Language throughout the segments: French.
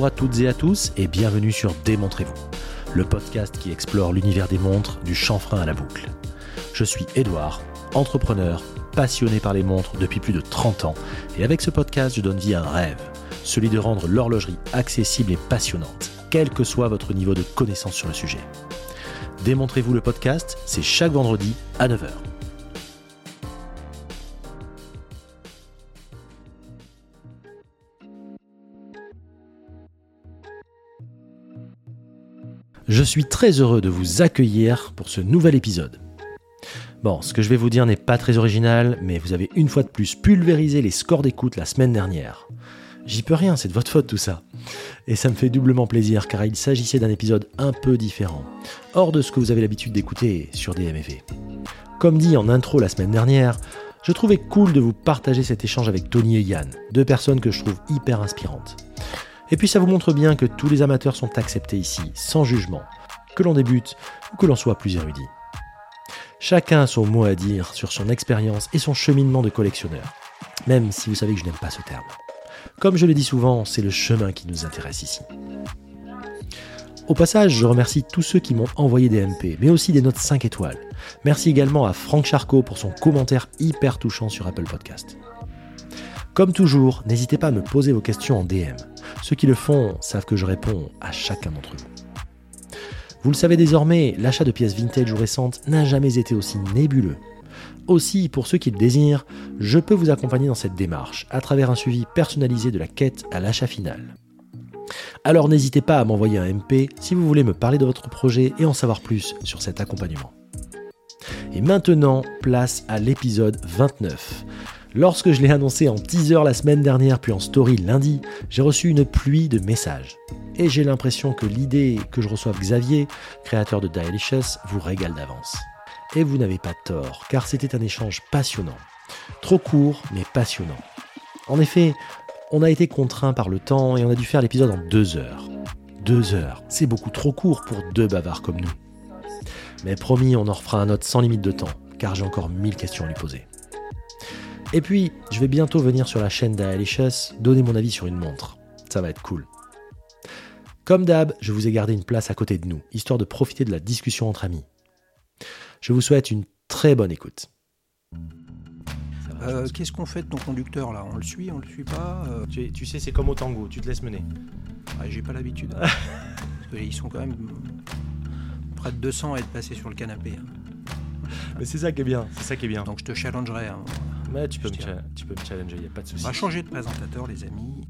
à toutes et à tous et bienvenue sur Démontrez-vous, le podcast qui explore l'univers des montres du chanfrein à la boucle. Je suis Édouard, entrepreneur, passionné par les montres depuis plus de 30 ans et avec ce podcast je donne vie à un rêve, celui de rendre l'horlogerie accessible et passionnante, quel que soit votre niveau de connaissance sur le sujet. Démontrez-vous le podcast, c'est chaque vendredi à 9h. Je suis très heureux de vous accueillir pour ce nouvel épisode. Bon, ce que je vais vous dire n'est pas très original, mais vous avez une fois de plus pulvérisé les scores d'écoute la semaine dernière. J'y peux rien, c'est de votre faute tout ça. Et ça me fait doublement plaisir car il s'agissait d'un épisode un peu différent, hors de ce que vous avez l'habitude d'écouter sur DMV. Comme dit en intro la semaine dernière, je trouvais cool de vous partager cet échange avec Tony et Yann, deux personnes que je trouve hyper inspirantes. Et puis ça vous montre bien que tous les amateurs sont acceptés ici, sans jugement, que l'on débute ou que l'on soit plus érudit. Chacun a son mot à dire sur son expérience et son cheminement de collectionneur, même si vous savez que je n'aime pas ce terme. Comme je le dis souvent, c'est le chemin qui nous intéresse ici. Au passage, je remercie tous ceux qui m'ont envoyé des MP, mais aussi des notes 5 étoiles. Merci également à Franck Charcot pour son commentaire hyper touchant sur Apple Podcast. Comme toujours, n'hésitez pas à me poser vos questions en DM. Ceux qui le font savent que je réponds à chacun d'entre vous. Vous le savez désormais, l'achat de pièces vintage ou récentes n'a jamais été aussi nébuleux. Aussi, pour ceux qui le désirent, je peux vous accompagner dans cette démarche à travers un suivi personnalisé de la quête à l'achat final. Alors n'hésitez pas à m'envoyer un MP si vous voulez me parler de votre projet et en savoir plus sur cet accompagnement. Et maintenant, place à l'épisode 29. Lorsque je l'ai annoncé en teaser la semaine dernière puis en story lundi, j'ai reçu une pluie de messages. Et j'ai l'impression que l'idée que je reçoive Xavier, créateur de Dialicious, vous régale d'avance. Et vous n'avez pas tort, car c'était un échange passionnant. Trop court, mais passionnant. En effet, on a été contraint par le temps et on a dû faire l'épisode en 2 heures. 2 heures, c'est beaucoup trop court pour deux bavards comme nous. Mais promis, on en refera un autre sans limite de temps, car j'ai encore 1000 questions à lui poser. Et puis, je vais bientôt venir sur la chaîne d'Dialicious donner mon avis sur une montre. Ça va être cool. Comme d'hab, je vous ai gardé une place à côté de nous, histoire de profiter de la discussion entre amis. Je vous souhaite une très bonne écoute. Qu'est-ce qu'on fait de ton conducteur là ? On le suit pas Tu sais, c'est comme au tango, tu te laisses mener. Ouais, j'ai pas l'habitude. Parce qu'ils sont quand même près de 200 à être passés sur le canapé. Mais c'est ça qui est bien, Donc je te challengerai. Mais tu peux me challenger, il n'y a pas de souci. On va changer de présentateur, les amis.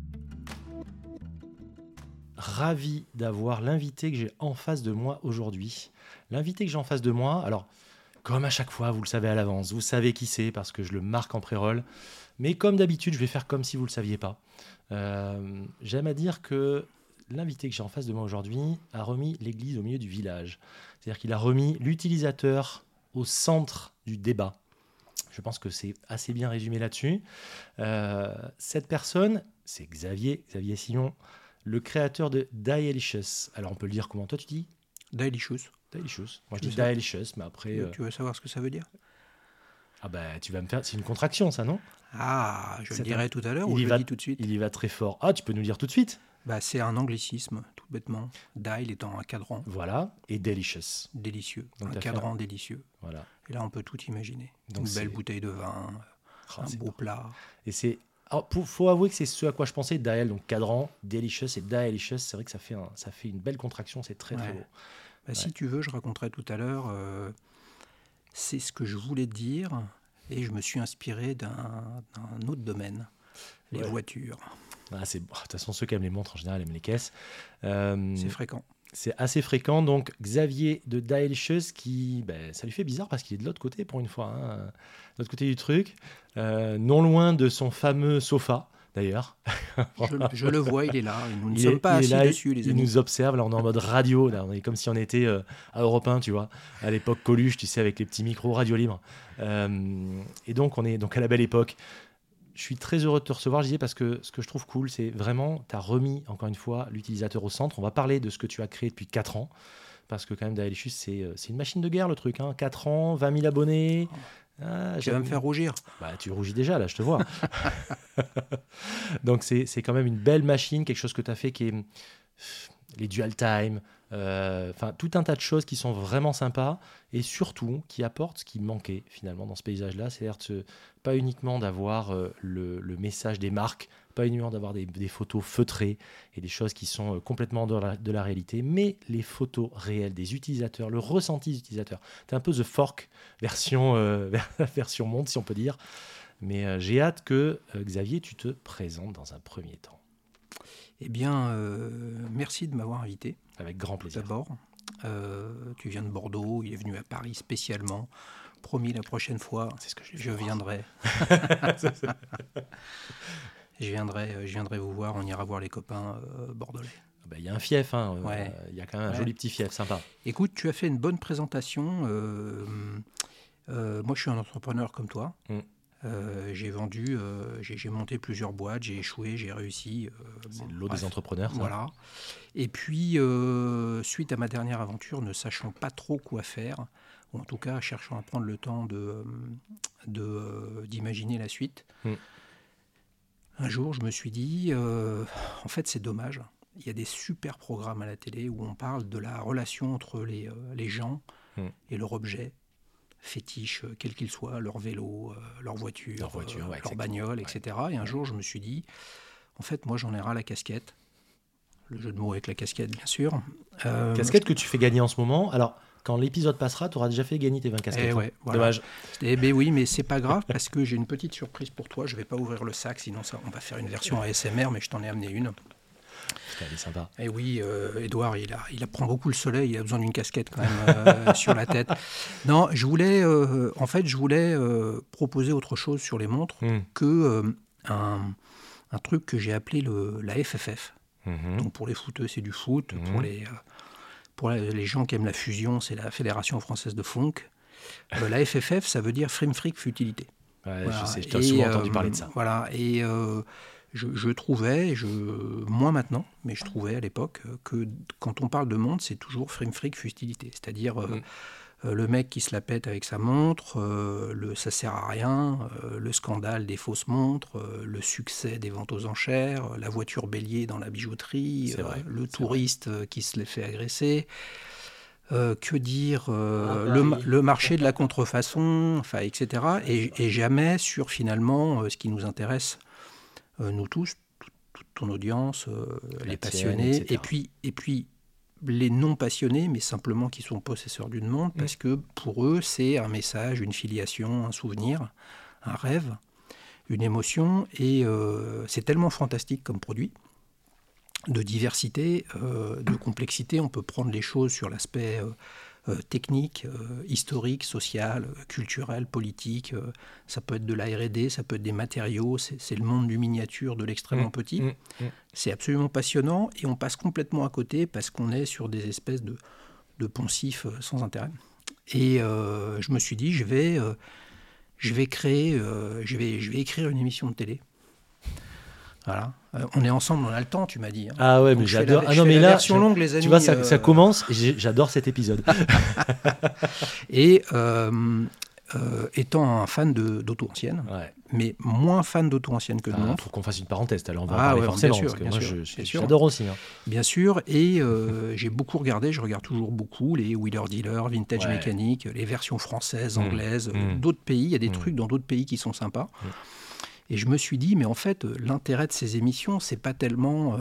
Ravi d'avoir l'invité que j'ai en face de moi aujourd'hui. L'invité que j'ai en face de moi, alors, comme à chaque fois, vous le savez à l'avance, vous savez qui c'est parce que je le marque en pré-roll. Mais comme d'habitude, je vais faire comme si vous ne le saviez pas. J'aime à dire que l'invité que j'ai en face de moi aujourd'hui a remis l'église au milieu du village. C'est-à-dire qu'il a remis l'utilisateur au centre du débat. Je pense que c'est assez bien résumé là-dessus. Cette personne, c'est Xavier Sillon, le créateur de Dialicious. Alors on peut le dire comment toi tu dis ? Dialicious. Moi je dis Dialicious, mais après... Tu veux savoir ce que ça veut dire ? Ah bah tu vas me faire... C'est une contraction ça, non ? Ah, je le dirai tout à l'heure ou je le dis tout de suite ? Il y va très fort. Ah, tu peux nous le dire tout de suite ? Bah, c'est un anglicisme, tout bêtement. Dial étant un cadran. Voilà, et Delicious. Délicieux, donc un cadran délicieux. Voilà. Et là, on peut tout imaginer. Donc une belle bouteille de vin, un beau plat. Et c'est... faut avouer que c'est ce à quoi je pensais, Dial, donc cadran, Delicious et Dialicious. C'est vrai que ça fait une belle contraction, c'est très très beau. Bah, si tu veux, je raconterai tout à l'heure. C'est ce que je voulais dire et je me suis inspiré d'un autre domaine, les voitures. Ah, de toute façon, ceux qui aiment les montres, en général, aiment les caisses. C'est fréquent. C'est assez fréquent. Donc, Xavier de Dialicious, ça lui fait bizarre parce qu'il est de l'autre côté, pour une fois. De l'autre côté du truc. Non loin de son fameux sofa, d'ailleurs. Je le vois, il est là. Nous ne sommes pas assis dessus, les amis. Il nous observe. Là, on est en mode radio. Là, on est comme si on était à Europe 1, tu vois. À l'époque Coluche, tu sais, avec les petits micros radio libre. Et donc, on est à la belle époque. Je suis très heureux de te recevoir, Gisèle, parce que ce que je trouve cool, c'est vraiment, tu as remis, encore une fois, l'utilisateur au centre. On va parler de ce que tu as créé depuis 4 ans, parce que quand même, Dialicious, c'est une machine de guerre, le truc. 4 ans, 20 000 abonnés, Tu vas me faire rougir. Bah, tu rougis déjà, là, je te vois. Donc, c'est quand même une belle machine, quelque chose que tu as fait qui est les dual time, tout un tas de choses qui sont vraiment sympas et surtout qui apportent ce qui manquait finalement dans ce paysage-là, c'est-à-dire pas uniquement d'avoir le message des marques, pas uniquement d'avoir des photos feutrées et des choses qui sont complètement de la réalité, mais les photos réelles des utilisateurs, le ressenti des utilisateurs. C'est un peu The Fork version monde, si on peut dire. Mais j'ai hâte que, Xavier, tu te présentes dans un premier temps. Eh bien, merci de m'avoir invité. Avec grand plaisir. D'abord, tu viens de Bordeaux, il est venu à Paris spécialement. Promis, la prochaine fois, c'est ce que je viendrai. Je viendrai vous voir, on ira voir les copains bordelais. Il y a un fief, Ouais. Y a quand même un joli petit fief, sympa. Écoute, tu as fait une bonne présentation. Moi, je suis un entrepreneur comme toi. J'ai vendu, j'ai monté plusieurs boîtes, j'ai échoué, j'ai réussi. C'est le lot des entrepreneurs, ça. Voilà. Et puis, suite à ma dernière aventure, ne sachant pas trop quoi faire, ou en tout cas cherchant à prendre le temps d'imaginer la suite, un jour, je me suis dit, en fait, c'est dommage. Il y a des super programmes à la télé où on parle de la relation entre les gens et leur objet fétiche, quel qu'il soit, leur vélo, leur voiture, leur bagnole, etc. Et un jour, je me suis dit, en fait, moi, j'en ai ras la casquette. Le jeu de mots avec la casquette, bien sûr. Casquette que tu fais gagner en ce moment. Alors, quand l'épisode passera, tu auras déjà fait gagner tes 20 casquettes. Ouais, voilà. Dommage. Ben oui, mais c'est pas grave parce que j'ai une petite surprise pour toi. Je vais pas ouvrir le sac, sinon on va faire une version ASMR, mais je t'en ai amené une. Elle est sympa. Et oui, Edouard, il apprend beaucoup le soleil, il a besoin d'une casquette quand même sur la tête. Non, je voulais proposer autre chose sur les montres que un truc que j'ai appelé la FFF. Donc pour les footeux, c'est du foot. Pour les gens qui aiment la fusion, c'est la Fédération française de funk. La FFF, ça veut dire Frame Freak Futilité. Ouais, voilà. Je t'ai souvent entendu parler de ça. Voilà, et je trouvais, moins maintenant, mais je trouvais à l'époque que quand on parle de montre, c'est toujours Frame Freak Futilité. C'est-à-dire le mec qui se la pète avec sa montre, ça sert à rien, le scandale des fausses montres, le succès des ventes aux enchères, la voiture bélier dans la bijouterie, le touriste qui se les fait agresser. Que dire, le marché de la contrefaçon, etc. Et jamais sur finalement ce qui nous intéresse, nous tous, toute ton audience, les passionnés, et puis les non passionnés, mais simplement qui sont possesseurs d'une montre, parce que pour eux, c'est un message, une filiation, un souvenir, un rêve, une émotion, et c'est tellement fantastique comme produit, de diversité, de complexité. On peut prendre les choses sur l'aspect technique, historique, social, culturel, politique. Ça peut être de la R&D, ça peut être des matériaux. C'est le monde du miniature, de l'extrêmement petit. C'est absolument passionnant et on passe complètement à côté parce qu'on est sur des espèces de poncifs sans intérêt. Et je me suis dit, je vais écrire une émission de télé. Voilà. On est ensemble, on a le temps, tu m'as dit. Hein. Ah ouais, mais donc j'adore. Ah non, mais là, version longue, les amis. Tu vois, ça commence. Et j'adore cet épisode. Et étant un fan d'auto ancienne, mais moins fan d'auto ancienne que de montre. Il faut qu'on fasse une parenthèse. Alors on va en parler forcément, bien sûr, parce que moi, j'adore aussi. Hein. Bien sûr. Et j'ai beaucoup regardé. Je regarde toujours beaucoup les Wheeler Dealer, Vintage Mécanique, les versions françaises, anglaises, d'autres pays. Il y a des trucs dans d'autres pays qui sont sympas. Et je me suis dit, mais en fait, l'intérêt de ces émissions, c'est pas tellement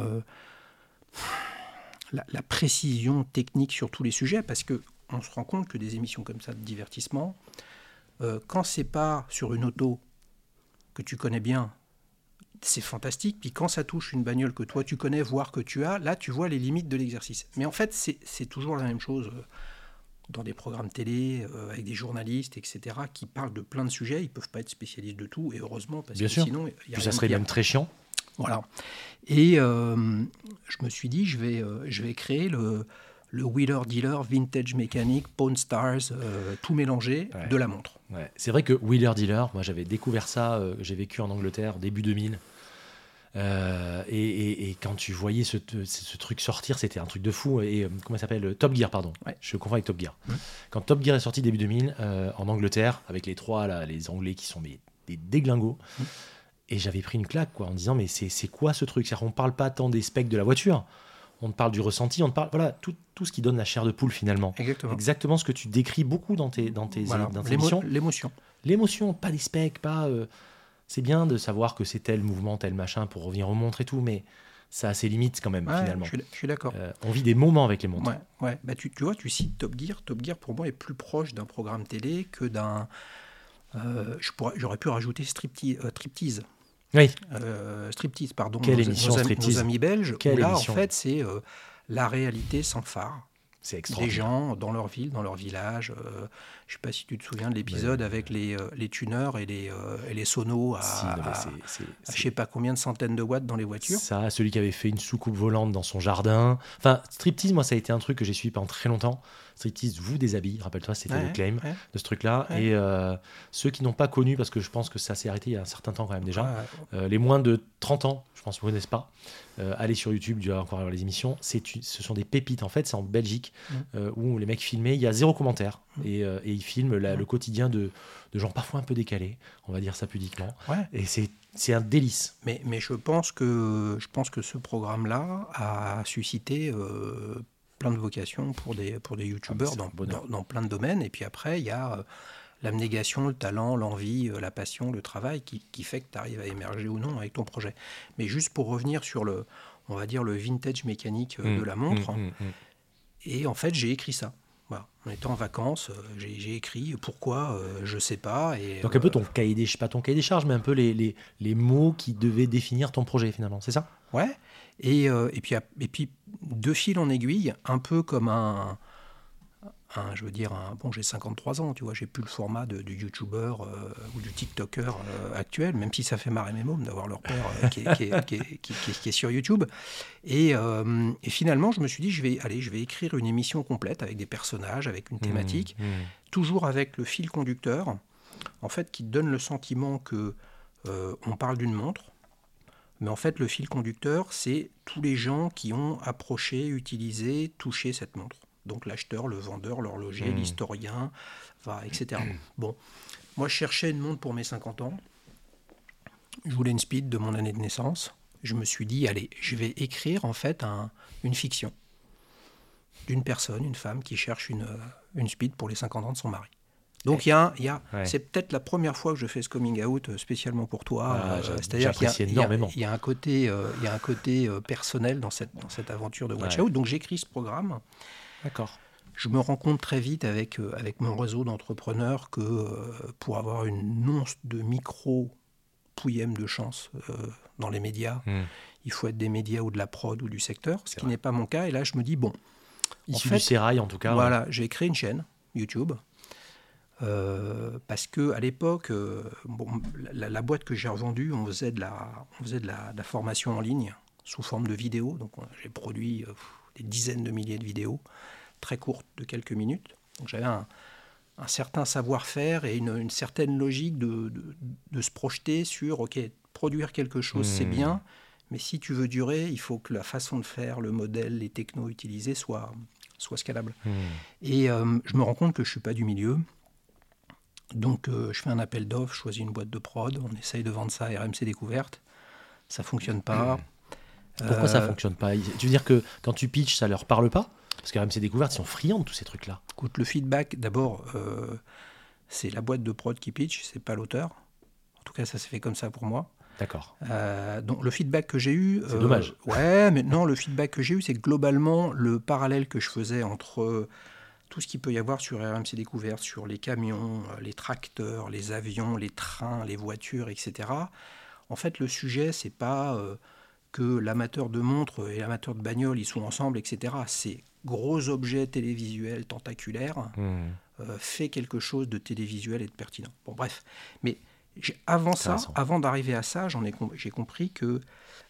la précision technique sur tous les sujets, parce qu'on se rend compte que des émissions comme ça de divertissement, quand c'est pas sur une auto que tu connais bien, c'est fantastique. Puis quand ça touche une bagnole que toi tu connais, voire que tu as, là tu vois les limites de l'exercice. Mais en fait, c'est toujours la même chose. Dans des programmes télé, avec des journalistes, etc., qui parlent de plein de sujets. Ils ne peuvent pas être spécialistes de tout, et heureusement, parce que sinon... ça serait même très chiant. Voilà. Et je me suis dit, je vais créer le Wheeler Dealer Vintage Mécanique Pawn Stars, tout mélangé, de la montre. Ouais. C'est vrai que Wheeler Dealer, moi j'avais découvert ça, j'ai vécu en Angleterre, début 2000. Et quand tu voyais ce truc sortir, c'était un truc de fou. Et comment ça s'appelle ? Top Gear, pardon. Ouais. Je confonds avec Top Gear. Quand Top Gear est sorti début 2000, en Angleterre, avec les trois, là, les Anglais qui sont des déglingos, et j'avais pris une claque, quoi, en disant, mais c'est quoi ce truc ? C'est-à-dire, on ne parle pas tant des specs de la voiture, on te parle du ressenti, on te parle, voilà, tout ce qui donne la chair de poule, finalement. Exactement ce que tu décris beaucoup dans tes émissions. L'émotion, pas des specs, pas... c'est bien de savoir que c'est tel mouvement, tel machin pour revenir aux montres et tout, mais ça a ses limites quand même, finalement. Je suis d'accord. On vit des moments avec les montres. Ouais. Bah, tu vois, tu cites Top Gear. Top Gear, pour moi, est plus proche d'un programme télé que d'un... j'aurais pu rajouter Striptease. Oui. Striptease, pardon. Quelle émission, Striptease ? Nos amis belges. Quelle là, émission ? En fait, c'est la réalité sans phare. C'est extraordinaire. Des gens dans leur ville, dans leur village. Je ne sais pas si tu te souviens de l'épisode avec les tuneurs et les sonos à je ne sais pas combien de centaines de watts dans les voitures. Ça, celui qui avait fait une soucoupe volante dans son jardin. Enfin, Striptease, moi, ça a été un truc que j'ai suivi pendant très longtemps. Striptease vous déshabille, rappelle-toi, c'était le claim de ce truc-là. Ouais. Et ceux qui n'ont pas connu, parce que je pense que ça s'est arrêté il y a un certain temps quand même déjà, les moins de 30 ans, je pense, vous connaissez pas, allez sur YouTube, tu vas encore voir les émissions, ce sont des pépites, en fait, c'est en Belgique, où les mecs filmaient, il y a 0 commentaire, et ils filment le quotidien de gens parfois un peu décalés, on va dire ça pudiquement, et c'est un délice. Mais je pense que ce programme-là a suscité... plein de vocations pour des youtubeurs dans plein de domaines. Et puis après, il y a l'abnégation, le talent, l'envie, la passion, le travail qui fait que tu arrives à émerger ou non avec ton projet. Mais juste pour revenir sur on va dire le vintage mécanique de la montre, et en fait, j'ai écrit ça. Voilà. On était en vacances, j'ai écrit pourquoi, je sais pas. Et, donc un peu ton cahier des charges, mais un peu les mots qui devaient définir ton projet finalement, c'est ça ? Ouais. Et puis de fil en aiguille, un peu comme j'ai 53 ans, tu vois, j'ai plus le format du youtubeur ou du tiktoker actuel, même si ça fait marrer mes mômes d'avoir leur père qui est sur YouTube. Et finalement, je me suis dit, je vais écrire une émission complète avec des personnages, avec une thématique, toujours avec le fil conducteur, en fait, qui donne le sentiment que on parle d'une montre. Mais en fait, le fil conducteur, c'est tous les gens qui ont approché, utilisé, touché cette montre. Donc l'acheteur, le vendeur, l'horloger, l'historien, etc. Bon, moi, je cherchais une montre pour mes 50 ans. Je voulais une speed de mon année de naissance. Je me suis dit, allez, je vais écrire en fait une fiction d'une personne, une femme qui cherche une speed pour les 50 ans de son mari. Donc c'est peut-être la première fois que je fais ce coming out spécialement pour toi. C'est-à-dire qu'il y a un côté personnel dans cette aventure de Watch Out. Donc j'écris ce programme. D'accord. Je me rends compte très vite avec mon réseau d'entrepreneurs que pour avoir une once de micro-pouillème de chance dans les médias, il faut être des médias ou de la prod ou du secteur, ce qui n'est pas mon cas. Et là, je me dis, issu du sérail en tout cas. Voilà, j'ai créé une chaîne YouTube. Parce que à l'époque, la boîte que j'ai revendue, on faisait de la formation en ligne sous forme de vidéos. Donc j'ai produit des dizaines de milliers de vidéos très courtes de quelques minutes. Donc j'avais un certain savoir-faire et une certaine logique de se projeter sur produire quelque chose, c'est bien, mais si tu veux durer, il faut que la façon de faire, le modèle, les technos utilisés soient scalables. Et je me rends compte que je suis pas du milieu. Donc je fais un appel d'offres, je choisis une boîte de prod, on essaye de vendre ça à RMC Découverte, ça fonctionne pas. Pourquoi ça fonctionne pas ? Tu veux dire que quand tu pitches, ça leur parle pas ? Parce que RMC Découverte, ils sont friands de tous ces trucs-là. Écoute, le feedback, d'abord, c'est la boîte de prod qui pitch, c'est pas l'auteur. En tout cas, ça s'est fait comme ça pour moi. D'accord. Donc le feedback que j'ai eu... C'est dommage. Ouais, mais non, le feedback que j'ai eu, c'est que globalement, le parallèle que je faisais entre... tout ce qu'il peut y avoir sur RMC Découverte, sur les camions, les tracteurs, les avions, les trains, les voitures, etc. En fait, le sujet, c'est pas que l'amateur de montre et l'amateur de bagnole, ils sont ensemble, etc. C'est gros objets télévisuels tentaculaires, fait quelque chose de télévisuel et de pertinent. Bon, bref. Mais avant d'arriver à ça, j'ai compris que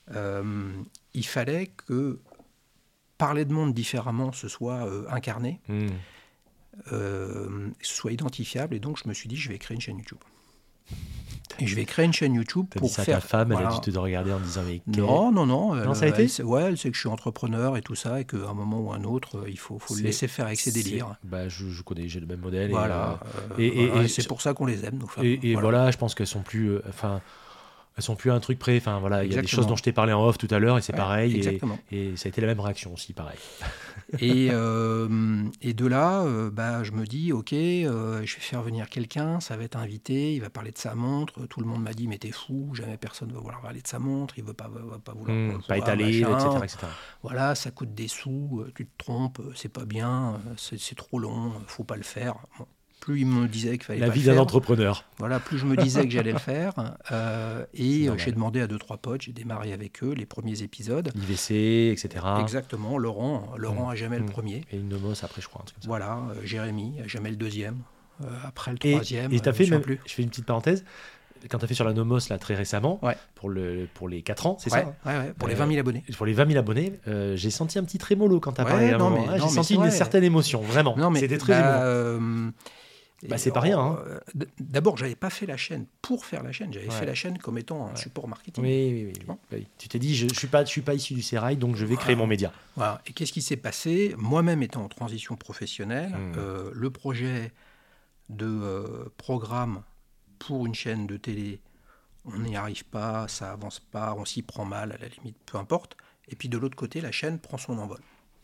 il fallait que parler de monde différemment, ce soit incarné, ce soit identifiable. Et donc, je me suis dit, je vais créer une chaîne YouTube. Et je vais créer une chaîne YouTube T'as pour dit ça à faire... ta femme, voilà. elle a dû te regarder en disant mais Non. Non, ça a été Elle sait que je suis entrepreneur et tout ça, et qu'à un moment ou un autre, il faut le laisser faire avec ses délires. Bah, je connais, j'ai le même modèle. Voilà. Et c'est pour ça qu'on les aime, nos femmes. Et voilà, je pense qu'elles sont plus... elles sont plus un truc prêt. Enfin, voilà, il y a des choses dont je t'ai parlé en off tout à l'heure et c'est pareil. Exactement. Et ça a été la même réaction aussi, pareil. Et de là, je me dis, ok, je vais faire venir quelqu'un, ça va être invité, il va parler de sa montre. Tout le monde m'a dit, mais t'es fou, jamais personne ne va vouloir parler de sa montre, il ne va pas vouloir... pas étaler, machin. etc. Voilà, ça coûte des sous, tu te trompes, c'est pas bien, c'est trop long, faut pas le faire. Bon. Plus il me disait qu'il fallait pas le faire. La vie d'un entrepreneur. Voilà, plus je me disais que j'allais le faire. J'ai demandé à 2-3 potes, j'ai démarré avec eux les premiers épisodes. IVC, etc. Exactement, Laurent à jamais le premier. Et une Nomos après, je crois. Un truc comme ça. Voilà, Jérémy à jamais le deuxième. Après le troisième. Et tu as fait, je fais une petite parenthèse, quand tu as fait sur la Nomos là, très récemment, pour les 4 ans, c'est ça pour les 20 000 abonnés. Pour les 20 000 abonnés, j'ai senti un petit trémolo quand tu as parlé. J'ai senti une certaine émotion, vraiment. C'était très émouvant. C'est pas rien. Hein. D'abord, j'avais pas fait la chaîne pour faire la chaîne. J'avais fait la chaîne comme étant un support marketing. Oui. Tu t'es dit, je suis pas issu du sérail, donc je vais créer mon média. Voilà. Et qu'est-ce qui s'est passé ? Moi-même étant en transition professionnelle, le projet de programme pour une chaîne de télé, on n'y arrive pas, ça avance pas, on s'y prend mal, à la limite, peu importe. Et puis de l'autre côté, la chaîne prend son envol.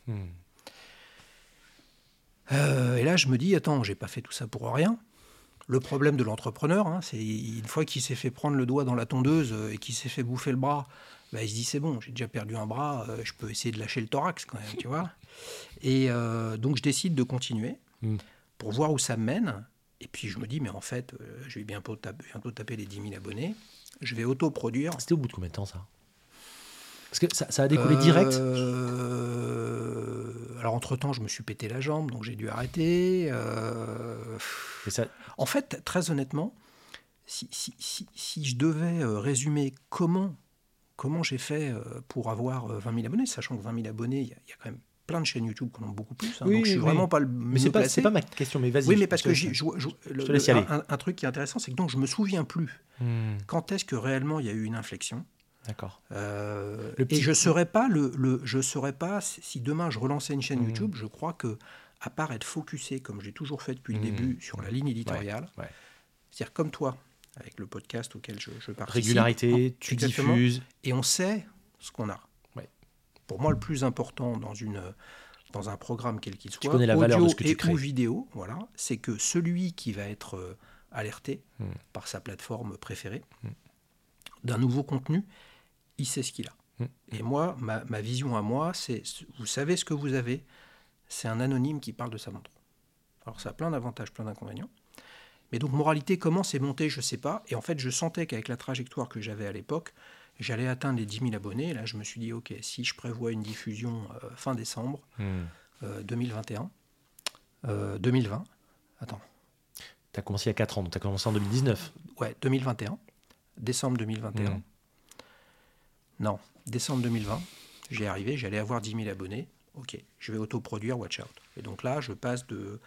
Et là, je me dis, attends, j'ai pas fait tout ça pour rien. Le problème de l'entrepreneur, c'est une fois qu'il s'est fait prendre le doigt dans la tondeuse et qu'il s'est fait bouffer le bras, il se dit, c'est bon, j'ai déjà perdu un bras, je peux essayer de lâcher le thorax quand même, tu vois. Et donc, je décide de continuer pour voir où ça me mène. Et puis, je me dis, mais en fait, je vais bientôt taper les 10 000 abonnés. Je vais autoproduire. C'était au bout de combien de temps, ça ? Parce que ça a découlé direct. Alors, entre-temps, je me suis pété la jambe, donc j'ai dû arrêter. En fait, très honnêtement, si je devais résumer comment j'ai fait pour avoir 20 000 abonnés, sachant que 20 000 abonnés, il y a quand même plein de chaînes YouTube qui en ont beaucoup plus. Donc, je suis vraiment pas le mieux placé. C'est pas ma question, mais vas-y. Oui, mais parce que je te laisse y aller. Un truc qui est intéressant, c'est que donc, je me souviens plus quand est-ce que réellement il y a eu une inflexion. D'accord. Et je saurais pas si demain je relançais une chaîne YouTube. Je crois que à part être focusé comme j'ai toujours fait depuis le début sur la ligne éditoriale, c'est-à-dire comme toi avec le podcast auquel je participe. Régularité, tu diffuses et on sait ce qu'on a. Pour moi, le plus important dans un programme quel qu'il soit, la audio ou vidéo, voilà, c'est que celui qui va être alerté par sa plateforme préférée d'un nouveau contenu, il sait ce qu'il a. Et moi, ma vision à moi, c'est, vous savez ce que vous avez, c'est un anonyme qui parle de sa montre. Alors ça a plein d'avantages, plein d'inconvénients. Mais donc, moralité, comment c'est monté, je ne sais pas. Et en fait, je sentais qu'avec la trajectoire que j'avais à l'époque, j'allais atteindre les 10 000 abonnés. Et là, je me suis dit, OK, si je prévois une diffusion fin décembre 2021, 2020, attends. Tu as commencé il y a 4 ans, donc tu as commencé en 2019. Ouais, 2021, décembre 2021. Non, décembre 2020, j'y arrivé, j'allais avoir 10 000 abonnés. OK, je vais autoproduire Watch Out. Et donc là, je passe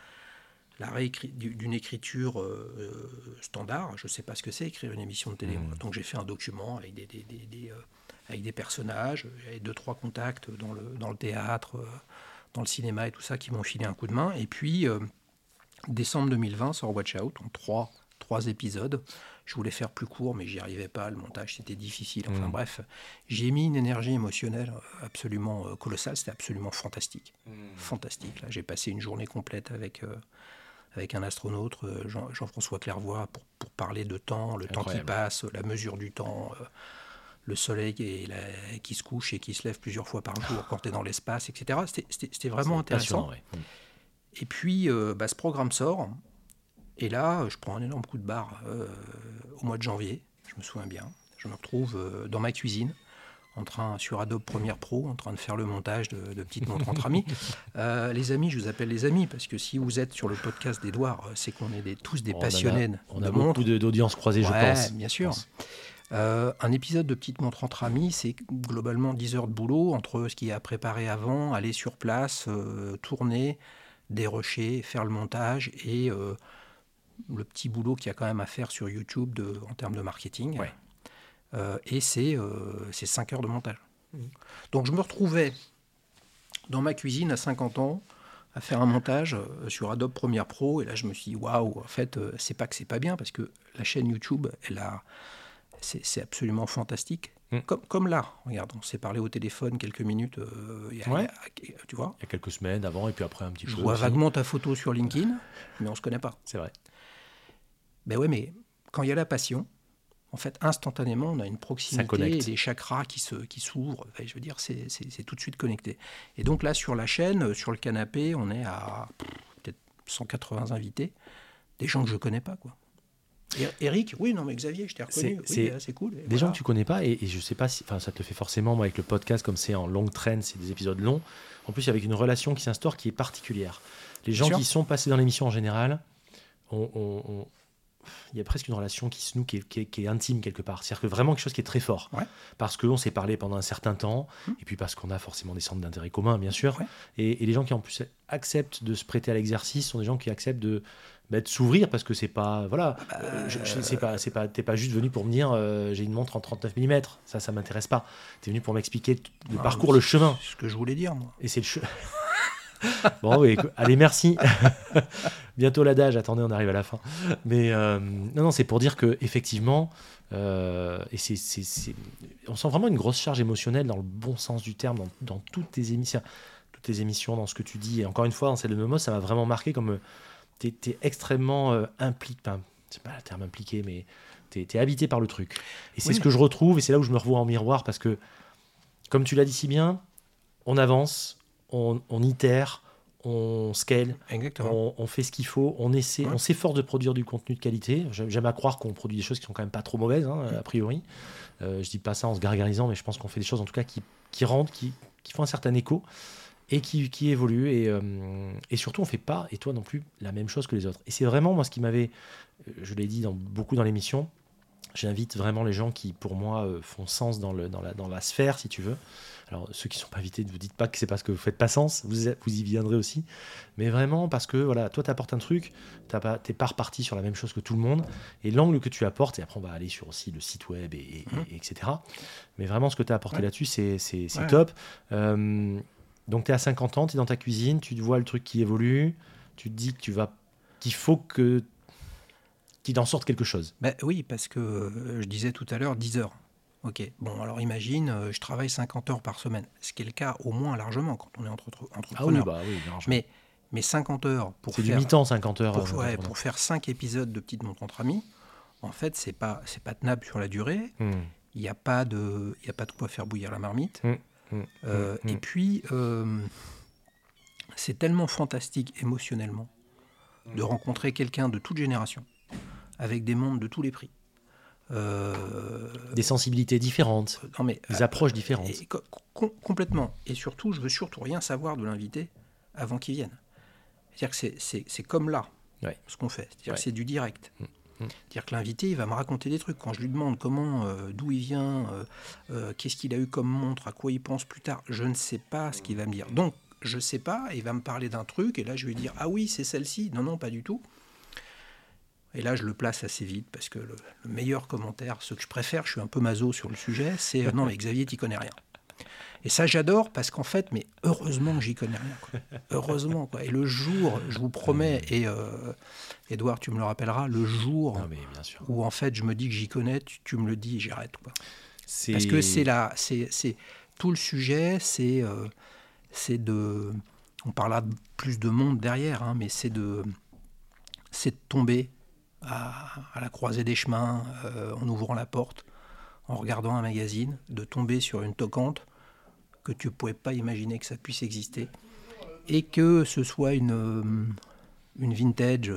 d'une écriture standard, je ne sais pas ce que c'est, écrire une émission de télé. Donc j'ai fait un document avec des personnages, j'avais 2-3 contacts dans le théâtre, dans le cinéma et tout ça qui m'ont filé un coup de main. Et puis, décembre 2020, sort Watch Out, en 3 épisodes. Je voulais faire plus court, mais j'y arrivais pas, le montage c'était difficile. Enfin bref, j'ai mis une énergie émotionnelle absolument colossale, c'était absolument fantastique. Fantastique. Là, j'ai passé une journée complète avec un astronaute, Jean-François Clairvoy, pour parler de temps, le temps qui passe, la mesure du temps, le soleil qui se couche et qui se lève plusieurs fois par jour quand tu es dans l'espace, etc. C'était vraiment intéressant. Et puis, ce programme sort, et là, je prends un énorme coup de barre au mois de janvier, je me souviens bien. Je me retrouve dans ma cuisine, sur Adobe Premiere Pro, en train de faire le montage de petites montres entre amis. Les amis, je vous appelle les amis, parce que si vous êtes sur le podcast d'Edouard, c'est qu'on est tous des passionnés de montres. On a beaucoup d'audience croisée, je pense. Bien sûr. Un épisode de Petites montres entre amis, c'est globalement 10 heures de boulot, entre ce qu'il y a à préparer avant, aller sur place, tourner, dérocher, faire le montage et le petit boulot qu'il y a quand même à faire sur YouTube en termes de marketing. Ouais. Et c'est 5 heures de montage. Donc je me retrouvais dans ma cuisine à 50 ans à faire un montage sur Adobe Premiere Pro, et là je me suis dit waouh, en fait c'est pas que c'est pas bien, parce que la chaîne YouTube c'est absolument fantastique. Comme là, regarde, on s'est parlé au téléphone quelques minutes tu vois, il y a quelques semaines avant, et puis après un petit peu. Je vois aussi. vaguement ta photo sur LinkedIn, mais on se connaît pas. C'est vrai. Ben ouais, mais quand il y a la passion, en fait, instantanément, on a une proximité et des chakras qui s'ouvrent. Enfin, je veux dire, c'est tout de suite connecté. Et donc là, sur la chaîne, sur le canapé, on est à peut-être 180 invités, des gens que je ne connais pas, quoi. Eric, oui, non, mais Xavier, je t'ai reconnu. C'est cool. Des voilà. gens que tu connais pas, et je sais pas si, ça te le fait forcément, moi, avec le podcast, comme c'est en longue traîne, c'est des épisodes longs. En plus, avec une relation qui s'instaure qui est particulière. Les gens qui sont passés dans l'émission en général, il y a presque une relation qui se noue, qui est intime quelque part. C'est-à-dire que vraiment quelque chose qui est très fort. Ouais. Parce qu'on s'est parlé pendant un certain temps, et puis parce qu'on a forcément des centres d'intérêt communs, bien sûr. Ouais. Et les gens qui en plus acceptent de se prêter à l'exercice sont des gens qui acceptent de s'ouvrir, parce que c'est pas... Voilà, t'es pas juste venu pour me dire j'ai une montre en 39 mm, ça m'intéresse pas. T'es venu pour m'expliquer le parcours, le chemin. C'est ce que je voulais dire, moi. Et c'est le chemin. Bon, oui, allez, merci. Bientôt l'adage, attendez, on arrive à la fin. Mais non, c'est pour dire que effectivement, on sent vraiment une grosse charge émotionnelle dans le bon sens du terme dans toutes tes émissions, dans ce que tu dis. Et encore une fois, dans celle de Nomos, ça m'a vraiment marqué comme t'es extrêmement impliqué. Enfin, c'est pas le terme impliqué, mais t'es habité par le truc. Et c'est ce que je retrouve, et c'est là où je me revois en miroir, parce que, comme tu l'as dit si bien, on avance. On itère, on scale, on fait ce qu'il faut, on essaie, on s'efforce de produire du contenu de qualité. J'aime à croire qu'on produit des choses qui sont quand même pas trop mauvaises, a priori. Je dis pas ça en se gargarisant, mais je pense qu'on fait des choses en tout cas qui rentrent, qui font un certain écho et qui évoluent. Et surtout, on fait pas, et toi non plus, la même chose que les autres. Et c'est vraiment moi ce qui m'avait, je l'ai dit beaucoup dans l'émission, j'invite vraiment les gens qui, pour moi, font sens dans la sphère, si tu veux. Alors, ceux qui ne sont pas invités, ne vous dites pas que c'est parce que vous ne faites pas sens, vous y viendrez aussi. Mais vraiment, parce que voilà, toi, tu apportes un truc, tu n'es pas reparti sur la même chose que tout le monde. Et l'angle que tu apportes, et après, on va aller sur aussi le site web, etc. Mais vraiment, ce que tu as apporté là-dessus, c'est top. Donc, tu es à 50 ans, tu es dans ta cuisine, tu vois le truc qui évolue, tu te dis qu'il faut qu'il en sorte quelque chose. Oui, parce que je disais tout à l'heure 10 heures. Ok, bon, alors imagine, je travaille 50 heures par semaine, ce qui est le cas au moins largement quand on est entrepreneur. Ah oui, oui, largement. Mais 50 heures pour c'est faire... du mi-temps, 50 heures. Pour faire 5 épisodes de Petite Montre entre amis, en fait, c'est pas tenable sur la durée. Il n'y a pas de quoi faire bouillir la marmite. Et puis, c'est tellement fantastique émotionnellement de rencontrer quelqu'un de toute génération, avec des mondes de tous les prix. Des sensibilités différentes, des approches différentes. Complètement. Et surtout, je veux surtout rien savoir de l'invité avant qu'il vienne. C'est-à-dire que c'est comme là, ce qu'on fait. C'est-à-dire que c'est du direct. C'est-à-dire que l'invité, il va me raconter des trucs. Quand je lui demande d'où il vient, qu'est-ce qu'il a eu comme montre, à quoi il pense plus tard, je ne sais pas ce qu'il va me dire. Donc, je ne sais pas, il va me parler d'un truc, et là, je vais lui dire « Ah oui, c'est celle-ci ». Non, pas du tout. Et là, je le place assez vite, parce que le meilleur commentaire, ce que je préfère, je suis un peu maso sur le sujet, c'est « Non, mais Xavier, t'y connais rien ». Et ça, j'adore, parce qu'en fait, mais heureusement que j'y connais rien. Quoi. Heureusement, quoi. Et le jour, je vous promets, et Edouard, tu me le rappelleras, le jour où, en fait, je me dis que j'y connais, tu me le dis et j'arrête. Quoi. Parce que c'est tout le sujet, c'est de... On parlera de plus de monde derrière, mais c'est de tomber à la croisée des chemins, en ouvrant la porte, en regardant un magazine, de tomber sur une toquante que tu ne pouvais pas imaginer que ça puisse exister, et que ce soit une vintage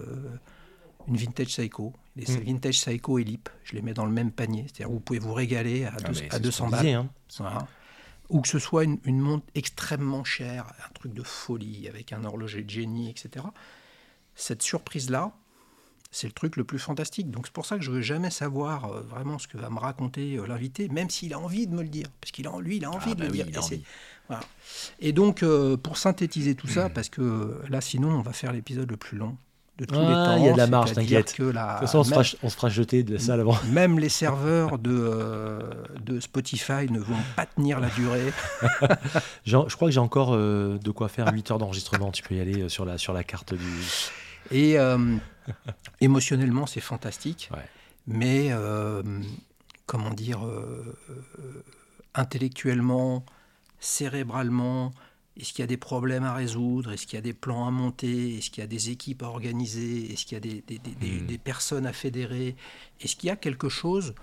Seiko. Les vintage Seiko et Lip, je les mets dans le même panier, c'est-à-dire vous pouvez vous régaler à 200 balles. Voilà. Ou que ce soit une montre extrêmement chère, un truc de folie, avec un horloger de génie, etc. Cette surprise-là, c'est le truc le plus fantastique. Donc c'est pour ça que je ne veux jamais savoir vraiment ce que va me raconter l'invité, même s'il a envie de me le dire. Parce qu'il a envie de le dire. Voilà. Et donc, pour synthétiser tout ça, parce que là, sinon, on va faire l'épisode le plus long. de tous les temps. Il y a de la marge, C'est-à-dire t'inquiète. que De toute façon, on se fera jeter de la salle avant. Même les serveurs de Spotify ne vont pas tenir la durée. Je crois que j'ai encore de quoi faire 8 heures d'enregistrement. Tu peux y aller sur la carte du... Et émotionnellement, c'est fantastique. Ouais. Mais, comment dire, intellectuellement, cérébralement, est-ce qu'il y a des problèmes à résoudre? Est-ce qu'il y a des plans à monter? Est-ce qu'il y a des équipes à organiser? Est-ce qu'il y a des personnes à fédérer? Est-ce qu'il y a quelque chose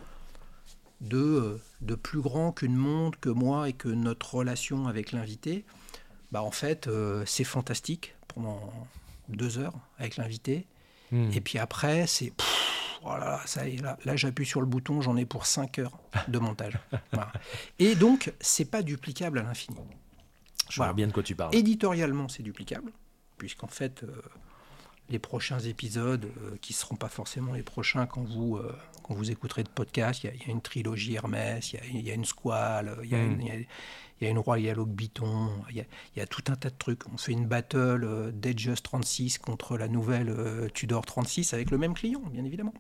de plus grand qu'une montre, que moi et que notre relation avec l'invité? En fait, c'est fantastique pendant 2 heures avec l'invité. Et puis après, c'est... Oh là là, ça y est, là j'appuie sur le bouton, j'en ai pour 5 heures de montage. Voilà. Et donc, c'est pas duplicable à l'infini. Je vois bien de quoi tu parles. Éditorialement, c'est duplicable, puisqu'en fait, les prochains épisodes, qui ne seront pas forcément les prochains quand vous écouterez de podcast, il y a une trilogie Hermès, il y a une Squale, il y a une Royal Oak Byton, il y a tout un tas de trucs. On fait une battle d'Edgeus 36 contre la nouvelle Tudor 36 avec le même client, bien évidemment.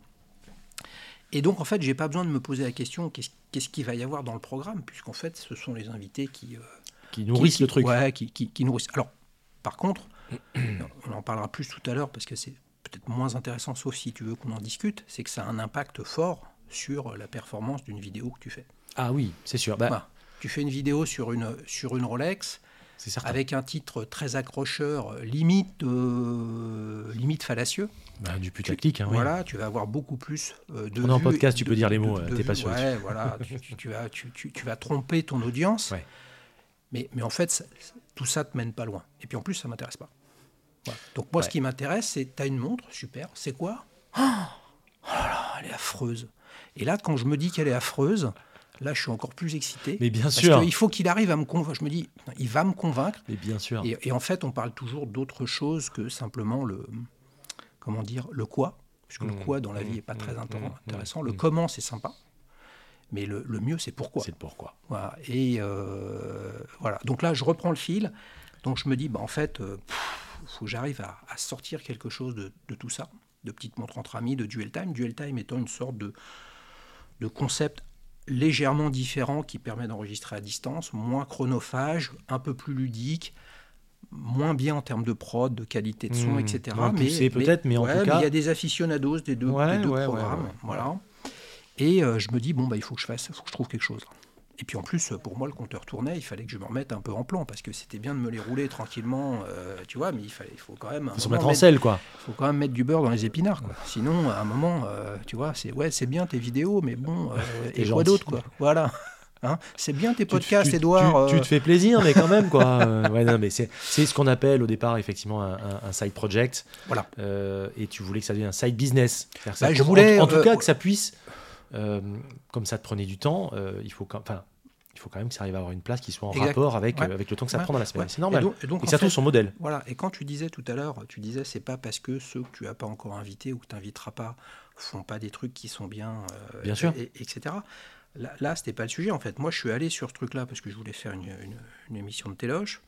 Et donc, en fait, je n'ai pas besoin de me poser la question qu'est-ce qu'il va y avoir dans le programme, puisqu'en fait, ce sont les invités qui nourrissent le truc. Ouais, qui nourrissent. Alors, par contre, on en parlera plus tout à l'heure, parce que c'est peut-être moins intéressant, sauf si tu veux qu'on en discute, c'est que ça a un impact fort sur la performance d'une vidéo que tu fais. Ah oui, c'est sûr. Tu fais une vidéo sur une Rolex, avec un titre très accrocheur, limite fallacieux. Du putaclic. Voilà, tu vas avoir beaucoup plus de vues. En podcast, tu peux dire les mots, t'es pas sûr. Ouais, voilà, tu vas tromper ton audience. Ouais. Mais en fait, tout ça ne te mène pas loin. Et puis en plus, ça ne m'intéresse pas. Voilà. Donc moi, ce qui m'intéresse, c'est, tu as une montre, super, c'est quoi? Oh là là, elle est affreuse. Et là, quand je me dis qu'elle est affreuse, là, je suis encore plus excité. Mais bien sûr. Parce qu'il faut qu'il arrive à me convaincre. Je me dis, il va me convaincre. Mais bien sûr. Et en fait, on parle toujours d'autre chose que simplement le quoi. Puisque le quoi dans la vie n'est pas très intéressant. Le comment, c'est sympa. Mais le mieux, c'est pourquoi. C'est le pourquoi. Voilà. Et voilà. Donc là, je reprends le fil. Donc je me dis, en fait, faut que j'arrive à sortir quelque chose de tout ça, de petites montres entre amis, de dual time. Dual time étant une sorte de concept légèrement différent qui permet d'enregistrer à distance, moins chronophage, un peu plus ludique, moins bien en termes de prod, de qualité de son, etc. Moins poussé peut-être, mais en tout cas... il y a des aficionados des deux programmes. Ouais. Voilà. Et je me dis, il faut que je trouve quelque chose. Et puis en plus, pour moi, le compteur tournait, il fallait que je me remette un peu en plan, parce que c'était bien de me les rouler tranquillement, tu vois, mais il faut quand même... Il faut se mettre en selle, quoi. Il faut quand même mettre du beurre dans les épinards, quoi. Sinon, à un moment, tu vois, c'est bien tes vidéos, mais bon, et quoi d'autre, quoi. Voilà. Hein, c'est bien tes podcasts, Edouard. Tu te fais plaisir, mais quand même, quoi. Non, mais c'est ce qu'on appelle au départ, effectivement, un side project. Voilà. Et tu voulais que ça devienne un side business. Je voulais... En tout cas, que ça puisse... comme ça te prenait du temps, il faut quand même que ça arrive à avoir une place qui soit en rapport avec le temps que ça prend dans la semaine. C'est normal. Et que ça trouve son modèle. Voilà. Et quand tu disais tout à l'heure, c'est pas parce que ceux que tu n'as pas encore invités ou que tu n'inviteras pas font pas des trucs qui sont bien, bien sûr. etc. Là, c'était pas le sujet, en fait. Moi, je suis allé sur ce truc-là parce que je voulais faire une émission de téloche.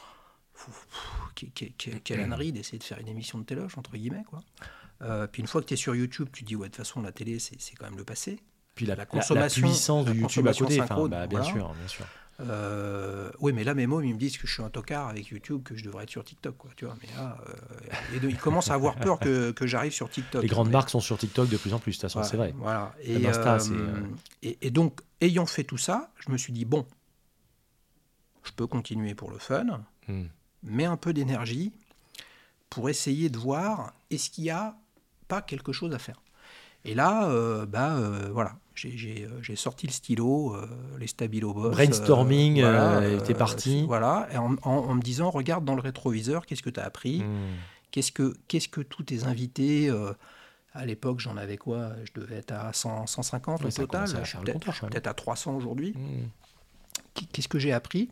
Quelle ânerie d'essayer de faire une émission de téloche, entre guillemets, quoi. Puis une fois que tu es sur YouTube, tu te dis, de toute façon, la télé, c'est quand même le passé. Puis la puissance du YouTube à côté, bien sûr. Oui, mais là, mes mots, ils me disent que je suis un tocard avec YouTube, que je devrais être sur TikTok, quoi. Tu vois, mais là, ils commencent à avoir peur que j'arrive sur TikTok. Les grandes marques sont sur TikTok de plus en plus, de toute façon, c'est vrai. Voilà. Et donc, ayant fait tout ça, je me suis dit, je peux continuer pour le fun, mais un peu d'énergie pour essayer de voir est-ce qu'il n'y a pas quelque chose à faire. Et là, voilà, j'ai sorti le stylo, les Stabilo Boss. Brainstorming, t'es parti. Voilà, et en me disant, regarde dans le rétroviseur, qu'est-ce que tu as appris, qu'est-ce que tous tes invités... à l'époque, j'en avais quoi? Je devais être à 150 au total. Je suis peut-être à 300 aujourd'hui. Qu'est-ce que j'ai appris?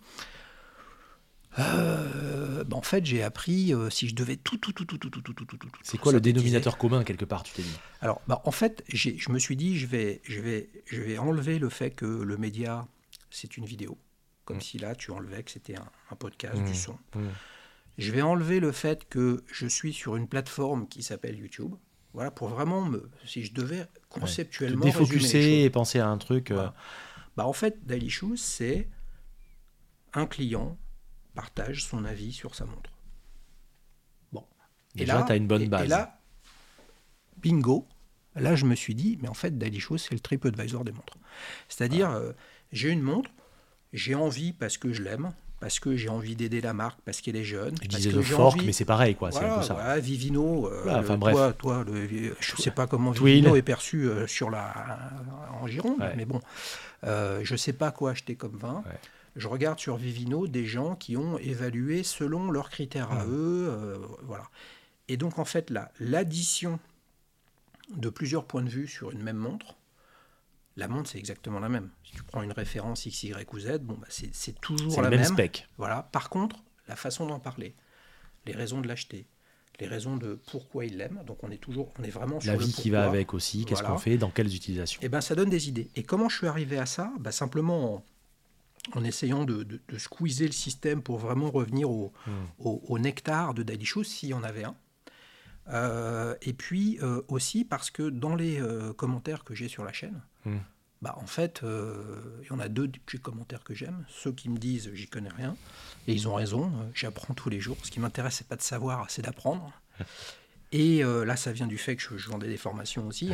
En fait, j'ai appris, si je devais tout. C'est quoi le dénominateur commun, quelque part, tu t'es dit? Alors, en fait, je me suis dit, je vais enlever le fait que le média, c'est une vidéo. Comme si là, tu enlevais que c'était un podcast, du son. Je vais enlever le fait que je suis sur une plateforme qui s'appelle YouTube. Voilà, pour vraiment si je devais conceptuellement te défocuser et penser à un truc. Voilà. En fait, Daily Shoes, c'est un client partage son avis sur sa montre. Bon. Déjà, tu as une bonne base. Et là, bingo. Là, je me suis dit, mais en fait, Daily Shoes, c'est le TripAdvisor des montres. C'est-à-dire, j'ai une montre, j'ai envie parce que je l'aime, parce que j'ai envie d'aider la marque, parce qu'elle est jeune. Je disais The Fork, mais c'est pareil, quoi. Voilà, c'est un peu ça. Voilà, Vivino. Bref. Toi, je ne sais pas comment Vivino est perçu en Gironde, mais bon, je ne sais pas quoi acheter comme vin. Ouais. Je regarde sur Vivino des gens qui ont évalué selon leurs critères à eux. Voilà. Et donc, en fait, l'addition de plusieurs points de vue sur une même montre, la montre, c'est exactement la même. Si tu prends une référence X, Y ou Z, c'est toujours la même. C'est le même spec. Voilà. Par contre, la façon d'en parler, les raisons de l'acheter, les raisons de pourquoi il l'aime, donc on est vraiment sur la le vie pourquoi. Qui va avec aussi, qu'est-ce qu'on fait, dans quelles utilisations. Et ça donne des idées. Et comment je suis arrivé à ça ? Simplement en essayant de squeezer le système pour vraiment revenir au nectar de Daily Shoes, s'il y en avait un. Et puis aussi parce que dans les commentaires que j'ai sur la chaîne, en fait, il y en a 2 des commentaires que j'aime. Ceux qui me disent j'y connais rien, et ils ont raison, j'apprends tous les jours. Ce qui m'intéresse, c'est pas de savoir, c'est d'apprendre. Et là, ça vient du fait que je vendais des formations aussi.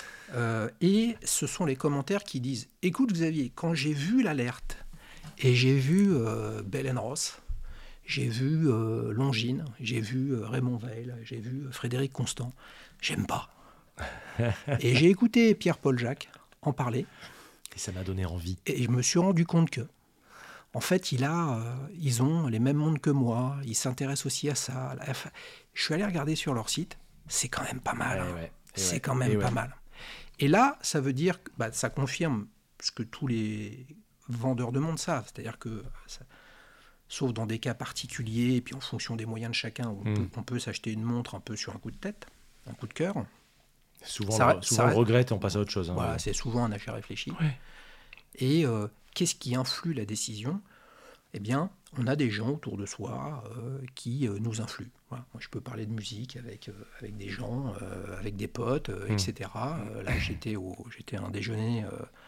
Et ce sont les commentaires qui disent écoute Xavier, quand j'ai vu l'alerte et j'ai vu Bell & Ross, j'ai vu Longines, j'ai vu Raymond Veil, j'ai vu Frédéric Constant. J'aime pas. Et j'ai écouté Pierre-Paul Jacques en parler. Et ça m'a donné envie. Et je me suis rendu compte que, en fait, ils ont les mêmes montres que moi. Ils s'intéressent aussi à ça. Je suis allé regarder sur leur site. C'est quand même pas mal. C'est quand même pas mal. Et là, ça veut dire que ça confirme ce que tous les vendeurs de montres savent. C'est-à-dire que... sauf dans des cas particuliers, et puis en fonction des moyens de chacun, on peut s'acheter une montre un peu sur un coup de tête, un coup de cœur. Souvent on le regrette et on passe à autre chose. Voilà, c'est souvent un achat réfléchi. Ouais. Et qu'est-ce qui influe la décision ? Eh bien, on a des gens autour de soi qui nous influent. Voilà. Moi, je peux parler de musique avec des gens, avec des potes, etc. Là, j'étais à un déjeuner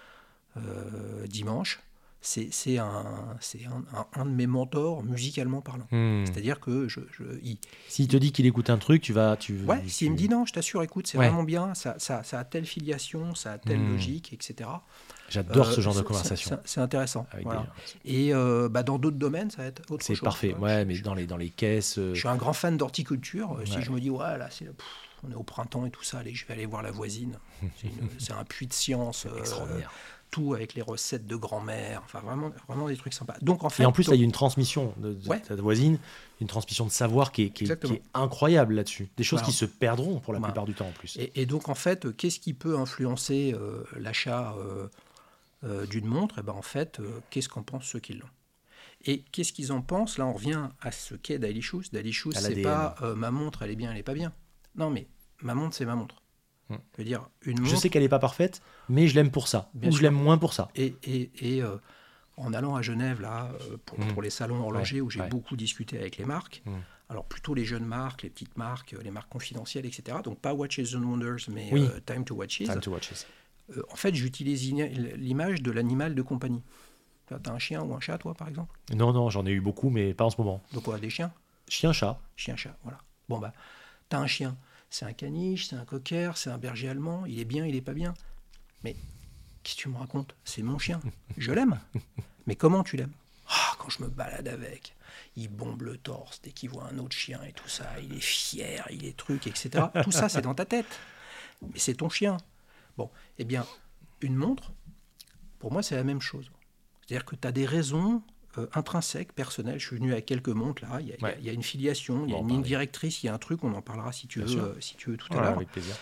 dimanche. C'est un de mes mentors musicalement parlant. C'est-à-dire que s'il te dit qu'il écoute un truc, s'il me dit non, je t'assure, écoute, c'est vraiment bien, ça a telle filiation, ça a telle logique, etc. J'adore ce genre de conversation. C'est intéressant. Voilà. Et dans d'autres domaines, ça va être autre chose. C'est parfait, mais dans les caisses... Je suis un grand fan d'horticulture. Si je me dis, là, on est au printemps et tout ça, allez, je vais aller voir la voisine. C'est un puits de science. Extraordinaire. Tout avec les recettes de grand-mère, enfin vraiment des trucs sympas. Donc, en fait, et en plus, il y a une transmission de ta voisine, une transmission de savoir qui est incroyable là-dessus. Des choses qui se perdront pour la plupart du temps en plus. Et donc, en fait, qu'est-ce qui peut influencer l'achat d'une montre ? En fait, qu'est-ce qu'en pensent ceux qui l'ont ? Et qu'est-ce qu'ils en pensent ? Là, on revient à ce qu'est Daily Shoes. Daily Shoes, c'est pas ma montre, elle est bien, elle est pas bien. Non, mais ma montre, c'est ma montre. Je veux dire, une montre... Je sais qu'elle n'est pas parfaite, mais je l'aime pour ça. Ou je l'aime moins pour ça. Et en allant à Genève, là, pour les salons horlogers, où j'ai beaucoup discuté avec les marques, alors plutôt les jeunes marques, les petites marques, les marques confidentielles, etc. Donc pas Watches and Wonders, mais Time to Watches. En fait, j'utilise l'image de l'animal de compagnie. T'as un chien ou un chat, toi, par exemple ? Non, j'en ai eu beaucoup, mais pas en ce moment. Donc quoi, des chiens ? Chien-chat. Chien-chat, voilà. Bon, t'as un chien. C'est un caniche, c'est un cocker, c'est un berger allemand, il est bien, il est pas bien. Mais qu'est-ce que tu me racontes ? C'est mon chien. Je l'aime. Mais comment tu l'aimes ? Quand je me balade avec, il bombe le torse dès qu'il voit un autre chien et tout ça, il est fier, il est truc, etc. Tout ça, c'est dans ta tête. Mais c'est ton chien. Bon, eh bien, une montre, pour moi, c'est la même chose. C'est-à-dire que tu as des raisons intrinsèques, personnelles. Je suis venu avec quelques montres, là. Il y a une filiation, il y a une ligne directrice, il y a un truc, on en parlera si tu veux tout à l'heure. Avec plaisir.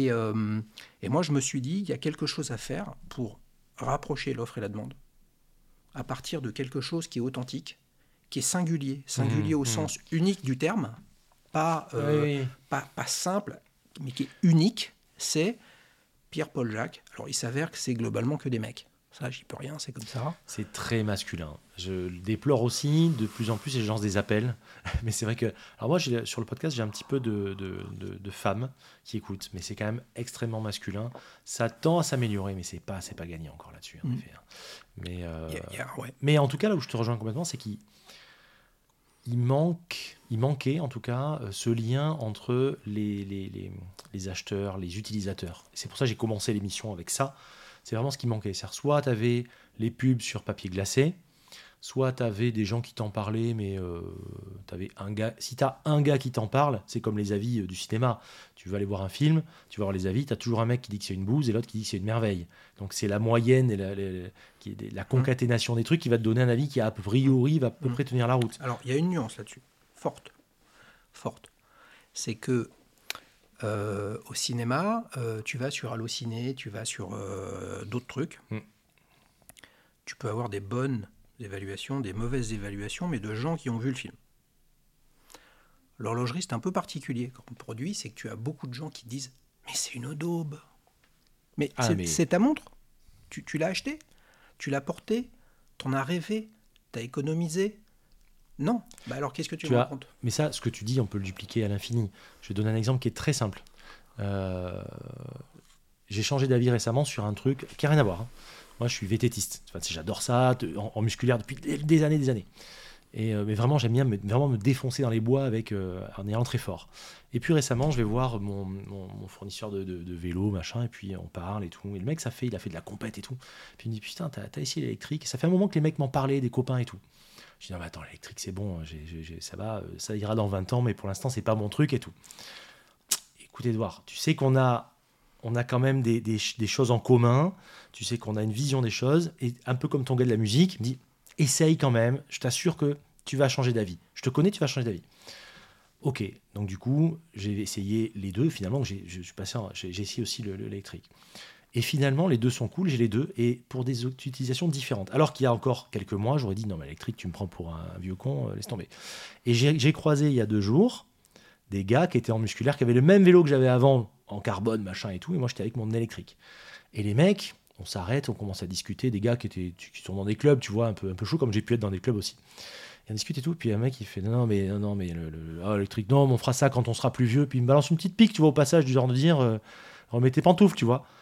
Et moi, je me suis dit, il y a quelque chose à faire pour rapprocher l'offre et la demande à partir de quelque chose qui est authentique, qui est singulier au sens unique du terme, pas simple, mais qui est unique. C'est Pierre-Paul Jacques. Alors, il s'avère que c'est globalement que des mecs. Ça, j'y peux rien, c'est comme ça. C'est très masculin. Je le déplore aussi, de plus en plus, les gens des appels. Mais c'est vrai que... Alors moi, sur le podcast, j'ai un petit peu de femmes qui écoutent, mais c'est quand même extrêmement masculin. Ça tend à s'améliorer, mais c'est pas gagné encore là-dessus, en effet. Mais, mais en tout cas, là où je te rejoins complètement, c'est qu'il manquait, en tout cas, ce lien entre les acheteurs, les utilisateurs. C'est pour ça que j'ai commencé l'émission avec ça. C'est vraiment ce qui manquait. C'est-à-dire, soit tu avais les pubs sur papier glacé, soit tu avais des gens qui t'en parlaient, mais t'avais un gars. Si tu as un gars qui t'en parle, c'est comme les avis du cinéma. Tu vas aller voir un film, tu vas voir les avis, tu as toujours un mec qui dit que c'est une bouse et l'autre qui dit que c'est une merveille. Donc c'est la moyenne et la concaténation des trucs qui va te donner un avis qui, a priori, va à peu près tenir la route. Alors, il y a une nuance là-dessus, forte. C'est que au cinéma, tu vas sur Allociné, tu vas sur d'autres trucs. Tu peux avoir des bonnes évaluations, des mauvaises évaluations, mais de gens qui ont vu le film. L'horlogerie, c'est un peu particulier comme produit, c'est que tu as beaucoup de gens qui disent « Mais c'est une daube !» Mais c'est ta montre. Tu l'as achetée, tu l'as portée, t'en as rêvé, t'as économisé. Non. Bah alors qu'est-ce que tu me racontes ? Mais ça, ce que tu dis, on peut le dupliquer à l'infini. Je vais donner un exemple qui est très simple. J'ai changé d'avis récemment sur un truc qui n'a rien à voir. Moi, je suis vététiste. Enfin, j'adore ça, en musculaire depuis des années. Mais vraiment, j'aime bien vraiment me défoncer dans les bois en ayant très fort. Et puis récemment, je vais voir mon fournisseur de vélo, machin, et puis on parle et tout. Et le mec, il a fait de la compète et tout. Puis il me dit, putain, t'as essayé l'électrique. Et ça fait un moment que les mecs m'en parlaient, des copains et tout. Je dis, non, mais attends, l'électrique, c'est bon, ça va, ça ira dans 20 ans, mais pour l'instant, c'est pas mon truc et tout. Écoute, Edouard, tu sais qu'on a quand même des choses en commun, tu sais qu'on a une vision des choses, et un peu comme ton gars de la musique, il me dit, essaye quand même, je t'assure que tu vas changer d'avis. Je te connais, tu vas changer d'avis. Ok, donc du coup, j'ai essayé les deux, finalement, j'ai essayé aussi l'électrique. Et finalement, les deux sont cool, j'ai les deux, et pour des utilisations différentes. Alors qu'il y a encore quelques mois, j'aurais dit, non, mais l'électrique, tu me prends pour un vieux con, laisse tomber. Et j'ai croisé, il y a 2 jours, des gars qui étaient en musculaire, qui avaient le même vélo que j'avais avant, en carbone, machin et tout, et moi, j'étais avec mon électrique. Et les mecs, on s'arrête, on commence à discuter, des gars qui sont dans des clubs, tu vois, un peu chaud, comme j'ai pu être dans des clubs aussi. Et on discute et tout, puis un mec, il fait, non, mais l'électrique, non, mais on fera ça quand on sera plus vieux, puis il me balance une petite pique, tu vois, au passage, du genre de dire, remets tes pantoufles, tu vois.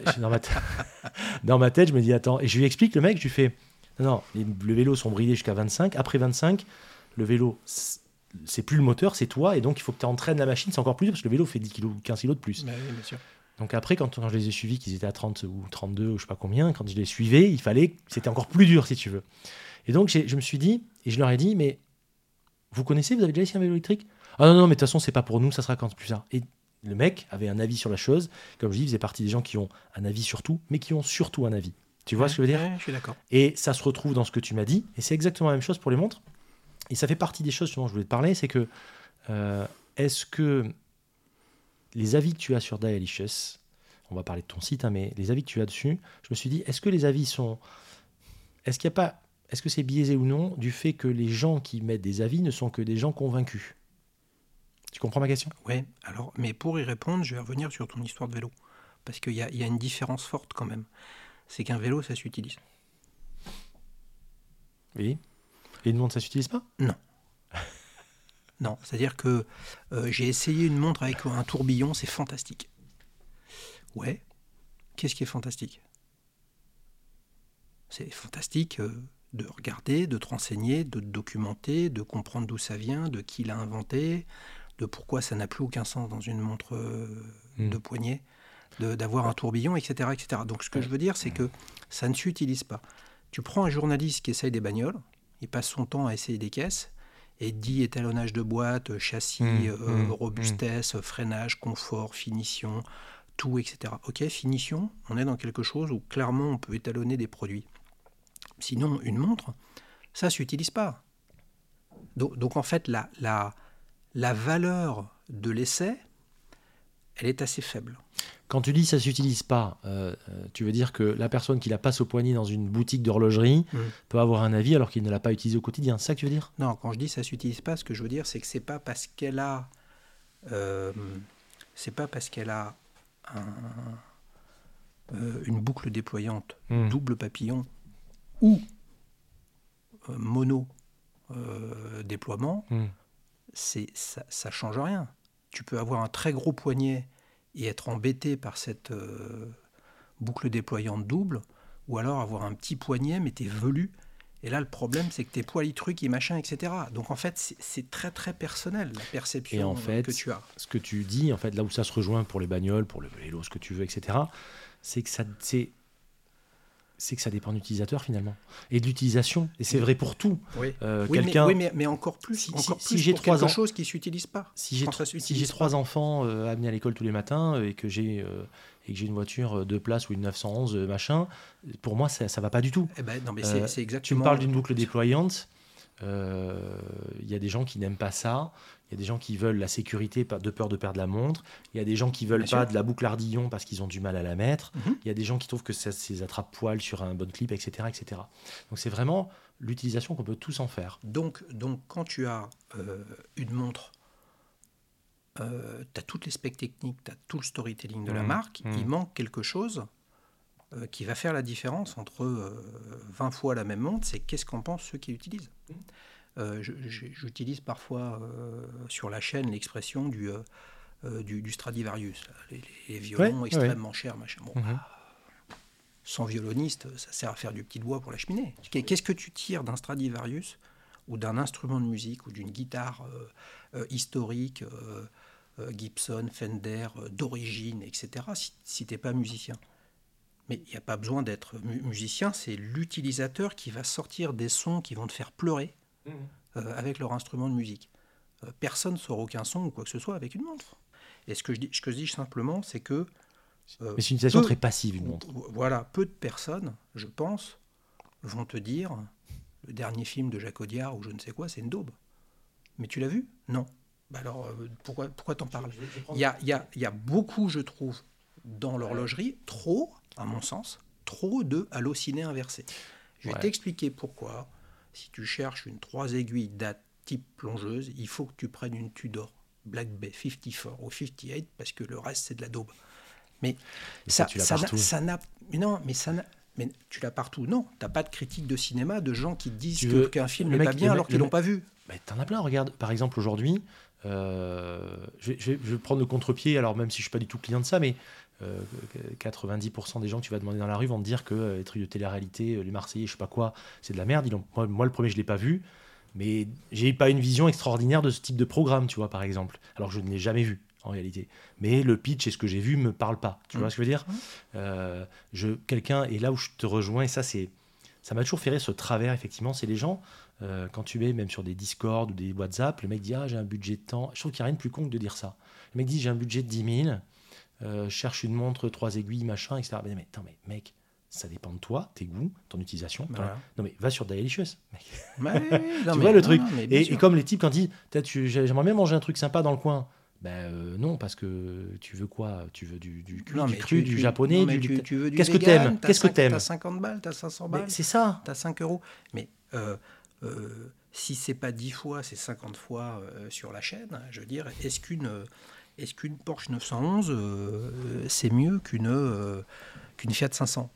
Dans ma tête, je me dis, attends, et je lui explique, le mec, je lui fais, non, le vélo sont bridés jusqu'à 25, après 25, le vélo, c'est plus le moteur, c'est toi, et donc il faut que tu entraînes la machine, c'est encore plus dur, parce que le vélo fait 10 kg, 15 kg de plus. Bah oui, bien sûr. Donc après, quand je les ai suivis, qu'ils étaient à 30 ou 32 ou je sais pas combien, quand je les suivais, c'était encore plus dur, si tu veux. Et donc je me suis dit, et je leur ai dit, mais vous connaissez, vous avez déjà essayé un vélo électrique ? Ah non, mais de toute façon, c'est pas pour nous, ça sera quand plus tard. Et le mec avait un avis sur la chose. Comme je dis, il faisait partie des gens qui ont un avis sur tout, mais qui ont surtout un avis. Tu vois ce que je veux dire ? Je suis d'accord. Et ça se retrouve dans ce que tu m'as dit, et c'est exactement la même chose pour les montres. Et ça fait partie des choses dont je voulais te parler, c'est que est-ce que les avis que tu as sur Dialicious, on va parler de ton site, mais les avis que tu as dessus, je me suis dit, est-ce que les avis sont... Est-ce que c'est biaisé ou non du fait que les gens qui mettent des avis ne sont que des gens convaincus ? Tu comprends ma question ? Oui, alors, mais pour y répondre, je vais revenir sur ton histoire de vélo. Parce qu'il y a une différence forte quand même. C'est qu'un vélo, ça s'utilise. Oui. Et une montre, ça s'utilise pas ? Non. Non, c'est-à-dire que j'ai essayé une montre avec un tourbillon, c'est fantastique. Ouais. Qu'est-ce qui est fantastique ? C'est fantastique de regarder, de te renseigner, de te documenter, de comprendre d'où ça vient, de qui l'a inventé, de pourquoi ça n'a plus aucun sens dans une montre de poignet, d'avoir un tourbillon, etc., etc. Donc ce que je veux dire, c'est que ça ne s'utilise pas. Tu prends un journaliste qui essaye des bagnoles, il passe son temps à essayer des caisses, et dit étalonnage de boîte, châssis, robustesse, freinage, confort, finition, tout, etc. Ok, finition, on est dans quelque chose où clairement on peut étalonner des produits. Sinon, une montre, ça ne s'utilise pas. Donc en fait, la valeur de l'essai, elle est assez faible. Quand tu dis ça ne s'utilise pas, tu veux dire que la personne qui la passe au poignet dans une boutique d'horlogerie peut avoir un avis alors qu'il ne l'a pas utilisé au quotidien. C'est ça que tu veux dire ? Non, quand je dis ça ne s'utilise pas, ce que je veux dire, c'est que c'est pas parce qu'elle a une boucle déployante double papillon ou mono déploiement, ça change rien. Tu peux avoir un très gros poignet et être embêté par cette boucle déployante double, ou alors avoir un petit poignet mais t'es velu. Et là, le problème, c'est que t'es poilis-trucs et machin, etc. Donc, en fait, c'est très, très personnel, la perception et en fait, que tu as. Ce que tu dis, en fait, là où ça se rejoint pour les bagnoles, pour le vélo, ce que tu veux, etc., c'est que ça dépend de l'utilisateur, finalement. Et de l'utilisation. Et c'est vrai pour tout. Oui, mais encore plus. Si j'ai pour quelque chose qui ne s'utilise pas. Si j'ai 3 enfants à amener à l'école tous les matins et que j'ai une voiture 2 places ou une 911 machin, pour moi ça va pas du tout. Non, mais c'est exactement. Tu me parles d'une boucle déployante. Il y a des gens qui n'aiment pas ça. Il y a des gens qui veulent la sécurité de peur de perdre la montre. Il y a des gens qui veulent pas de la boucle ardillon parce qu'ils ont du mal à la mettre. Il y a des gens qui trouvent que c'est attrape-poil sur un bon clip, etc., etc. Donc c'est vraiment l'utilisation qu'on peut tous en faire. Donc quand tu as une montre, tu as toutes les specs techniques, tu as tout le storytelling de la marque, il manque quelque chose qui va faire la différence entre 20 fois la même montre, c'est qu'est-ce qu'en pensent ceux qui l'utilisent. J'utilise parfois sur la chaîne l'expression du Stradivarius, les violons extrêmement chers, machin. Bon, sans violoniste, ça sert à faire du petit doigt pour la cheminée. Qu'est-ce que tu tires d'un Stradivarius ou d'un instrument de musique ou d'une guitare historique, Gibson, Fender, d'origine, etc., si tu n'es pas musicien? Mais il n'y a pas besoin d'être musicien, c'est l'utilisateur qui va sortir des sons qui vont te faire pleurer avec leur instrument de musique. Personne ne sort aucun son ou quoi que ce soit avec une montre. Et ce que je dis simplement, c'est que... mais c'est une utilisation très passive, une montre. Voilà, peu de personnes, je pense, vont te dire le dernier film de Jacques Audiard ou je ne sais quoi, c'est une daube. Mais tu l'as vu? Non. Bah alors, pourquoi t'en parles? Il y a beaucoup, je trouve, dans l'horlogerie, trop, à mon sens, trop de hallucinés inversés. Je vais t'expliquer pourquoi. Si tu cherches une 3 aiguilles date type plongeuse, il faut que tu prennes une Tudor Black Bay 54 ou 58 parce que le reste c'est de la daube. Mais ça n'a. Mais tu l'as partout. Non, tu n'as pas de critique de cinéma de gens qui te disent qu'un film n'est pas bien alors qu'ils l'ont pas vu. T'en as plein, regarde. Par exemple, aujourd'hui, je vais prendre le contre-pied, alors même si je ne suis pas du tout client de ça, mais 90% des gens que tu vas demander dans la rue vont te dire que les trucs de télé-réalité, les Marseillais, je sais pas quoi, c'est de la merde. Moi, le premier, je l'ai pas vu, mais j'ai pas une vision extraordinaire de ce type de programme, tu vois, par exemple. Alors je ne l'ai jamais vu en réalité, mais le pitch et ce que j'ai vu me parle pas. Tu vois ce que je veux dire? Quelqu'un, et là où je te rejoins, et ça m'a toujours fait rire ce travers, effectivement, c'est les gens. Quand tu es même sur des Discord ou des WhatsApp, le mec dit j'ai un budget de temps. Je trouve qu'il n'y a rien de plus con que de dire ça. Le mec dit j'ai un budget de 10 000. Cherche une montre, 3 aiguilles, machin, etc. Mais mec, ça dépend de toi, tes goûts, ton utilisation. Voilà. Non mais va sur Dailicious, mec. Tu vois le truc. Et comme les types quand ils disent j'aimerais bien manger un truc sympa dans le coin. Non, parce que tu veux quoi? Tu veux du cru, du japonais, tu veux du Qu'est-ce que t'aimes? Qu'est-ce que t'aimes? T'as 50 balles, t'as 500 balles. C'est ça. T'as 5 euros. Mais si c'est pas 10 fois, c'est 50 fois sur la chaîne, je veux dire, est-ce qu'une Porsche 911 c'est mieux qu'une Fiat 500?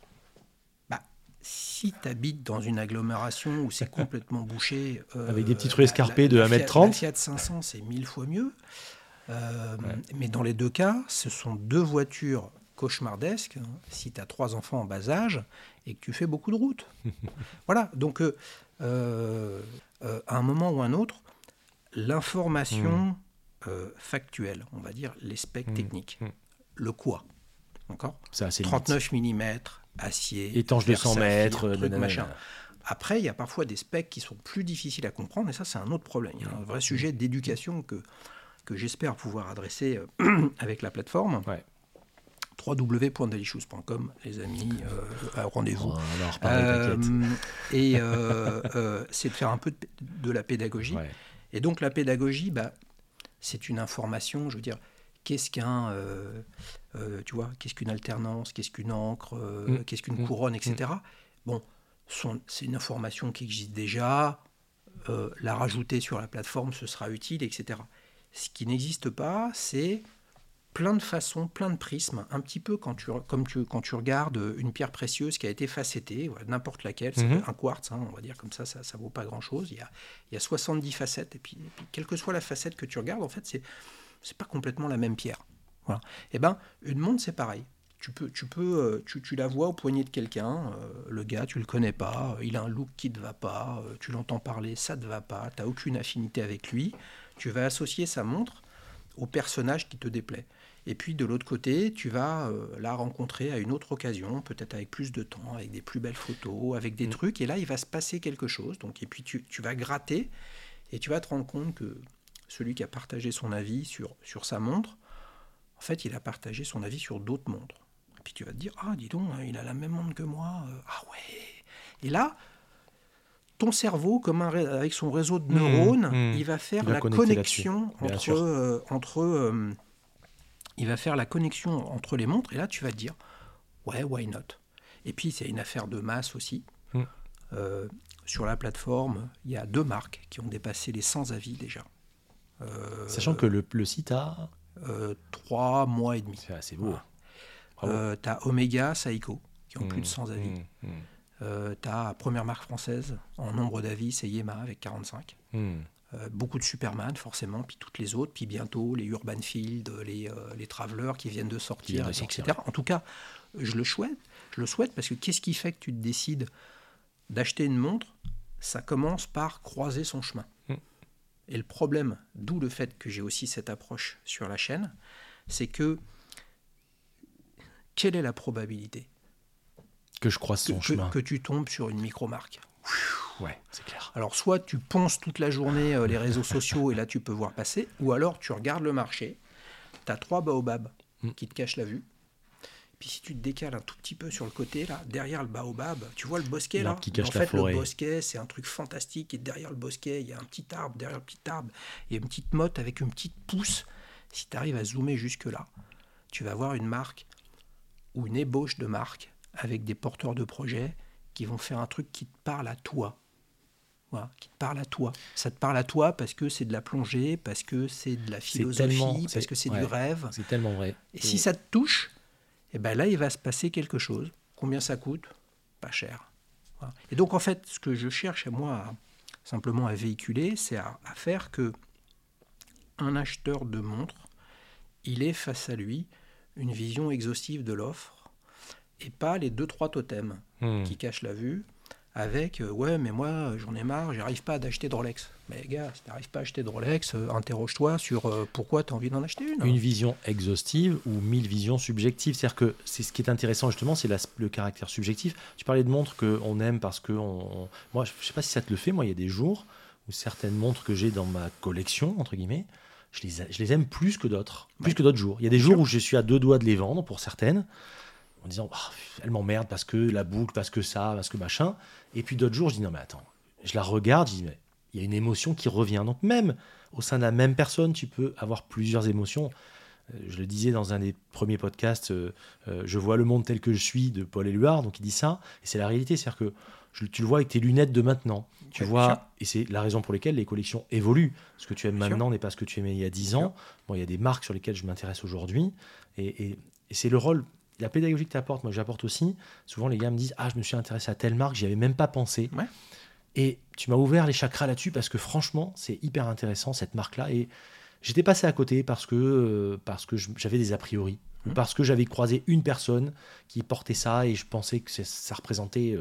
Si tu habites dans une agglomération où c'est complètement bouché... avec des petites rues escarpées de 1m30. La Fiat 500, c'est 1000 fois mieux. Mais dans les deux cas, ce sont deux voitures cauchemardesques si tu as 3 enfants en bas âge et que tu fais beaucoup de route. Voilà, donc à un moment ou un autre, l'information factuelle, on va dire les specs techniques, le quoi, d'accord? 39 mm, acier, étanche de 100 mètres, machin. Après, il y a parfois des specs qui sont plus difficiles à comprendre, et ça, c'est un autre problème. Il y a un vrai sujet d'éducation que j'espère pouvoir adresser avec la plateforme. www.dailicious.com, les amis, rendez-vous. C'est de faire un peu de la pédagogie. Et donc, la pédagogie, c'est une information, je veux dire, qu'est-ce qu'un... qu'est-ce qu'une alternance, qu'est-ce qu'une encre, qu'est-ce qu'une couronne, etc. Bon, c'est une information qui existe déjà, la rajouter sur la plateforme, ce sera utile, etc. Ce qui n'existe pas, c'est plein de façons, plein de prismes, un petit peu quand tu regardes une pierre précieuse qui a été facettée, voilà, n'importe laquelle, un quartz, on va dire comme ça vaut pas grand-chose, il y a 70 facettes, et puis quelle que soit la facette que tu regardes, en fait, c'est pas complètement la même pierre. Voilà. Et ben, une montre, c'est pareil. Tu la vois au poignet de quelqu'un, le gars, tu le connais pas, il a un look qui te va pas, tu l'entends parler, ça te va pas, tu n'as aucune affinité avec lui, tu vas associer sa montre au personnage qui te déplaît. Et puis de l'autre côté, tu vas la rencontrer à une autre occasion, peut-être avec plus de temps, avec des plus belles photos, avec des trucs, et là il va se passer quelque chose. Donc, et puis tu vas gratter, et tu vas te rendre compte que celui qui a partagé son avis sur sa montre, en fait il a partagé son avis sur d'autres montres. Et puis tu vas te dire, ah dis donc, il a la même montre que moi, ah ouais. Et là, ton cerveau, avec son réseau de neurones, il va faire la connexion il va faire la connexion entre les montres, et là tu vas te dire, ouais, why not? Et puis c'est une affaire de masse aussi. Sur la plateforme, il y a 2 marques qui ont dépassé les 100 avis déjà. Sachant que le site a 3 mois et demi. C'est assez beau. Voilà. Tu as Omega, Seiko, qui ont plus de 100 avis. Tu as première marque française en nombre d'avis, c'est Yema avec 45. Beaucoup de Superman forcément, puis toutes les autres, puis bientôt les Urban Field, les Travelers qui viennent de sortir, etc. En tout cas, je le souhaite parce que qu'est-ce qui fait que tu te décides d'acheter une montre? Ça commence par croiser son chemin. Et le problème, d'où le fait que j'ai aussi cette approche sur la chaîne, c'est que quelle est la probabilité que je croise son chemin, que tu tombes sur une micro-marque? Ouais, c'est clair. Alors, soit tu ponces toute la journée les réseaux sociaux et là, tu peux voir passer, ou alors tu regardes le marché, tu as 3 baobabs qui te cachent la vue. Puis si tu te décales un tout petit peu sur le côté, là, derrière le baobab, tu vois le bosquet, là? Qui cache en fait, forêt. Le bosquet, c'est un truc fantastique. Et derrière le bosquet, il y a un petit arbre. Derrière le petit arbre, il y a une petite motte avec une petite pousse. Si tu arrives à zoomer jusque-là, tu vas voir une marque ou une ébauche de marque avec des porteurs de projets qui vont faire un truc qui te parle à toi. Voilà, qui te parle à toi. Ça te parle à toi parce que c'est de la plongée, parce que c'est de la philosophie, parce que c'est du rêve. C'est tellement vrai. Et si ça te touche, et ben là, il va se passer quelque chose. Combien ça coûte? Pas cher. Voilà. Et donc, en fait, ce que je cherche, simplement à véhiculer, c'est à faire que un acheteur de montres, il ait face à lui une vision exhaustive de l'offre et pas les 2-3 totems qui cachent la vue avec ouais, mais moi, j'en ai marre, j'arrive pas à acheter de Rolex. Mais gars, si tu n'arrives pas à acheter de Rolex, interroge-toi sur pourquoi tu as envie d'en acheter une. Une vision exhaustive ou 1000 visions subjectives. C'est-à-dire que c'est ce qui est intéressant justement, c'est le caractère subjectif. Tu parlais de montres qu'on aime parce que moi, je sais pas si ça te le fait, moi, il y a des jours où certaines montres que j'ai dans ma collection, entre guillemets, je les aime plus que d'autres. Plus que d'autres jours. Il y a des jours où je suis à 2 doigts de les vendre pour certaines, en disant elle m'emmerde parce que la boucle, parce que ça, parce que machin. Et puis d'autres jours, je dis non mais attends, je la regarde, je dis mais il y a une émotion qui revient. Donc même au sein de la même personne, tu peux avoir plusieurs émotions. Je le disais dans un des premiers podcasts, je vois le monde tel que je suis de Paul Éluard, donc il dit ça, et c'est la réalité, c'est-à-dire que tu le vois avec tes lunettes de maintenant. Tu vois, et c'est la raison pour laquelle les collections évoluent. Ce que tu aimes maintenant n'est pas ce que tu aimais il y a 10 ans. Bon, il y a des marques sur lesquelles je m'intéresse aujourd'hui, et c'est le rôle. La pédagogie que tu apportes, moi j'apporte aussi. Souvent les gars me disent je me suis intéressé à telle marque, j'y avais même pas pensé. Ouais. Et tu m'as ouvert les chakras là-dessus parce que franchement c'est hyper intéressant cette marque-là. Et j'étais passé à côté parce que j'avais des a priori. Ou parce que j'avais croisé une personne qui portait ça et je pensais que ça représentait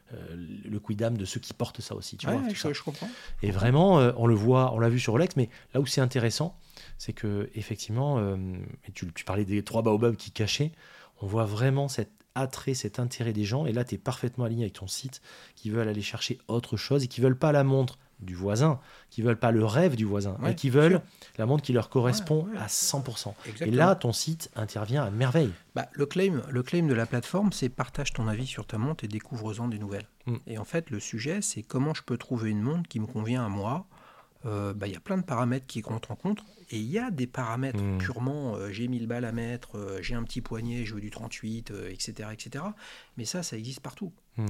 le quidam de ceux qui portent ça aussi. Tu vois, je comprends. Et vraiment, on l'a vu sur Rolex, mais là où c'est intéressant, c'est que effectivement, et tu parlais des 3 baobabs qui cachaient, on voit vraiment cet attrait, cet intérêt des gens, et là tu es parfaitement aligné avec ton site, qui veulent aller chercher autre chose et qui veulent pas la montre du voisin, qui veulent pas le rêve du voisin, mais qui veulent la montre qui leur correspond à 100%. Exactement. Et là, ton site intervient à merveille. Le claim de la plateforme, c'est partage ton avis sur ta montre et découvre-en des nouvelles. Et en fait, le sujet, c'est comment je peux trouver une montre qui me convient à moi. Y a plein de paramètres qui rentrent en compte, et il y a des paramètres purement j'ai 1000 balles à mettre, j'ai un petit poignet, je veux du 38, etc., etc. Mais ça existe partout.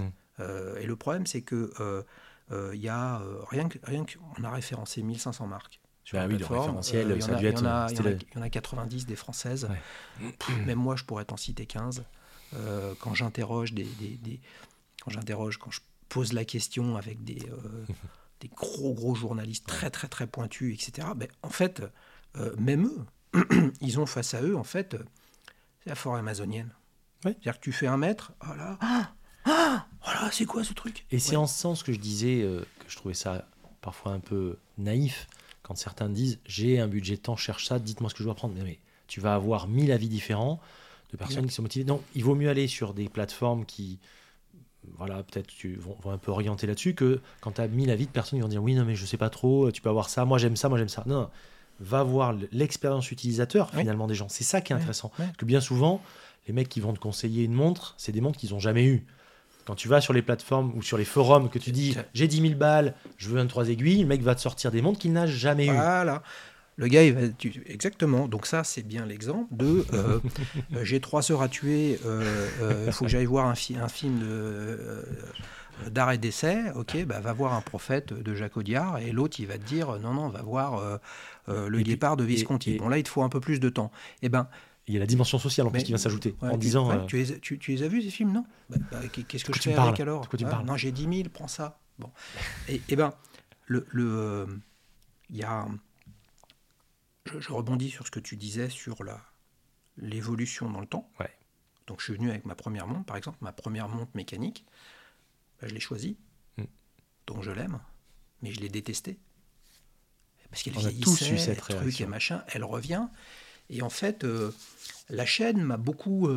Et le problème, c'est que y a rien qu'on a référencé 1500 marques sur le plateforme. référentiel, ça a dû être... Il y en a 90 des françaises. Ouais. Même moi, je pourrais t'en citer 15. Quand j'interroge quand je pose la question avec des gros journalistes très très très pointus, etc. En fait, même eux, ils ont face à eux, en fait, c'est la forêt amazonienne. Oui. C'est-à-dire que tu fais 1 mètre, voilà, voilà, c'est quoi ce truc ? Et c'est en ce sens que je disais que je trouvais ça parfois un peu naïf, quand certains disent « j'ai un budget de temps, cherche ça, dites-moi ce que je dois prendre ». Mais tu vas avoir 1000 avis différents de personnes qui sont motivées. Non, il vaut mieux aller sur des plateformes qui, voilà, peut-être vont un peu orienter là-dessus, que quand tu as 1000 avis de personnes qui vont dire « oui, non, mais je sais pas trop, tu peux avoir ça, moi j'aime ça, moi j'aime ça ». Non, va voir l'expérience utilisateur finalement des gens. C'est ça qui est intéressant. Parce que bien souvent, les mecs qui vont te conseiller une montre, c'est des montres qu'ils n'ont jamais eues. Quand tu vas sur les plateformes ou sur les forums, que tu dis j'ai 10 000 balles, je veux 23 aiguilles, le mec va te sortir des montres qu'il n'a jamais eues. Voilà. Le gars, exactement. Donc ça, c'est bien l'exemple de j'ai 3 sœurs à tuer, il faut que j'aille voir un film d'art et d'essai. Ok, va voir Un prophète de Jacques Audiard, et l'autre, il va te dire non, va voir Le Guépard de Visconti. Bon, là, il te faut un peu plus de temps. Eh ben, il y a la dimension sociale en plus qui vient s'ajouter en disant... tu les as vus, ces films, non ? Qu'est-ce que je fais avec alors ? De quoi tu me parles ? Non, j'ai 10 000, prends ça. Bon. Et ben, il y a... Je rebondis sur ce que tu disais sur l'évolution dans le temps. Ouais. Donc, je suis venu avec ma première montre, par exemple, ma première montre mécanique. Je l'ai choisie, donc je l'aime, mais je l'ai détestée. Parce qu'elle vieillissait, cette truc et machin, elle revient... Et en fait, la chaîne m'a beaucoup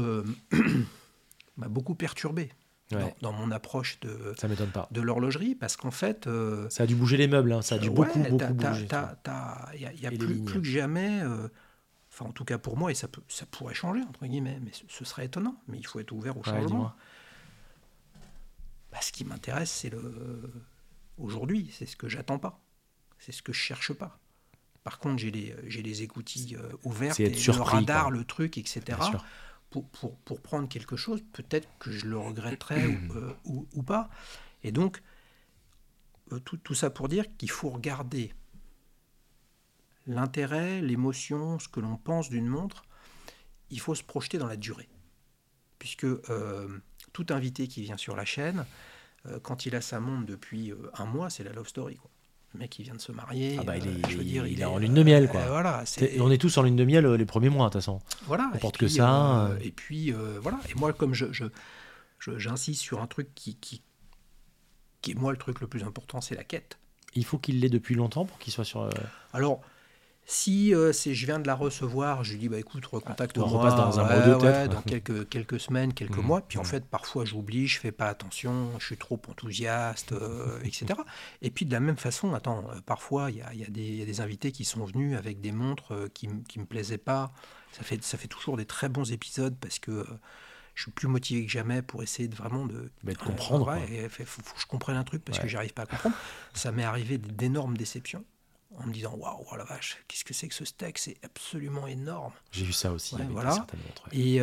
perturbé dans mon approche de l'horlogerie, parce qu'en fait... ça a dû bouger les meubles, hein. Ça a dû beaucoup bouger. Il y a plus que jamais... Enfin, en tout cas pour moi, et ça pourrait changer, entre guillemets, mais ce serait étonnant, mais il faut être ouvert au changement. Ce qui m'intéresse, c'est aujourd'hui, c'est ce que j'attends pas, c'est ce que je cherche pas. Par contre, j'ai les écoutilles ouvertes, et surpris, le radar, le truc, etc. Pour prendre quelque chose, peut-être que je le regretterais ou pas. Et donc, tout ça pour dire qu'il faut regarder l'intérêt, l'émotion, ce que l'on pense d'une montre. Il faut se projeter dans la durée. Puisque tout invité qui vient sur la chaîne, quand il a sa montre depuis 1 mois, c'est la love story, quoi. Le mec, il vient de se marier. Il est en lune de miel, quoi. Voilà, on est tous en lune de miel les premiers mois, de toute façon. Voilà. On porte que ça. Et puis, voilà. Et moi, comme j'insiste sur un truc qui est, moi, le truc le plus important, c'est la quête. Il faut qu'il l'ait depuis longtemps pour qu'il soit sur... Alors, si je viens de la recevoir, je lui dis, écoute, recontacte-moi. On repasse dans un mois ou deux, peut-être. Dans quelques semaines, quelques mois. Puis en fait, parfois, j'oublie, je fais pas attention, je suis trop enthousiaste, etc. Et puis de la même façon, parfois, il y a des invités qui sont venus avec des montres qui me plaisaient pas. Ça fait toujours des très bons épisodes, parce que je suis plus motivé que jamais pour essayer de comprendre. Il faut que je comprenne un truc, parce que j'arrive pas à comprendre. Ça m'est arrivé d'énormes déceptions, en me disant waouh, la vache, qu'est-ce que c'est que ce steak, c'est absolument énorme. J'ai vu ça aussi avec certaines montres. Et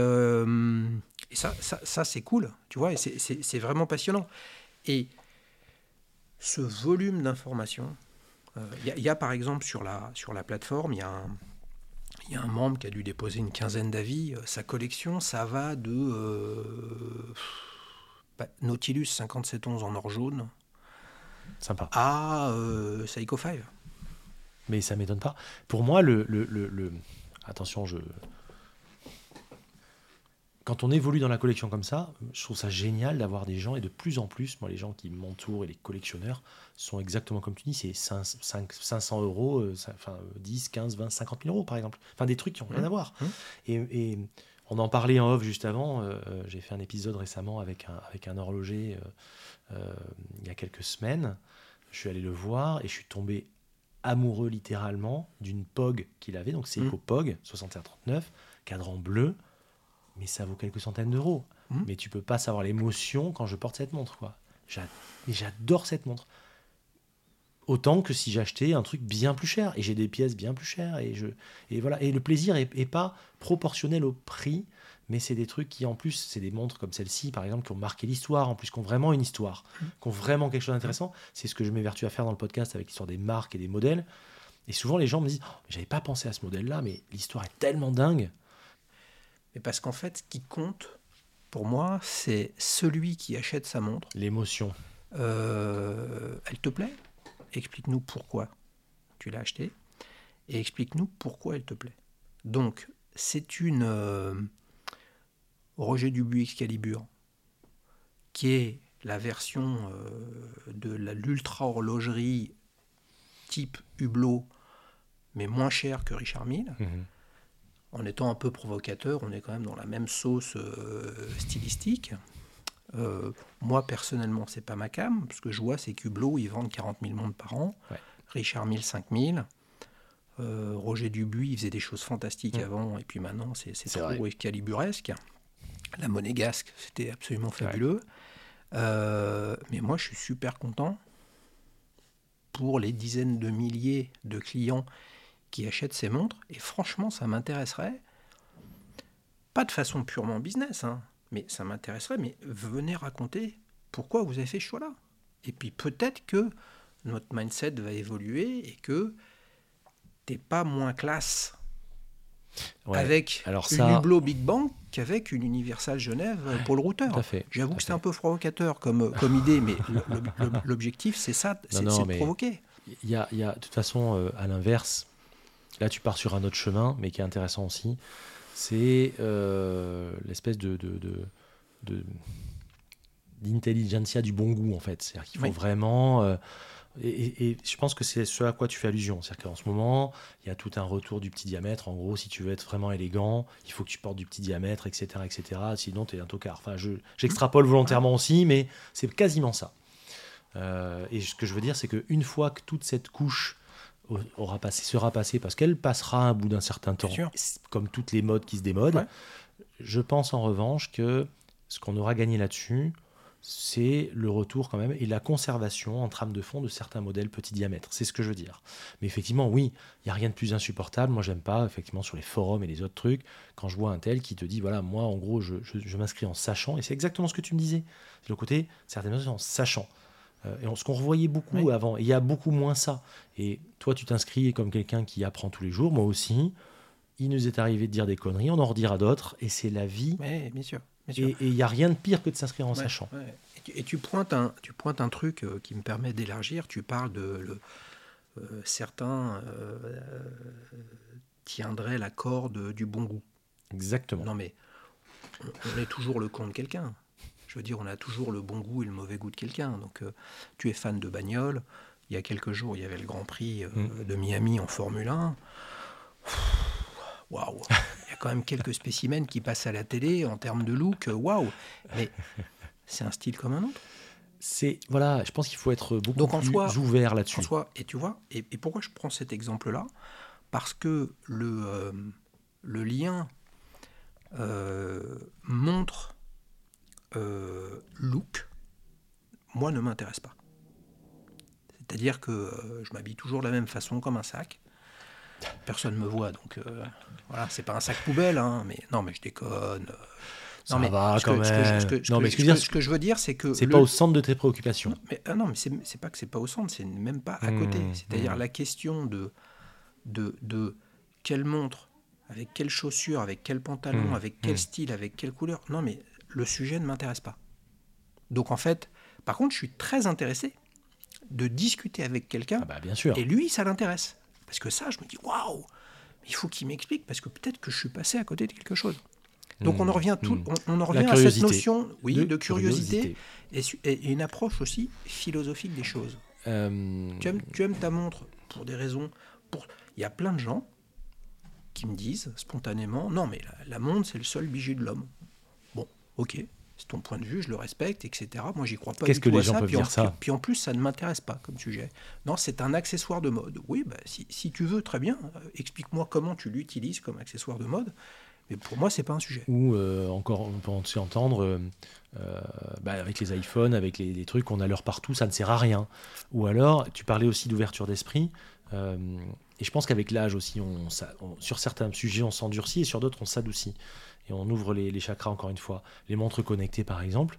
ça c'est cool, tu vois, et c'est vraiment passionnant. Et ce volume d'informations, il y a par exemple sur la plateforme, il y a un membre qui a dû déposer une 15aine d'avis. Sa collection, ça va de Nautilus 5711 en or jaune, sympa, à Seiko 5. Mais ça m'étonne pas. Pour moi, attention, quand on évolue dans la collection comme ça, je trouve ça génial d'avoir des gens, et de plus en plus, moi, les gens qui m'entourent et les collectionneurs sont exactement comme tu dis, c'est 500 euros, 10, 15, 20, 50 000 euros, par exemple. Enfin, des trucs qui n'ont rien à voir. Et on en parlait en off juste avant. J'ai fait un épisode récemment avec un horloger il y a quelques semaines. Je suis allé le voir et je suis tombé amoureux littéralement d'une POG qu'il avait, donc Seiko POG 6139, cadran bleu, mais ça vaut quelques centaines d'euros. Mais tu peux pas savoir l'émotion quand je porte cette montre, quoi. J'adore cette montre. Autant que si j'achetais un truc bien plus cher, et j'ai des pièces bien plus chères, et voilà. Et le plaisir est pas proportionnel au prix, mais c'est des trucs qui, en plus, c'est des montres comme celle-ci, par exemple, qui ont marqué l'histoire, en plus, qui ont vraiment une histoire, qui ont vraiment quelque chose d'intéressant. C'est ce que je m'évertue à faire dans le podcast avec l'histoire des marques et des modèles. Et souvent, les gens me disent j'avais pas pensé à ce modèle-là, mais l'histoire est tellement dingue. Mais parce qu'en fait, ce qui compte, pour moi, c'est celui qui achète sa montre. L'émotion. Elle te plaît ? Explique-nous pourquoi tu l'as achetée et explique-nous pourquoi elle te plaît. Donc, c'est une Roger Dubuis Excalibur qui est la version de l'ultra-horlogerie type Hublot, mais moins cher que Richard Mille. En étant un peu provocateur, on est quand même dans la même sauce stylistique. Moi, personnellement, c'est pas ma came. Ce que je vois, c'est qu'Hublot, ils vendent 40 000 montres par an. Ouais. Richard Mille, 5 000. Roger Dubuis, il faisait des choses fantastiques avant, et puis maintenant, c'est trop excaliburesque. La Monégasque, c'était absolument fabuleux. Mais moi, je suis super content pour les dizaines de milliers de clients qui achètent ces montres. Et franchement, ça m'intéresserait, pas de façon purement business, mais ça m'intéresserait, mais venez raconter pourquoi vous avez fait ce choix-là. Et puis peut-être que notre mindset va évoluer et que t'es pas moins classe avec une Hublot Big Bang qu'avec une Universal Genève Paul Router. J'avoue que c'est un peu provocateur comme idée, mais l'objectif, c'est ça, c'est de provoquer. Il y a de toute façon, à l'inverse, là tu pars sur un autre chemin, mais qui est intéressant aussi, c'est l'espèce d'intelligentsia du bon goût, en fait. C'est-à-dire qu'il faut vraiment... Et je pense que c'est ce à quoi tu fais allusion. C'est-à-dire qu'en ce moment, il y a tout un retour du petit diamètre. En gros, si tu veux être vraiment élégant, il faut que tu portes du petit diamètre, etc. Sinon, tu es un tocard. Enfin, j'extrapole volontairement aussi, mais c'est quasiment ça. Et ce que je veux dire, c'est qu'une fois que toute cette couche sera passée, parce qu'elle passera à bout d'un certain temps, comme toutes les modes qui se démodent, je pense en revanche que ce qu'on aura gagné là-dessus, c'est le retour quand même et la conservation en trame de fond de certains modèles petit diamètre. C'est ce que je veux dire. Mais effectivement, oui, il n'y a rien de plus insupportable. Moi, j'aime pas, effectivement, sur les forums et les autres trucs, quand je vois un tel qui te dit, voilà, moi, en gros, je m'inscris en sachant, et c'est exactement ce que tu me disais. C'est le côté, certaines choses en sachant. Et ce qu'on revoyait beaucoup avant, et il y a beaucoup moins ça. Et toi, tu t'inscris comme quelqu'un qui apprend tous les jours, moi aussi. Il nous est arrivé de dire des conneries, on en redira d'autres, et c'est la vie. Oui, bien sûr. Et il n'y a rien de pire que de s'inscrire en sachant. Et tu pointes un truc qui me permet d'élargir. Tu parles de certains tiendraient la corde du bon goût. Exactement. Non mais on est toujours le con de quelqu'un. Je veux dire, on a toujours le bon goût et le mauvais goût de quelqu'un. Donc tu es fan de bagnole. Il y a quelques jours, il y avait le Grand Prix de Miami en Formule 1. Waouh! Il y a quand même quelques spécimens qui passent à la télé en termes de look. Waouh! Mais c'est un style comme un autre. Voilà, je pense qu'il faut être beaucoup plus ouvert là-dessus. Et tu vois, et pourquoi je prends cet exemple-là? Parce que le lien montre look, moi, ne m'intéresse pas. C'est-à-dire que je m'habille toujours de la même façon, comme un sac. Personne ne me voit, donc voilà, c'est pas un sac poubelle, mais non, mais je déconne. Ça va quand même. Ce que je veux dire, c'est que c'est pas au centre de tes préoccupations. Non, mais c'est pas que c'est pas au centre, c'est même pas à côté. C'est-à-dire la question de quelle montre, avec quelle chaussure, avec quel pantalon, avec quel style, avec quelle couleur. Non, mais le sujet ne m'intéresse pas. Donc en fait, par contre, je suis très intéressé de discuter avec quelqu'un. Bien sûr. Et lui, ça l'intéresse. Parce que ça, je me dis, waouh, il faut qu'il m'explique, parce que peut-être que je suis passé à côté de quelque chose. Donc on en revient, à cette notion de curiosité et une approche aussi philosophique des choses. Tu aimes ta montre pour des raisons... Il y a plein de gens qui me disent spontanément, non mais la montre, c'est le seul bijou de l'homme. Bon, ok, c'est ton point de vue, je le respecte, etc. Moi, j'y crois pas du tout à ça. Qu'est-ce que les gens peuvent dire ça ? Puis en plus, ça ne m'intéresse pas comme sujet. Non, c'est un accessoire de mode. Oui, si tu veux, très bien. Explique-moi comment tu l'utilises comme accessoire de mode. Mais pour moi, c'est pas un sujet. Ou encore, on peut aussi entendre avec les iPhones, avec les trucs, on a l'heure partout, ça ne sert à rien. Ou alors, tu parlais aussi d'ouverture d'esprit. Et je pense qu'avec l'âge aussi, sur certains sujets, on s'endurcit et sur d'autres, on s'adoucit. Et on ouvre les chakras encore une fois. Les montres connectées, par exemple,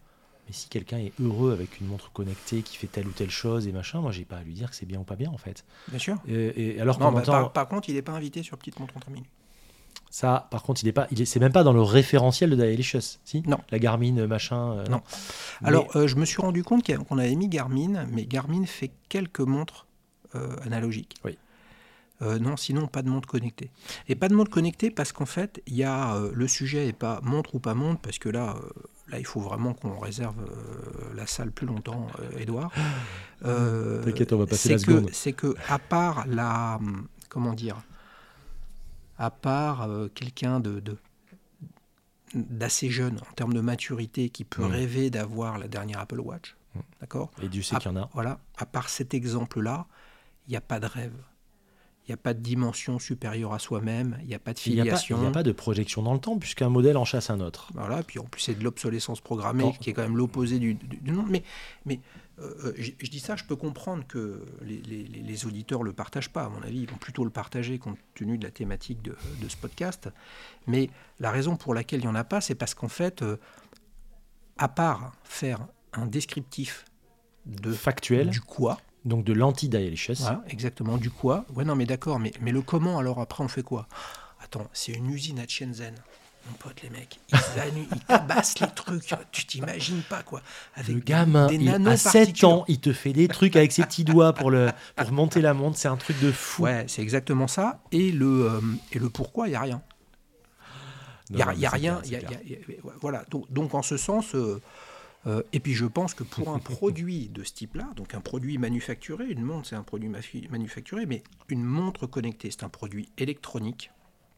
Mais si quelqu'un est heureux avec une montre connectée qui fait telle ou telle chose et machin, moi, j'ai pas à lui dire que c'est bien ou pas bien, en fait. Bien sûr. Et alors Non, qu'on entend... par contre, il n'est pas invité sur Petite Montre entre amis. Ça, par contre, c'est même pas dans le référentiel de Dailicious, si? Non. La Garmin, machin. Non. Mais- Alors, je me suis rendu compte qu'on avait mis Garmin, mais Garmin fait quelques montres analogiques. Oui. Non, sinon, pas de montre connectée. Et pas de montre connectée parce qu'en fait, il y a le sujet n'est pas montre ou pas montre, parce que là, il faut vraiment qu'on réserve la salle plus longtemps, Édouard. T'inquiète, on va passer la seconde. C'est que, à part la. Comment dire? À part quelqu'un d'assez jeune en termes de maturité qui peut rêver d'avoir la dernière Apple Watch, d'accord? Et Dieu sait qu'il y en a. Voilà, à part cet exemple-là, il n'y a pas de rêve. Il n'y a pas de dimension supérieure à soi-même, il n'y a pas de filiation. Il n'y a pas de projection dans le temps, puisqu'un modèle en chasse un autre. Voilà, puis en plus c'est de l'obsolescence programmée, qui est quand même l'opposé du monde. Mais je dis ça, je peux comprendre que les auditeurs ne le partagent pas, à mon avis, ils vont plutôt le partager compte tenu de la thématique de ce podcast. Mais la raison pour laquelle il n'y en a pas, c'est parce qu'en fait, à part faire un descriptif factuel, du quoi, donc de l'anti-Dailicious. Voilà, exactement, du quoi. Ouais, non, mais d'accord, mais le comment, alors après, on fait quoi? Attends, c'est une usine à Shenzhen. Mon pote, les mecs, ils tabassent les trucs. Tu t'imagines pas, quoi. Avec le gamin, à 7 ans, il te fait des trucs avec ses petits doigts pour monter la montre. C'est un truc de fou. Ouais, c'est exactement ça. Et le pourquoi, il n'y a rien. Il n'y a rien. Voilà. Donc, en ce sens... et puis je pense que pour un produit de ce type-là, donc un produit manufacturé, une montre c'est un produit manufacturé, mais une montre connectée c'est un produit électronique.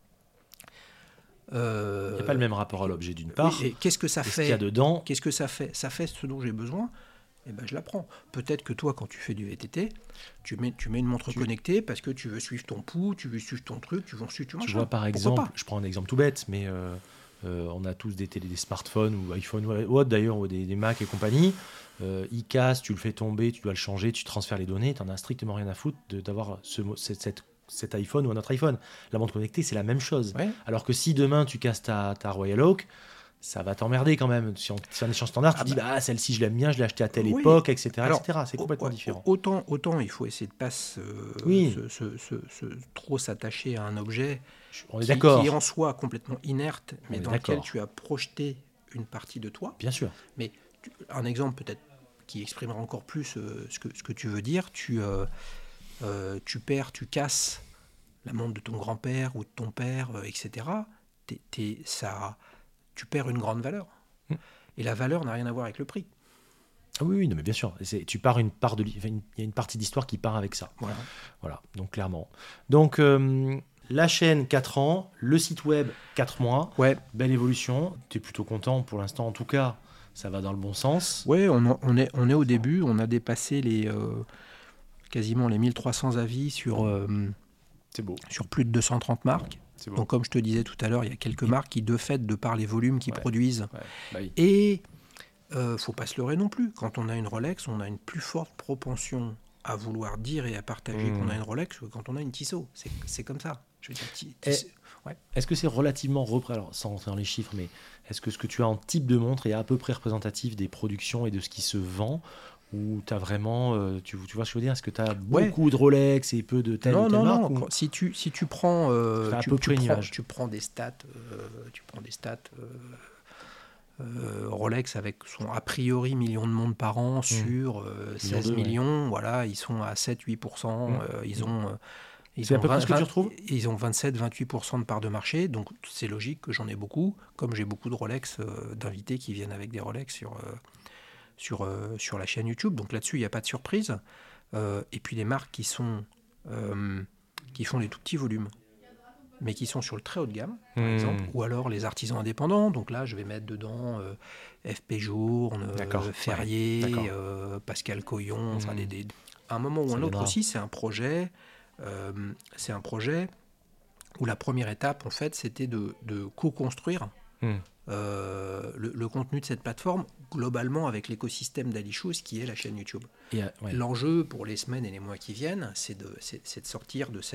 Il n'y a pas le même rapport à l'objet d'une part. Et qu'est-ce que ça fait? Ce qu'il y a dedans. Qu'est-ce que ça fait? Ça fait ce dont j'ai besoin. Eh ben, je la prends. Peut-être que toi, quand tu fais du VTT, tu mets une montre connectée parce que tu veux suivre ton pouls, tu veux suivre ton truc, tu veux suivre ton machin. Tu vois, par exemple, je prends un exemple tout bête, mais on a tous des smartphones ou iPhone ou autre d'ailleurs, ou des Mac et compagnie. Il casse, tu le fais tomber, tu dois le changer, tu transfères les données, tu n'en as strictement rien à foutre d'avoir cet iPhone ou un autre iPhone. La montre connectée, c'est la même chose. Ouais. Alors que si demain tu casses ta Royal Oak, ça va t'emmerder quand même. Si on fait un échange standard, tu dis celle-ci je l'aime bien, je l'ai achetée à telle époque, etc. Alors, etc. C'est complètement différent. Autant il faut essayer de pas trop s'attacher à un objet qui est en soi complètement inerte, mais dans lequel tu as projeté une partie de toi. Bien sûr. Mais un exemple peut-être qui exprimera encore plus ce que tu veux dire, tu casses la montre de ton grand-père ou de ton père, etc. Tu perds une grande valeur. Et la valeur n'a rien à voir avec le prix. Ah oui, non, mais bien sûr. Tu pars il y a une partie d'histoire qui part avec ça. Voilà, donc clairement. Donc, la chaîne, 4 ans. Le site web, 4 mois. Ouais. Belle évolution. Tu es plutôt content pour l'instant, en tout cas. Ça va dans le bon sens. Oui, on est au début. On a dépassé quasiment les 1300 avis sur plus de 230 marques. Donc, comme je te disais tout à l'heure, il y a quelques marques qui, de fait, de par les volumes qu'ils produisent. Oui. Et faut pas se leurrer non plus. Quand on a une Rolex, on a une plus forte propension à vouloir dire et à partager qu'on a une Rolex que quand on a une Tissot. C'est comme ça. Je veux dire, Est-ce que c'est relativement alors sans rentrer dans les chiffres, mais est-ce que ce que tu as en type de montre est à peu près représentatif des productions et de ce qui se vend? Ou tu as vraiment, tu vois ce que je veux dire? Est-ce que tu as beaucoup de Rolex et peu de telle ou telle marque? Non. Si tu prends, tu prends des stats, Rolex avec son a priori millions de montres par an sur 16 millions, voilà, ils sont à 7-8%, c'est à peu près ce que tu retrouves? Ils ont 27-28% de part de marché, donc c'est logique que j'en ai beaucoup, comme j'ai beaucoup de Rolex d'invités qui viennent avec des Rolex sur la chaîne YouTube, donc là-dessus il n'y a pas de surprise. Et puis les marques qui font des tout petits volumes, mais qui sont sur le très haut de gamme, par exemple, ou alors les artisans indépendants, donc là je vais mettre dedans FP Journe, Ferrier, Pascal Coyon, enfin à un moment ou un autre aussi, c'est un projet où la première étape en fait c'était de co-construire le contenu de cette plateforme globalement avec l'écosystème Dailicious qui est la chaîne YouTube. L'enjeu pour les semaines et les mois qui viennent, c'est de sortir de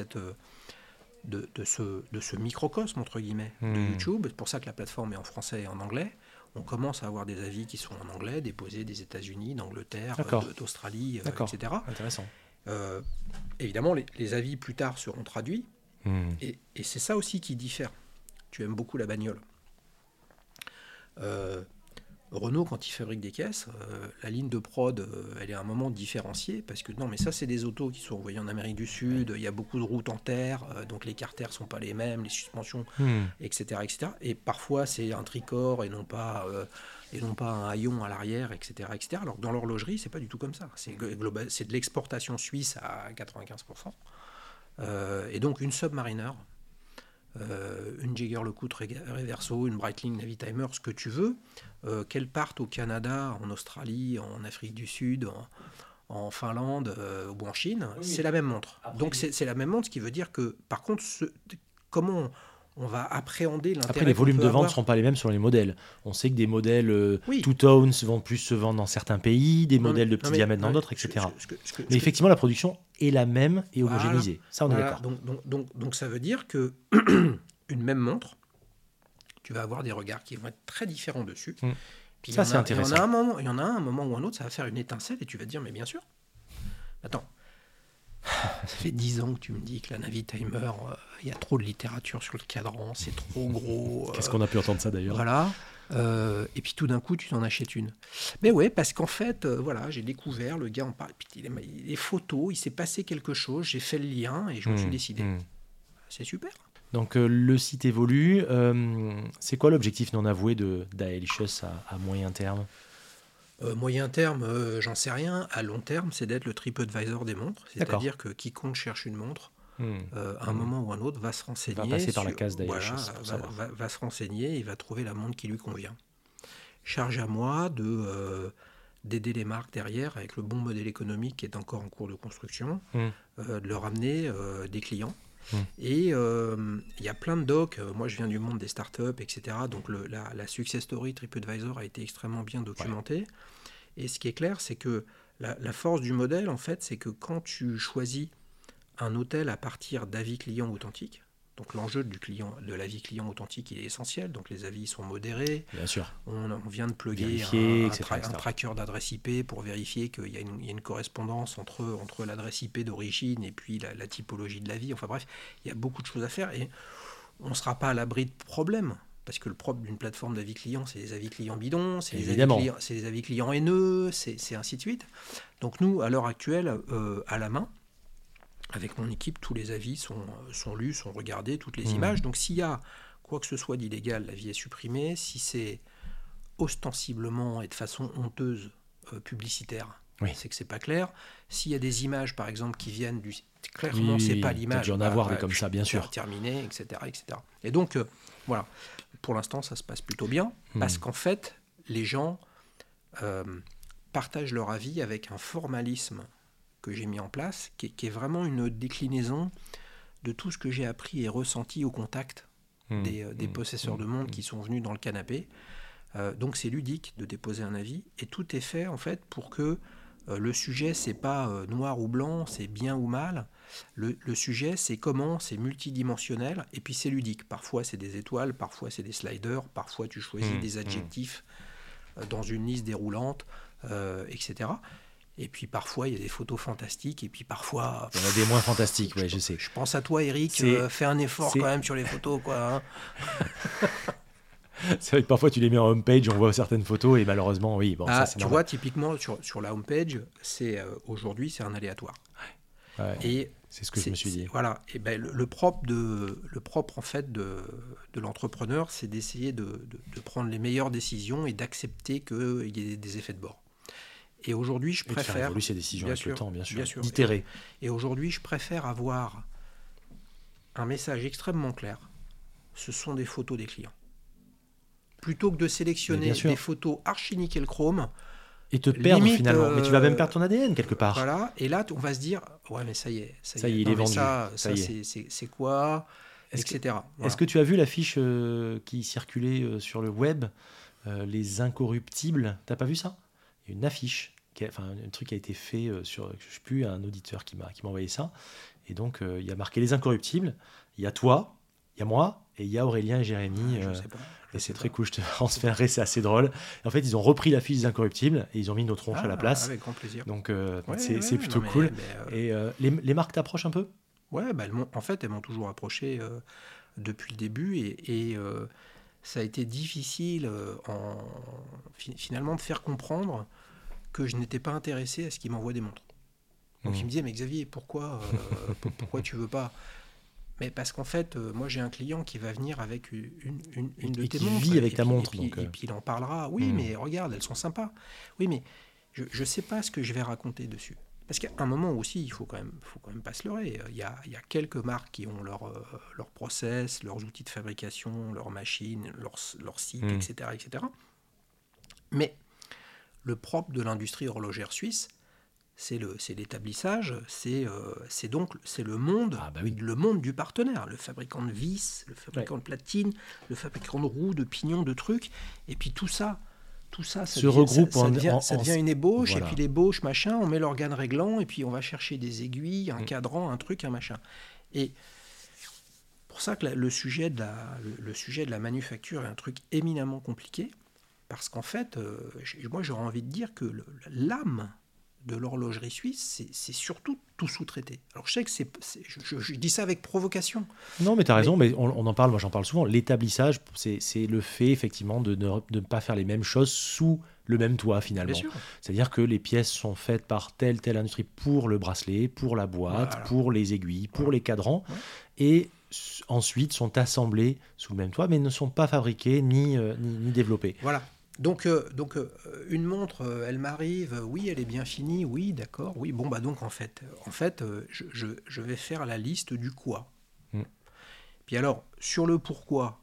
ce microcosme entre guillemets de YouTube. C'est pour ça que la plateforme est en français et en anglais. on commence à avoir des avis qui sont en anglais, déposés des États-Unis, d'Angleterre, d'Australie, etc. Intéressant. Évidemment, les avis plus tard seront traduits, et c'est ça aussi qui diffère. Tu aimes beaucoup la bagnole. Renault, quand il fabrique des caisses, la ligne de prod, elle est à un moment différenciée, parce que non, mais ça, c'est des autos qui sont envoyées en Amérique du Sud, il y a beaucoup de routes en terre, donc les carters ne sont pas les mêmes, les suspensions, etc., etc. Et parfois, c'est un tricorps et non pas un haillon à l'arrière, etc., etc. Alors que dans l'horlogerie, c'est pas du tout comme ça. C'est de l'exportation suisse à 95%. Et donc, une Submariner, une Jaeger LeCoultre Reverso, une Breitling Navitimer, ce que tu veux, qu'elles partent au Canada, en Australie, en Afrique du Sud, en Finlande ou en Chine, c'est la même montre. Après, donc c'est la même montre, ce qui veut dire que, par contre, comment on va appréhender l'intérêt. Après, les volumes de vente ne seront pas les mêmes sur les modèles. On sait que des modèles two-tones vont plus se vendre dans certains pays, des modèles de petits diamètres dans d'autres, etc. Mais effectivement, la production est la même et homogénéisée. Ça, on est d'accord. Donc ça veut dire que une même montre, tu vas avoir des regards qui vont être très différents dessus. Puis ça, c'est intéressant. Il y en a un moment ou un autre, ça va faire une étincelle et tu vas te dire, mais bien sûr. Attends. Ça fait 10 ans que tu me dis que la Navitimer, il y a trop de littérature sur le cadran, c'est trop gros. Qu'est-ce qu'on a pu entendre ça d'ailleurs ? Voilà. Et puis tout d'un coup, tu t'en achètes une. Mais ouais, parce qu'en fait, voilà, j'ai découvert, le gars en parle, puis les photos, il s'est passé quelque chose, j'ai fait le lien et je me suis décidé. C'est super. Donc le site évolue. C'est quoi l'objectif non avoué d'Aelicious à moyen terme ? Moyen terme, j'en sais rien. À long terme, c'est d'être le TripAdvisor des montres. C'est-à-dire que quiconque cherche une montre, à un moment ou un autre, va se renseigner. Va passer par la case d'Aelicious. Va se renseigner et va trouver la montre qui lui convient. Charge à moi d'aider les marques derrière avec le bon modèle économique qui est encore en cours de construction, de leur amener des clients. Et il y a plein de docs. Moi, je viens du monde des startups, etc. Donc, la success story TripAdvisor a été extrêmement bien documentée. Ouais. Et ce qui est clair, c'est que la force du modèle, en fait, c'est que quand tu choisis un hôtel à partir d'avis clients authentiques, donc l'enjeu de l'avis client authentique, il est essentiel. Donc, les avis sont modérés. Bien sûr. On vient de plugger un tracker d'adresse IP pour vérifier qu'il y a une correspondance entre l'adresse IP d'origine et puis la typologie de l'avis. Enfin bref, il y a beaucoup de choses à faire et on ne sera pas à l'abri de problèmes. Parce que le propre d'une plateforme d'avis client, c'est les avis clients bidons, c'est les avis clients haineux, c'est ainsi de suite. Donc nous, à l'heure actuelle, à la main, avec mon équipe, tous les avis sont lus, sont regardés, toutes les images. Donc s'il y a quoi que ce soit d'illégal, l'avis est supprimé. Si c'est ostensiblement et de façon honteuse publicitaire, c'est que c'est pas clair. S'il y a des images, par exemple, qui viennent du... Clairement, c'est pas l'image. Il y en a avoir des comme ça, bien sûr. Terminé, etc., etc. Et donc, voilà. Pour l'instant, ça se passe plutôt bien, parce qu'en fait, les gens partagent leur avis avec un formalisme que j'ai mis en place, qui est vraiment une déclinaison de tout ce que j'ai appris et ressenti au contact des possesseurs de montres qui sont venus dans le canapé. Donc c'est ludique de déposer un avis, et tout est fait en fait pour que le sujet, c'est pas noir ou blanc, c'est bien ou mal. Le sujet, c'est comment, c'est multidimensionnel, et puis c'est ludique. Parfois c'est des étoiles, parfois c'est des sliders, parfois tu choisis des adjectifs dans une liste déroulante, etc. Et puis parfois, il y a des photos fantastiques, et puis parfois... Il y en a des moins fantastiques, oui, je sais. Je pense à toi, Eric, fais un effort quand même sur les photos, quoi. Hein. C'est vrai que parfois, tu les mets en homepage, on voit certaines photos, et malheureusement, oui. Bon, ça, c'est tu vois, typiquement, sur la homepage, aujourd'hui, c'est un aléatoire. Ouais, et c'est ce que je me suis dit. Voilà. Et ben, le propre, en fait, de l'entrepreneur, c'est d'essayer de prendre les meilleures décisions et d'accepter qu'il y ait des effets de bord. Et aujourd'hui, je préfère... de faire évoluer ces décisions avec le temps, bien sûr. D'itérer. Et aujourd'hui, je préfère avoir un message extrêmement clair. Ce sont des photos des clients. Plutôt que de sélectionner des photos archi nickel chrome. Et te perdre finalement. Mais tu vas même perdre ton ADN quelque part. Voilà. Et là, on va se dire, ouais, mais ça y est. Ça y est, il est vendu. Ça c'est quoi, etc. Voilà. Est-ce que tu as vu l'affiche qui circulait sur le web, les incorruptibles ? T'as pas vu ça ? Il y a une affiche. Un truc qui a été fait sur, je sais plus, un auditeur qui m'a envoyé ça. Et donc, il y a marqué les incorruptibles. Il y a toi, Il y a moi et il y a Aurélien et Jérémy. Je sais pas. Et c'est très cool, je te transférerai, c'est assez drôle. Et en fait, ils ont repris l'affiche des Incorruptibles et ils ont mis nos tronches à la place. Avec grand plaisir. Donc, c'est plutôt cool. Et les marques t'approchent un peu ? Ouais, en fait, elles m'ont toujours approché depuis le début. Et ça a été difficile, finalement, de faire comprendre que je n'étais pas intéressé à ce qu'ils m'envoient des montres. Donc, ils me disaient, mais Xavier, pourquoi tu veux pas ? Mais parce qu'en fait, moi j'ai un client qui va venir avec une de tes montres. Qui vit avec ta montre. Et puis il en parlera. Oui, mais regarde, elles sont sympas. Oui, mais je ne sais pas ce que je vais raconter dessus. Parce qu'à un moment aussi, il faut quand même pas se leurrer. Il y a quelques marques qui ont leur process, leurs outils de fabrication, leurs machines, leur site, etc., etc. Mais le propre de l'industrie horlogère suisse, c'est l'établissage, c'est le monde, le monde du partenaire, le fabricant de vis, le fabricant de platine, le fabricant de roues, de pignons, de trucs, et puis tout ça se regroupe, ça devient une ébauche, voilà. Et puis l'ébauche, machin, on met l'organe réglant, et puis on va chercher des aiguilles, un cadran, un truc, un machin. Et pour ça que le sujet de la manufacture est un truc éminemment compliqué, parce qu'en fait, moi j'aurais envie de dire que l'âme de l'horlogerie suisse, c'est surtout tout sous-traité. Alors je sais que je dis ça avec provocation. Non, mais tu as raison, mais on en parle, moi j'en parle souvent. L'établissage, c'est le fait effectivement de ne pas faire les mêmes choses sous le même toit finalement. C'est-à-dire que les pièces sont faites par telle industrie pour le bracelet, pour la boîte, voilà. Pour les aiguilles, pour les cadrans, et ensuite sont assemblées sous le même toit, mais ne sont pas fabriquées ni développées. Voilà. Donc une montre, elle m'arrive, oui, elle est bien finie, oui, d'accord, oui, bon, donc en fait, je vais faire la liste du quoi. Puis alors, sur le pourquoi,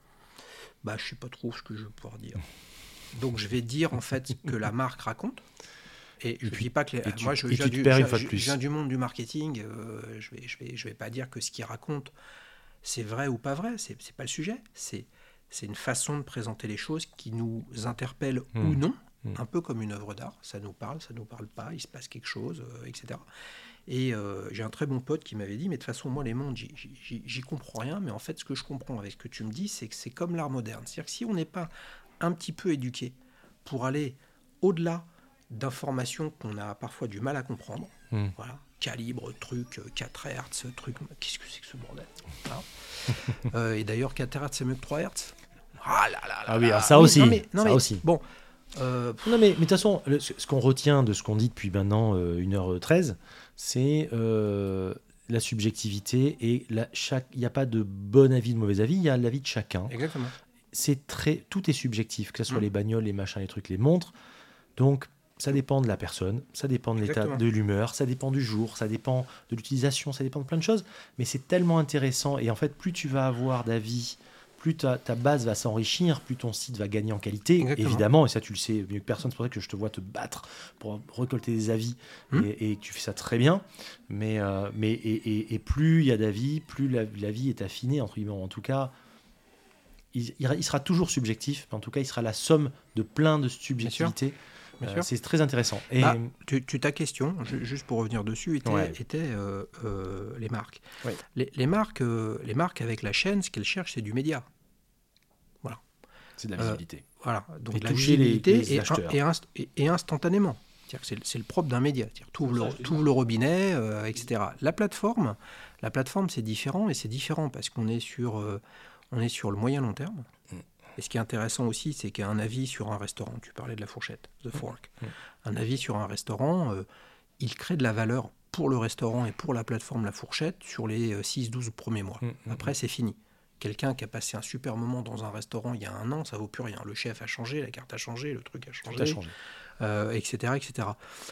je sais pas trop ce que je vais pouvoir dire. Donc je vais dire en fait ce que la marque raconte. Et je ne dis pas que moi je viens du monde du marketing, je vais pas dire que ce qu'il raconte c'est vrai ou pas vrai, c'est pas le sujet, c'est une façon de présenter les choses qui nous interpelle ou non, un peu comme une œuvre d'art. Ça nous parle pas, il se passe quelque chose, etc. Et j'ai un très bon pote qui m'avait dit, mais de toute façon, moi, les montres, j'y comprends rien, mais en fait, ce que je comprends avec ce que tu me dis, c'est que c'est comme l'art moderne. C'est-à-dire que si on n'est pas un petit peu éduqué pour aller au-delà d'informations qu'on a parfois du mal à comprendre, voilà, calibre, truc, 4 Hz, truc, qu'est-ce que c'est que ce bordel, hein. Et d'ailleurs, 4 Hz, c'est mieux que 3 Hz. Oui, ça aussi. Aussi. Bon. Non, mais de toute façon, ce qu'on retient de ce qu'on dit depuis maintenant 1h13, c'est la subjectivité et il n'y a pas de bon avis, de mauvais avis, il y a l'avis de chacun. Exactement. Tout est subjectif, que ce soit les bagnoles, les machins, les trucs, les montres. Donc, ça dépend de la personne, ça dépend de l'état de l'humeur, ça dépend du jour, ça dépend de l'utilisation, ça dépend de plein de choses. Mais c'est tellement intéressant. Et en fait, plus tu vas avoir d'avis, plus ta base va s'enrichir, plus ton site va gagner en qualité, évidemment, et ça tu le sais mieux que personne, c'est pour ça que je te vois te battre pour récolter des avis, et tu fais ça très bien, mais plus il y a d'avis, plus l'avis est affiné, entre guillemets, en tout cas, il sera toujours subjectif, mais en tout cas il sera la somme de plein de subjectivités. C'est très intéressant. Et ta question, juste pour revenir dessus, était les marques. Ouais. Les marques avec la chaîne, ce qu'elles cherchent, c'est du média. Voilà. C'est de la visibilité. Voilà. Donc et de la visibilité les acheteurs. Et instantanément. C'est le propre d'un média. Tu ouvres le robinet, etc. La plateforme, c'est différent, et c'est différent parce qu'on est sur le moyen long terme. Et ce qui est intéressant aussi, c'est qu'un avis sur un restaurant, tu parlais de la fourchette, The Fork, un avis sur un restaurant, il crée de la valeur pour le restaurant et pour la plateforme La Fourchette sur les 6-12 premiers mois. Après, c'est fini. Quelqu'un qui a passé un super moment dans un restaurant il y a 1 an, ça vaut plus rien. Le chef a changé, la carte a changé, le truc a changé, tout a changé. Etc.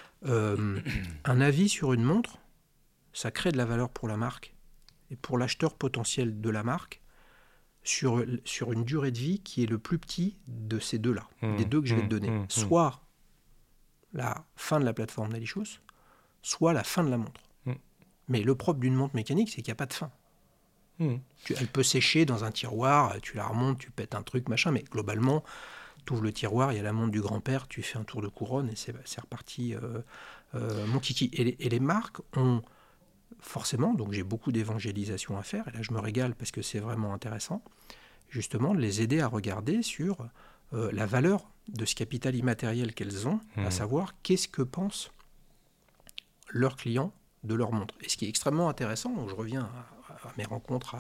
Un avis sur une montre, ça crée de la valeur pour la marque et pour l'acheteur potentiel de la marque, sur une durée de vie qui est le plus petit de ces deux-là, des deux que je vais te donner. Soit la fin de la plateforme d'Alicious, soit la fin de la montre. Mais le propre d'une montre mécanique, c'est qu'il n'y a pas de fin. Elle peut sécher dans un tiroir, tu la remontes, tu pètes un truc, machin, mais globalement, tu ouvres le tiroir, il y a la montre du grand-père, tu fais un tour de couronne et c'est reparti, mon kiki. Et les marques ont forcément, donc j'ai beaucoup d'évangélisation à faire, et là je me régale parce que c'est vraiment intéressant, justement de les aider à regarder sur la valeur de ce capital immatériel qu'elles ont, à savoir qu'est-ce que pensent leurs clients de leur montre. Et ce qui est extrêmement intéressant, donc je reviens à mes rencontres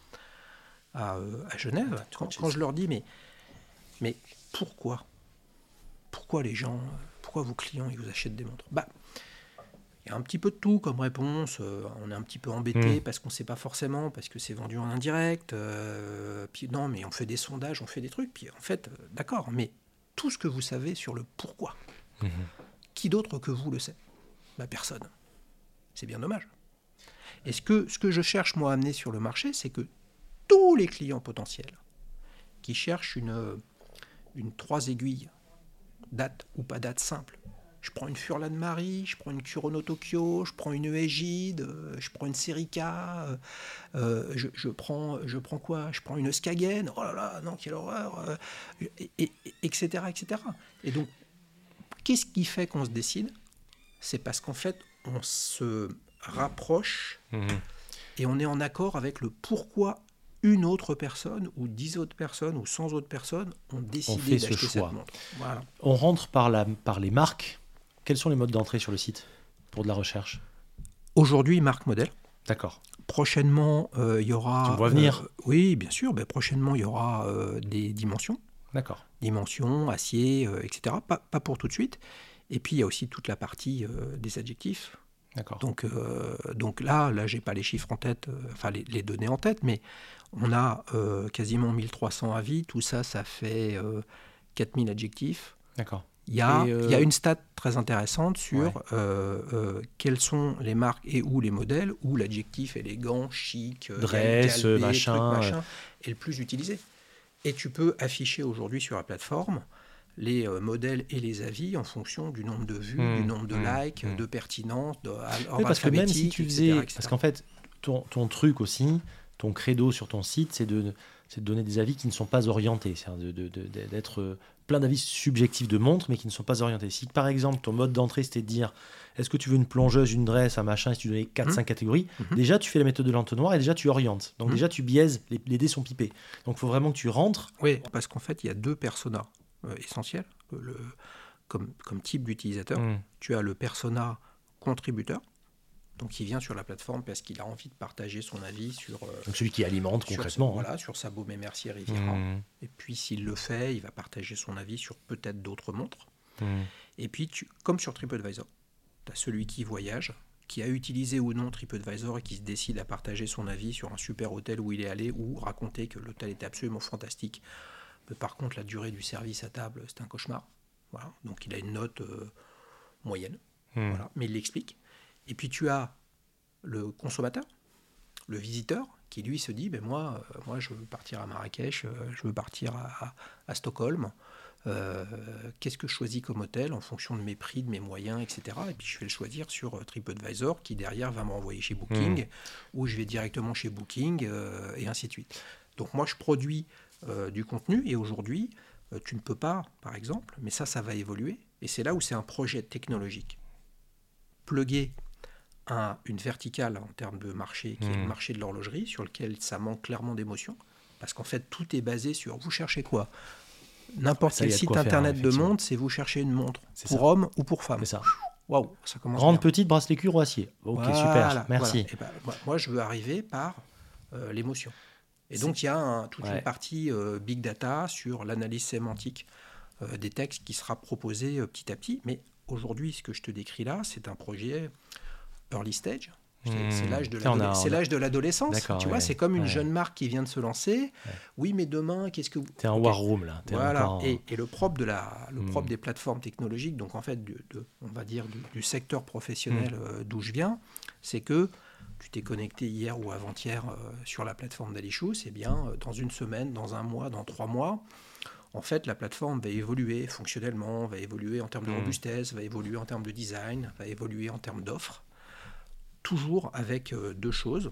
à Genève, quand je leur dis mais pourquoi les gens, pourquoi vos clients ils vous achètent des montres? Il y a un petit peu de tout comme réponse. On est un petit peu embêté parce qu'on ne sait pas forcément, parce que c'est vendu en indirect. Puis non, mais on fait des sondages, on fait des trucs. Puis en fait, d'accord, mais tout ce que vous savez sur le pourquoi, qui d'autre que vous le sait? Personne. C'est bien dommage. Et ce que je cherche, moi, à amener sur le marché, c'est que tous les clients potentiels qui cherchent une 3 aiguilles, date ou pas date simple, je prends une Furlan Marie, je prends une Kurono Tokyo, je prends une Égide, je prends une Serica, je prends quoi? Je prends une Skagen, oh là là, non, quelle horreur, etc., etc. Et donc, qu'est-ce qui fait qu'on se décide? C'est parce qu'en fait, on se rapproche et on est en accord avec le pourquoi une autre personne, ou 10 autres personnes, ou 100 autres personnes ont décidé d'acheter cette montre. Voilà. On rentre par les marques. Quels sont les modes d'entrée sur le site pour de la recherche? Aujourd'hui, marque modèle. D'accord. Prochainement, il y aura... Tu me vois venir? Oui, bien sûr. Prochainement, il y aura des dimensions. D'accord. Dimensions, acier, etc. Pas pour tout de suite. Et puis, il y a aussi toute la partie des adjectifs. D'accord. Donc là, j'ai pas les chiffres en tête, les données en tête, mais on a quasiment 1300 avis. Tout ça, ça fait 4000 adjectifs. D'accord. Il y a une stat très intéressante sur quelles sont les marques et où les modèles, où l'adjectif élégant, chic, dress, galbé, machin, est le plus utilisé. Et tu peux afficher aujourd'hui sur la plateforme les modèles et les avis en fonction du nombre de vues, du nombre de likes, de pertinence, oui, parce que même si tu faisais... etc. Parce qu'en fait, ton truc aussi, ton credo sur ton site, c'est de donner des avis qui ne sont pas orientés. C'est-à-dire d'être plein d'avis subjectifs de montres, mais qui ne sont pas orientés. Si, par exemple, ton mode d'entrée, c'était de dire est-ce que tu veux une plongeuse, une dress, un machin, si tu donnais 4-5 catégories, déjà, tu fais la méthode de l'entonnoir et déjà, tu orientes. Donc déjà, tu biaises, les dés sont pipés. Donc, il faut vraiment que tu rentres. Oui, parce qu'en fait, il y a 2 personas essentiels comme type d'utilisateur. Tu as le persona contributeur, donc qui vient sur la plateforme parce qu'il a envie de partager son avis sur... donc celui qui alimente concrètement. Sur sa Baume et Mercier Riviera. Et puis s'il le fait, il va partager son avis sur peut-être d'autres montres. Et puis, comme sur TripAdvisor, tu as celui qui voyage, qui a utilisé ou non TripAdvisor et qui se décide à partager son avis sur un super hôtel où il est allé ou raconter que l'hôtel était absolument fantastique. Mais par contre, la durée du service à table, c'est un cauchemar. Voilà. Donc il a une note moyenne. Voilà. Mais il l'explique. Et puis tu as le consommateur, le visiteur, qui lui se dit moi je veux partir à Marrakech, je veux partir à Stockholm. Qu'est-ce que je choisis comme hôtel en fonction de mes prix, de mes moyens, etc. Et puis je vais le choisir sur TripAdvisor, qui derrière va me renvoyer chez Booking, ou je vais directement chez Booking, et ainsi de suite. Donc moi je produis du contenu, et aujourd'hui tu ne peux pas, par exemple, mais ça va évoluer, et c'est là où c'est un projet technologique. Pluguer une verticale en termes de marché, qui est le marché de l'horlogerie, sur lequel ça manque clairement d'émotion, parce qu'en fait tout est basé sur vous cherchez quoi. N'importe quel site internet de montre, c'est vous cherchez une montre pour homme ou pour femme. C'est ça. Waouh, ça commence grande, bien. Petite, bracelet cuir ou acier. Ok, voilà, super, merci. Voilà. Moi, je veux arriver par l'émotion. Et donc, il y a toute une partie big data sur l'analyse sémantique des textes qui sera proposée petit à petit. Mais aujourd'hui, ce que je te décris là, c'est un projet early stage. C'est l'âge de l'adolescence. Tu vois, c'est comme une jeune marque qui vient de se lancer. Oui, mais demain, qu'est-ce que vous... T'es un war room, là. Voilà. Et le propre des plateformes technologiques, donc en fait, on va dire du secteur professionnel d'où je viens, c'est que tu t'es connecté hier ou avant-hier sur la plateforme d'Alichou, c'est bien, dans une semaine, dans un mois, dans 3 mois, en fait, la plateforme va évoluer fonctionnellement, va évoluer en termes de robustesse, va évoluer en termes de design, va évoluer en termes d'offres. Toujours avec 2 choses.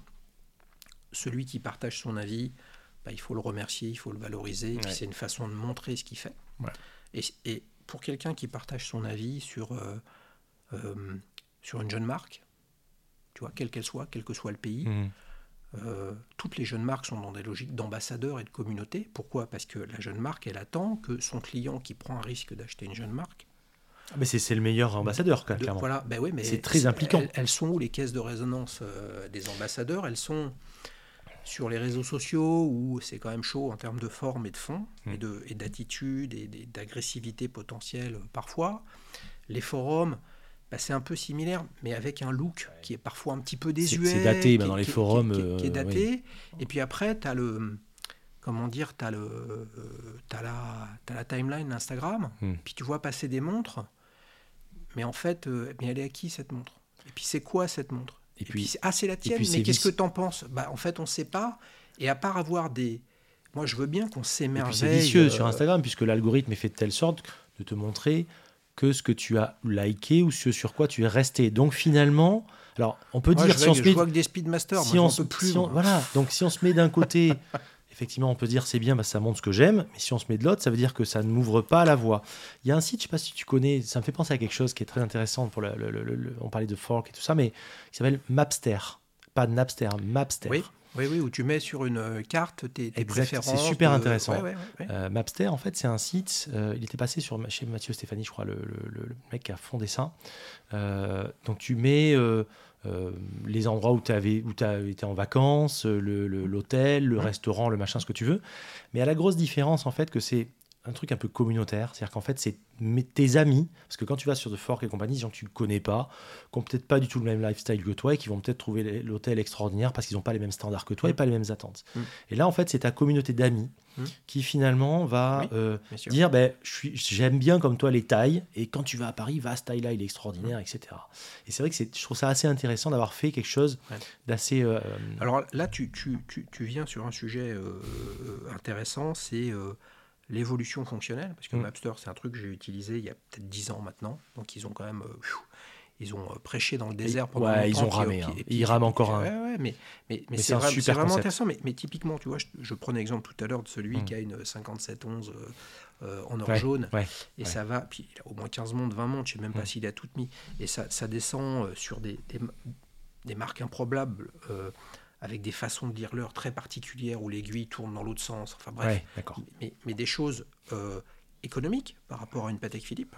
Celui qui partage son avis, il faut le remercier, il faut le valoriser, et puis c'est une façon de montrer ce qu'il fait. Ouais. Et pour quelqu'un qui partage son avis sur une jeune marque, tu vois, quelle qu'elle soit, quel que soit le pays. Toutes les jeunes marques sont dans des logiques d'ambassadeurs et de communauté. Pourquoi ? Parce que la jeune marque, elle attend que son client qui prend un risque d'acheter une jeune marque... Mais c'est le meilleur ambassadeur, clairement. Voilà, ben oui, mais c'est très impliquant. Elles sont où les caisses de résonance des ambassadeurs ? Elles sont sur les réseaux sociaux où c'est quand même chaud en termes de forme et de fond, et d'attitude et d'agressivité potentielle parfois. Les forums... c'est un peu similaire, mais avec un look qui est parfois un petit peu désuet. C'est daté dans les forums. Qui est daté. Oui. Et puis après, tu as la timeline d'Instagram. Puis tu vois passer des montres. Mais en fait, elle est à qui cette montre ? Et puis c'est quoi cette montre ? Et puis c'est la tienne, mais qu'est-ce que tu en penses ? En fait, on ne sait pas. Et à part avoir des... Moi, je veux bien qu'on s'émerveille. C'est vicieux sur Instagram, puisque l'algorithme est fait de telle sorte de te montrer... que ce que tu as liké ou ce sur quoi tu es resté. Donc finalement, alors on peut dire je vois que des Speedmasters, si moi j'en peux plus. Voilà, donc si on se met d'un côté, effectivement on peut dire c'est bien, ça montre ce que j'aime, mais si on se met de l'autre, ça veut dire que ça ne m'ouvre pas à la voie. Il y a un site, je ne sais pas si tu connais, ça me fait penser à quelque chose qui est très intéressant, pour on parlait de fork et tout ça, mais qui s'appelle Mapster. Pas Napster, Mapster. Oui, où tu mets sur une carte tes préférences. C'est super intéressant. Ouais. Mapster, en fait, c'est un site. Il était passé chez Mathieu Stéphanie, je crois, le mec qui a fondé ça. Donc, tu mets les endroits où tu as été en vacances, l'hôtel, le restaurant, le machin, ce que tu veux. Mais à la grosse différence, en fait, que c'est un truc un peu communautaire. C'est-à-dire qu'en fait, c'est tes amis. Parce que quand tu vas sur The Fork et compagnie, des gens que tu ne connais pas, qui n'ont peut-être pas du tout le même lifestyle que toi et qui vont peut-être trouver l'hôtel extraordinaire parce qu'ils n'ont pas les mêmes standards que toi et pas les mêmes attentes. Et là, en fait, c'est ta communauté d'amis qui finalement va dire j'aime bien comme toi les tailles et quand tu vas à Paris, va à ce taille-là, il est extraordinaire, etc. Et c'est vrai que je trouve ça assez intéressant d'avoir fait quelque chose d'assez... Alors là, tu viens sur un sujet intéressant, c'est... l'évolution fonctionnelle, parce que Mapster, c'est un truc que j'ai utilisé il y a peut-être 10 ans maintenant, donc ils ont quand même prêché dans le désert pendant longtemps. Ils ont ramé, ils rament encore mais c'est vraiment intéressant, mais typiquement, tu vois, je prenais l'exemple tout à l'heure de celui qui a une 5711 en or jaune, ça va, puis il a au moins 15 montres, 20 montres, je ne sais même pas s'il a toutes mis, et ça descend sur des marques improbables, avec des façons de lire l'heure très particulières où l'aiguille tourne dans l'autre sens. Enfin bref, mais des choses économiques par rapport à une Patek Philippe.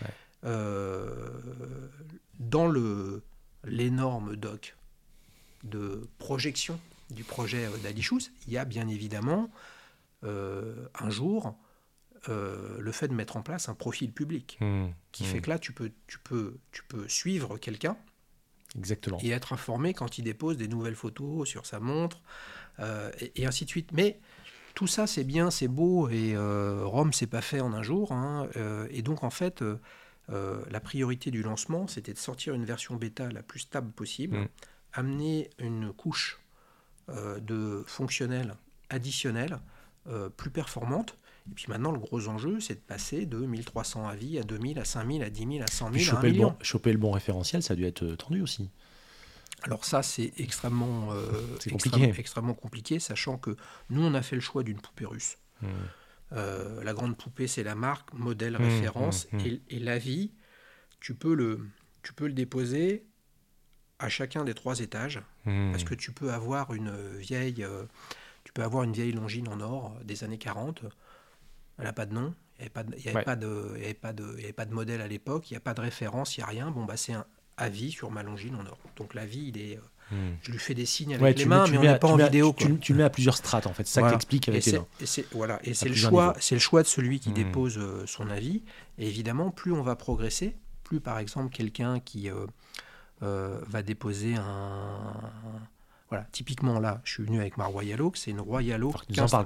Dans l'énorme doc de projection du projet d'Alichous, il y a bien évidemment un jour le fait de mettre en place un profil public qui fait que là tu peux suivre quelqu'un. Exactement. Et être informé quand il dépose des nouvelles photos sur sa montre, et ainsi de suite. Mais tout ça, c'est bien, c'est beau, et Rome, c'est pas fait en un jour. Et donc, en fait, la priorité du lancement, c'était de sortir une version bêta la plus stable possible, amener une couche de fonctionnel additionnelle, plus performante. Et puis maintenant, le gros enjeu, c'est de passer de 1300 avis à 2000, à 5000, à 10 000, à 100 000, à 1 million. Choper le bon référentiel, ça a dû être tendu aussi. Alors ça, c'est extrêmement compliqué, sachant que nous, on a fait le choix d'une poupée russe. La grande poupée, c'est la marque, modèle, référence. Et l'avis, tu peux le déposer à chacun des 3 étages, parce que tu peux avoir une vieille Longines en or des années 40. Elle n'a pas de nom, il n'y avait pas de modèle à l'époque, il n'y a pas de référence, il n'y a rien. C'est un avis sur ma Longines en or. Donc l'avis, il est... Je lui fais des signes avec les mains, mais on n'est pas en vidéo. Tu le mets à plusieurs strates, en fait. C'est ça que t'expliques avec les mains. Et c'est le choix de celui qui dépose son avis. Et évidemment, plus on va progresser, plus par exemple quelqu'un qui va déposer Voilà, typiquement là, je suis venu avec ma Royal Oak, c'est une Royal Oak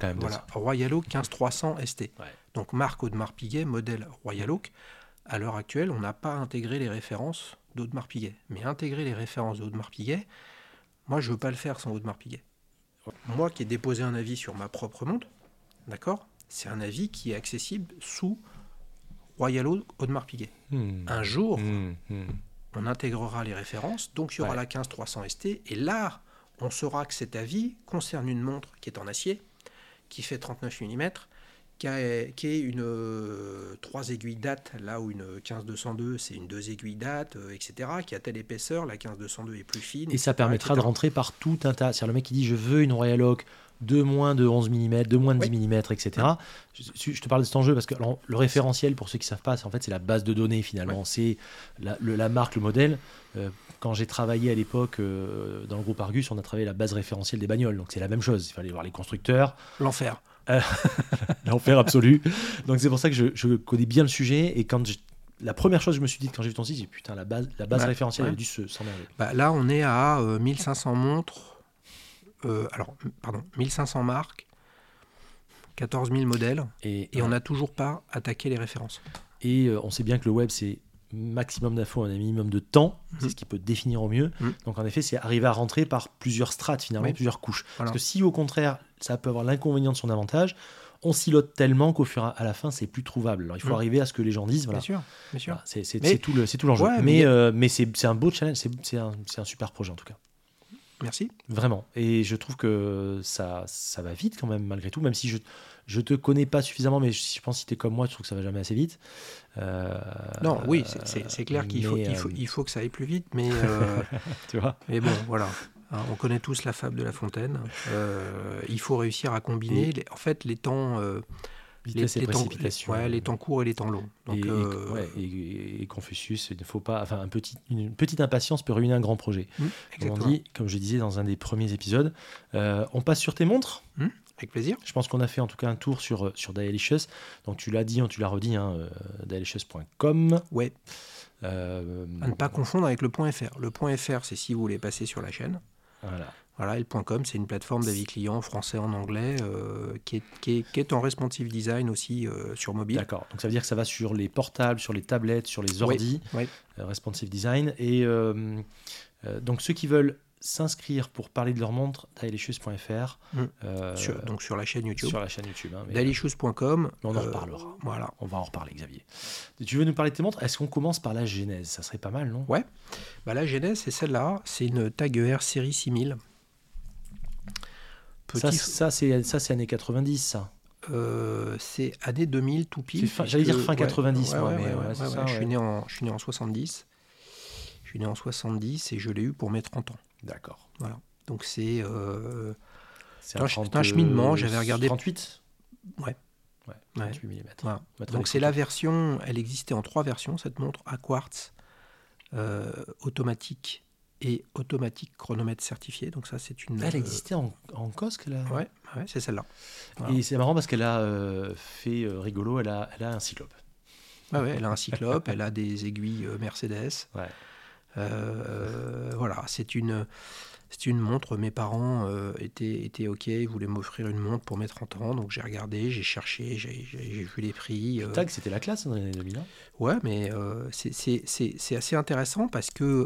15300 ST. Donc marque Audemars Piguet, modèle Royal Oak. À l'heure actuelle, on n'a pas intégré les références d'Audemars Piguet. Mais intégrer les références d'Audemars Piguet, moi je ne veux pas le faire sans Audemars Piguet. Moi qui ai déposé un avis sur ma propre montre, d'accord, c'est un avis qui est accessible sous Royal Oak Audemars Piguet. Un jour, on intégrera les références, donc il y aura la 15300 ST, et là, on saura que cet avis concerne une montre qui est en acier, qui fait 39 mm, qui est une 3 aiguilles date, là où une 15-202 c'est une 2 aiguilles date, etc., qui a telle épaisseur, la 15-202 est plus fine. Et ça etc., permettra etc. de rentrer par tout un tas. C'est-à-dire le mec qui dit je veux une Royal Oak de moins de 11 mm, de moins de 10 mm, etc. Je te parle de cet enjeu parce que alors, le référentiel, pour ceux qui ne savent pas, c'est la base de données finalement. Ouais. C'est la marque, le modèle. Quand j'ai travaillé à l'époque dans le groupe Argus, on a travaillé la base référentielle des bagnoles. Donc c'est la même chose. Il fallait voir les constructeurs. L'enfer. L'enfer absolu. Donc c'est pour ça que je connais bien le sujet. Et quand la première chose que je me suis dit quand j'ai vu ton site, j'ai dit putain, la base référentielle elle a dû s'emmerder. Là, on est à 1500 montres. 1500 marques, 14 000 modèles, et on n'a toujours pas attaqué les références. Et on sait bien que le web, c'est maximum d'infos, un minimum de temps, c'est ce qui peut définir au mieux. Donc en effet, c'est arriver à rentrer par plusieurs strates, finalement, plusieurs couches. Voilà. Parce que si au contraire, ça peut avoir l'inconvénient de son avantage, on silote tellement à la fin, c'est plus trouvable. Alors il faut arriver à ce que les gens disent. Voilà. Bien sûr. Voilà, c'est tout l'enjeu. Ouais, mais c'est un beau challenge, c'est un super projet en tout cas. Merci. Vraiment. Et je trouve que ça va vite quand même, malgré tout, même si je te connais pas suffisamment, mais je pense que si tu es comme moi, tu trouves que ça va jamais assez vite. Non, oui, c'est clair qu'il faut que ça aille plus vite, mais, tu vois. Mais bon, voilà. On connaît tous la fable de La Fontaine. Il faut réussir à combiner les temps... vitesse et précipitation. Les temps courts et les temps longs. Donc, et Confucius, il ne faut pas. Enfin, une petite impatience peut ruiner un grand projet. Comme on dit, comme je disais dans un des premiers épisodes. On passe sur tes montres. Avec plaisir. Je pense qu'on a fait en tout cas un tour sur Dailicious. Donc tu l'as dit, tu l'as redit, dailicious.com. Ouais. À ne pas confondre avec le .fr. Le .fr, c'est si vous voulez passer sur la chaîne. Voilà, et le .com, c'est une plateforme d'avis clients français en anglais qui est en responsive design aussi sur mobile. D'accord, donc ça veut dire que ça va sur les portables, sur les tablettes, sur les ordis, responsive design. Et donc ceux qui veulent s'inscrire pour parler de leur montre, dailicious.fr. Donc sur la chaîne YouTube. Sur la chaîne YouTube. dailicious.com. On en reparlera. Voilà. On va en reparler, Xavier. Tu veux nous parler de tes montres ? Est-ce qu'on commence par la genèse ? Ça serait pas mal, non ? Ouais. La genèse, c'est celle-là. C'est une Tag Heuer série 6000. Ça, c'est années 90, ça. C'est année 2000 tout pile. J'allais dire fin 90, moi. Je suis né en 70. Je suis né en 70 et je l'ai eu pour mes 30 ans. D'accord. Voilà. Donc c'est un cheminement. J'avais regardé. 38 Ouais. 38 mm. Voilà. Donc c'est la version. Elle existait en 3 versions, cette montre, à quartz, automatique et automatique chronomètre certifié. Donc ça, c'est une. Elle existait en COSC là. Ouais, c'est celle-là. Voilà. Et c'est marrant parce qu'elle a fait rigolo. Elle a un cyclope. Elle a un cyclope. Elle a des aiguilles Mercedes. Ouais. Voilà, c'est une montre. Mes parents étaient OK, ils voulaient m'offrir une montre pour mes 30 ans. Donc j'ai regardé, j'ai cherché, j'ai vu les prix. Tag, c'était la classe dans les années 2000. Ouais, mais c'est assez intéressant parce que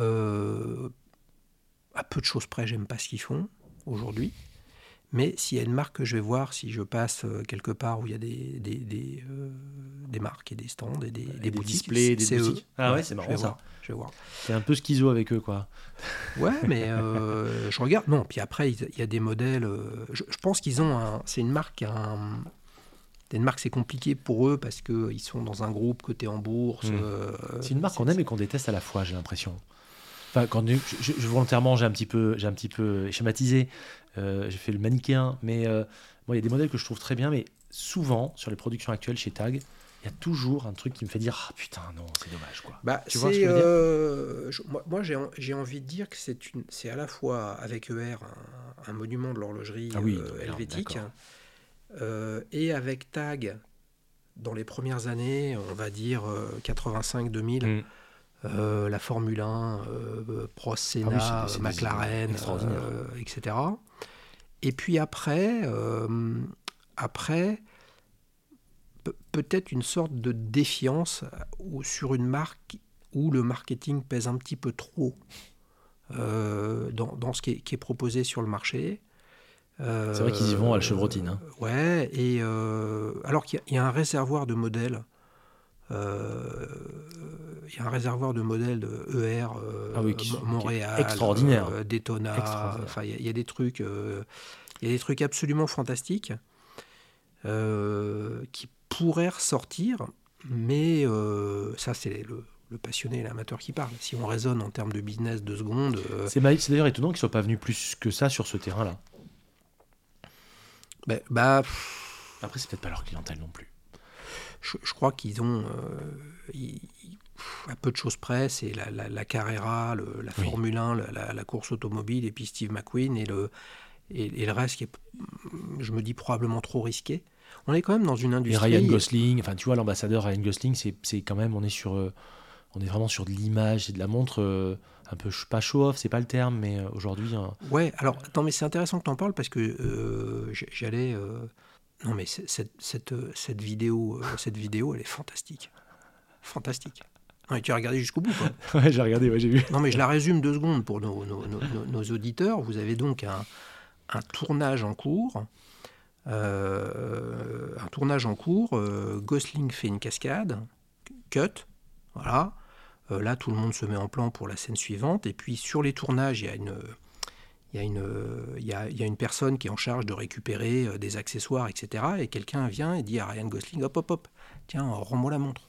à peu de choses près, j'aime pas ce qu'ils font aujourd'hui. Mais s'il y a une marque que je vais voir, si je passe quelque part où il y a des marques et des stands et des boutiques, displays, des boutiques. Eux. Ah ouais, c'est marrant ça. Je vais voir. C'est un peu schizo avec eux, quoi. Ouais, mais je regarde. Non, puis après, il y a des modèles. Je pense qu'ils ont c'est une marque c'est compliqué pour eux parce qu'ils sont dans un groupe coté en bourse. C'est une marque qu'on aime et qu'on déteste à la fois, j'ai l'impression. Enfin, quand volontairement, j'ai un petit peu schématisé. J'ai fait le manichéen, mais il y a des modèles que je trouve très bien, mais souvent, sur les productions actuelles chez Tag, il y a toujours un truc qui me fait dire « Ah putain, non, c'est dommage, quoi. » Tu vois ce que je veux dire ? Moi, j'ai envie de dire que c'est à la fois, avec Heuer, un monument de l'horlogerie helvétique, et avec Tag, dans les premières années, on va dire 85-2000, la Formule 1, Prost, Senna, McLaren, etc. Et puis après peut-être une sorte de défiance sur une marque où le marketing pèse un petit peu trop dans ce qui est proposé sur le marché. C'est vrai qu'ils y vont à la chevrotine. Hein. Ouais, et alors qu'il y a un réservoir de modèles. Il y a un réservoir de modèles de Heuer, Montréal, extraordinaire. Daytona. Enfin, il y a des trucs absolument fantastiques. qui pourrait ressortir, mais ça c'est le passionné et l'amateur qui parle. Si on raisonne en termes de business 2 secondes... C'est d'ailleurs étonnant qu'ils ne soient pas venus plus que ça sur ce terrain-là. Après, c'est peut-être pas leur clientèle non plus. Je crois qu'ils ont... à peu de choses près, c'est la Carrera, la Formule 1, la course automobile, et puis Steve McQueen, et le reste qui est, je me dis, probablement trop risqué. On est quand même dans une industrie... Et Ryan Gosling, enfin tu vois, l'ambassadeur Ryan Gosling, c'est quand même, on est vraiment sur de l'image et de la montre, un peu, pas show-off, c'est pas le terme, mais aujourd'hui... Ouais, alors, attends, mais c'est intéressant que tu en parles, parce que j'allais... Non, mais cette vidéo, elle est fantastique. Fantastique. Ouais, tu as regardé jusqu'au bout, quoi. Ouais, j'ai regardé, j'ai vu. Non, mais je la résume 2 secondes pour nos auditeurs. Vous avez donc un tournage en cours. Gosling fait une cascade, cut, voilà. Là, tout le monde se met en plan pour la scène suivante. Et puis, sur les tournages, il y a une personne qui est en charge de récupérer des accessoires, etc. Et quelqu'un vient et dit à Ryan Gosling, hop, tiens, rends-moi la montre.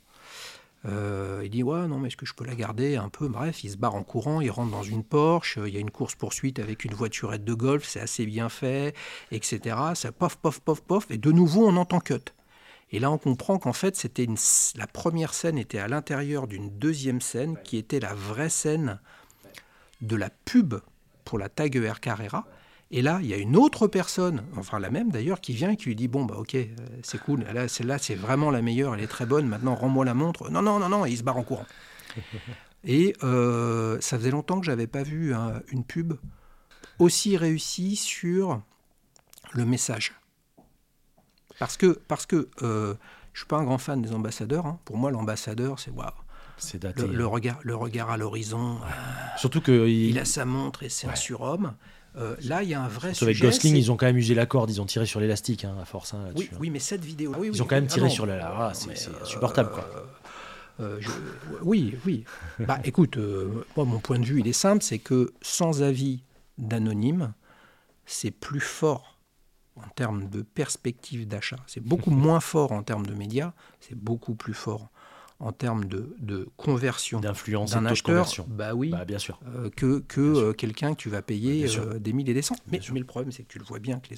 Il dit, ouais, non, mais est-ce que je peux la garder un peu? Bref, il se barre en courant, il rentre dans une Porsche, il y a une course-poursuite avec une voiturette de golf, c'est assez bien fait, etc. Ça pof, et de nouveau, on entend cut. Et là, on comprend qu'en fait, la première scène était à l'intérieur d'une deuxième scène, qui était la vraie scène de la pub pour la Tiger Carrera. Et là, il y a une autre personne, enfin la même d'ailleurs, qui vient et qui lui dit, bon, bah ok, c'est cool, là, celle-là, c'est vraiment la meilleure, elle est très bonne, maintenant, rends-moi la montre. Non, et il se barre en courant. Et ça faisait longtemps que je n'avais pas vu une pub aussi réussie sur le message. Parce que je ne suis pas un grand fan des ambassadeurs. Hein. Pour moi, l'ambassadeur, c'est waouh. C'est daté. Le regard à l'horizon. Ouais. Surtout qu'il a sa montre et c'est un surhomme. Là, il y a un vrai sujet. Avec Gosling, ils ont quand même usé la corde, ils ont tiré sur l'élastique, à force. Oui, mais cette vidéo... ils ont quand même tiré sur la... c'est insupportable, quoi. Oui. Bah, écoute, moi, mon point de vue, il est simple, c'est que sans avis d'anonyme, c'est plus fort en termes de perspective d'achat. C'est beaucoup moins fort en termes de médias, c'est beaucoup plus fort en termes de conversion d'influence d'un acheteur, bah oui, bien sûr. que quelqu'un que tu vas payer des milliers et des cents. Mais le problème, c'est que tu le vois bien que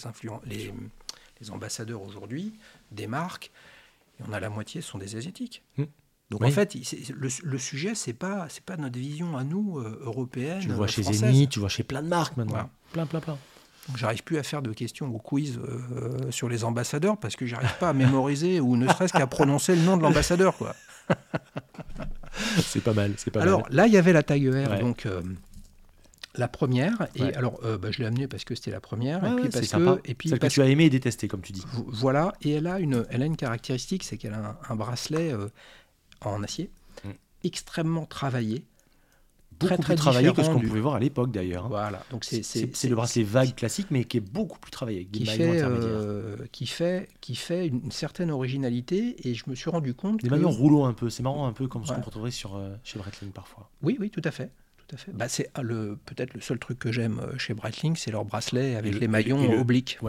les ambassadeurs aujourd'hui, des marques, il y en a la moitié sont des Asiatiques. Donc en fait, le sujet, c'est pas notre vision à nous, européenne, tu le vois chez française. Zenith, tu vois chez plein de marques maintenant. Voilà. Plein. Donc j'arrive plus à faire de questions ou quiz sur les ambassadeurs parce que j'arrive pas à mémoriser ou ne serait-ce qu'à prononcer le nom de l'ambassadeur, quoi. C'est pas mal. Alors là, il y avait la Tiger Air, donc la première. Et alors, je l'ai amenée parce que c'était la première. Ouais, et puis celle que tu as aimé et détesté, comme tu dis. Voilà. Et elle a une caractéristique, c'est qu'elle a un bracelet en acier extrêmement travaillé. Beaucoup plus travaillé que ce qu'on pouvait voir à l'époque d'ailleurs. Voilà, donc c'est le bracelet vague classique, mais qui est beaucoup plus travaillé, avec des maillons intermédiaires. Qui fait une certaine originalité, et je me suis rendu compte des maillons rouleaux un peu, c'est marrant un peu comme ce qu'on retrouverait chez Breitling parfois. Oui, tout à fait. Bah, c'est peut-être le seul truc que j'aime chez Breitling, c'est leur bracelet avec les maillons obliques.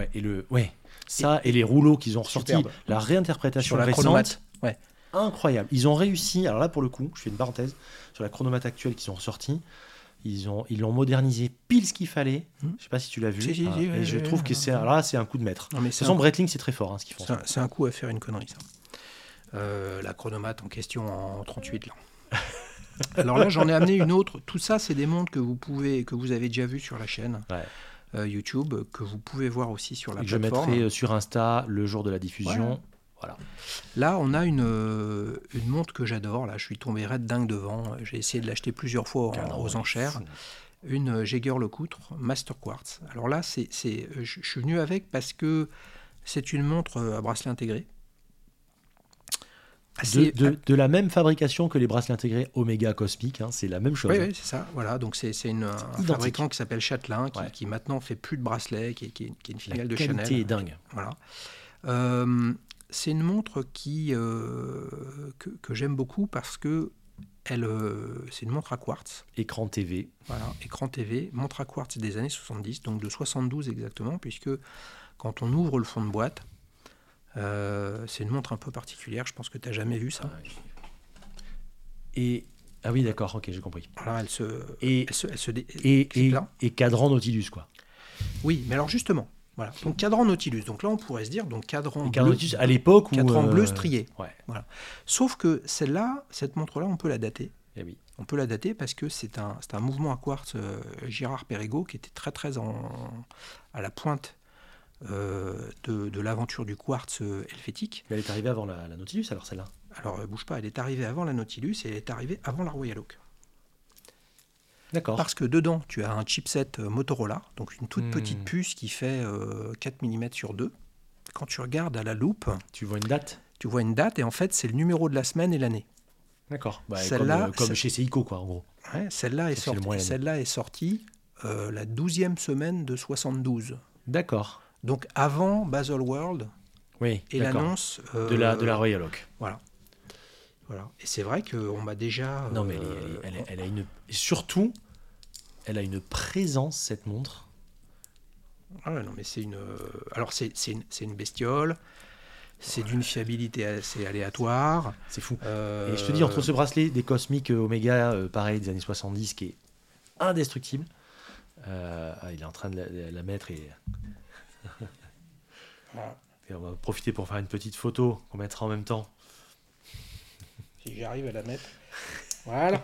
Et les rouleaux qu'ils ont ressortis, la réinterprétation sur la chronomate. Incroyable. Ils ont réussi, alors là pour le coup, je fais une parenthèse, sur la chronomate actuelle qu'ils ont ressortie, ils l'ont modernisé pile ce qu'il fallait. Je sais pas si tu l'as vu. Et je trouve que c'est un coup de maître. De toute façon, Breitling, c'est très fort ce qu'ils font. C'est un coup à faire une connerie, ça. La chronomate en question en 38 là. Alors là, j'en ai amené une autre. Tout ça, c'est des montres que vous avez déjà vues sur la chaîne YouTube, que vous pouvez voir aussi sur la plateforme. Je mettrai sur Insta le jour de la diffusion. Ouais. Voilà. Là, on a une montre que j'adore. Là, je suis tombé raide dingue devant. J'ai essayé de l'acheter plusieurs fois aux enchères. Une Jaeger-LeCoultre Master Quartz. Alors là, je suis venu avec parce que c'est une montre à bracelet intégré. De la même fabrication que les bracelets intégrés Omega Cosmic, c'est la même chose. Oui, c'est ça. Voilà, donc c'est un fabricant qui s'appelle Chatelain, qui maintenant fait plus de bracelets, qui est une filiale de Chanel. La qualité est dingue. Voilà. C'est une montre que j'aime beaucoup parce que c'est une montre à quartz. Écran TV. Voilà, écran TV, montre à quartz des années 70, donc de 72 exactement, puisque quand on ouvre le fond de boîte, C'est une montre un peu particulière, je pense que tu n'as jamais vu ça. Et ah oui, d'accord, ok, j'ai compris. Alors, Et cadran Nautilus, quoi. Oui, mais alors justement, voilà. Donc cadran Nautilus. Donc là, on pourrait se dire donc cadran bleu. Nautilus à l'époque où cadran bleu strié. Ouais. Voilà. Sauf que cette montre-là, on peut la dater. Eh oui. On peut la dater parce que c'est un mouvement à quartz Girard-Perregaux qui était très très à la pointe de l'aventure du quartz helvétique. Mais elle est arrivée avant la Nautilus, alors celle-là. Alors, bouge pas, elle est arrivée avant la Nautilus et elle est arrivée avant la Royal Oak. D'accord. Parce que dedans, tu as un chipset Motorola, donc une toute petite puce qui fait 4 mm sur 2. Quand tu regardes à la loupe, tu vois une date. Tu vois une date et en fait, c'est le numéro de la semaine et l'année. D'accord. Celle-là, comme chez Seiko, quoi, en gros. Ouais, celle-là est sortie la 12e semaine de 72. D'accord. Donc avant Baselworld et l'annonce de la Royal Oak. Voilà. Et c'est vrai qu'on m'a déjà... Non, mais elle a une... Surtout, elle a une présence, cette montre. Ah ouais, non, mais c'est une... Alors, c'est une bestiole. C'est d'une fiabilité assez aléatoire. C'est fou. Et je te dis, entre ce bracelet des Cosmic Omega, pareil, des années 70, qui est indestructible. Il est en train de la mettre et... Et on va profiter pour faire une petite photo qu'on mettra en même temps. Si j'arrive à la mettre. Voilà.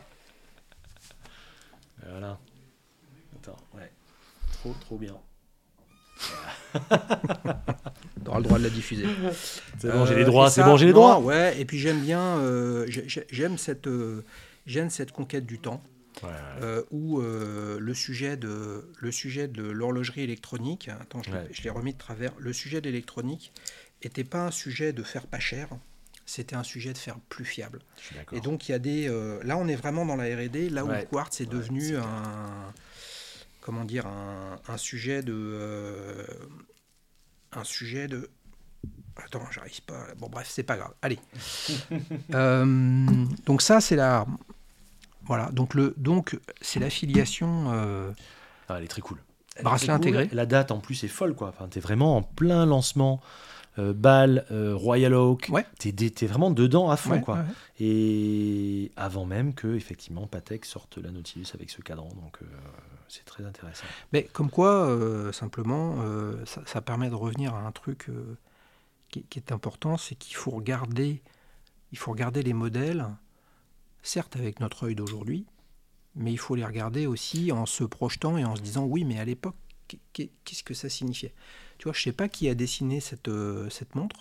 Voilà. Attends, ouais. Trop bien. Tu auras le droit de la diffuser. C'est bon, j'ai les droits. C'est bon, j'ai les droits. Ouais, et puis j'aime bien... j'aime cette conquête du temps. Où le sujet de l'horlogerie électronique, attends, je l'ai remis de travers, le sujet de l'électronique n'était pas un sujet de faire pas cher, c'était un sujet de faire plus fiable. Et donc il y a des... là on est vraiment dans la R&D, là où le quartz est devenu un sujet de... Attends, j'arrive pas... Bon bref, c'est pas grave. Allez. Donc ça c'est la... Voilà, donc c'est l'affiliation... elle est très cool. Bracelet intégré. La date en plus est folle, quoi. Enfin, t'es vraiment en plein lancement. Bâle, Royal Oak, t'es vraiment dedans à fond, quoi. Et avant même que effectivement Patek sorte la Nautilus avec ce cadran, donc c'est très intéressant. Mais comme quoi, simplement, ça permet de revenir à un truc qui est important, c'est qu'il faut regarder les modèles, certes avec notre œil d'aujourd'hui, mais il faut les regarder aussi en se projetant et en se disant oui, mais à l'époque, qu'est-ce que ça signifiait ? Tu vois, je ne sais pas qui a dessiné cette montre,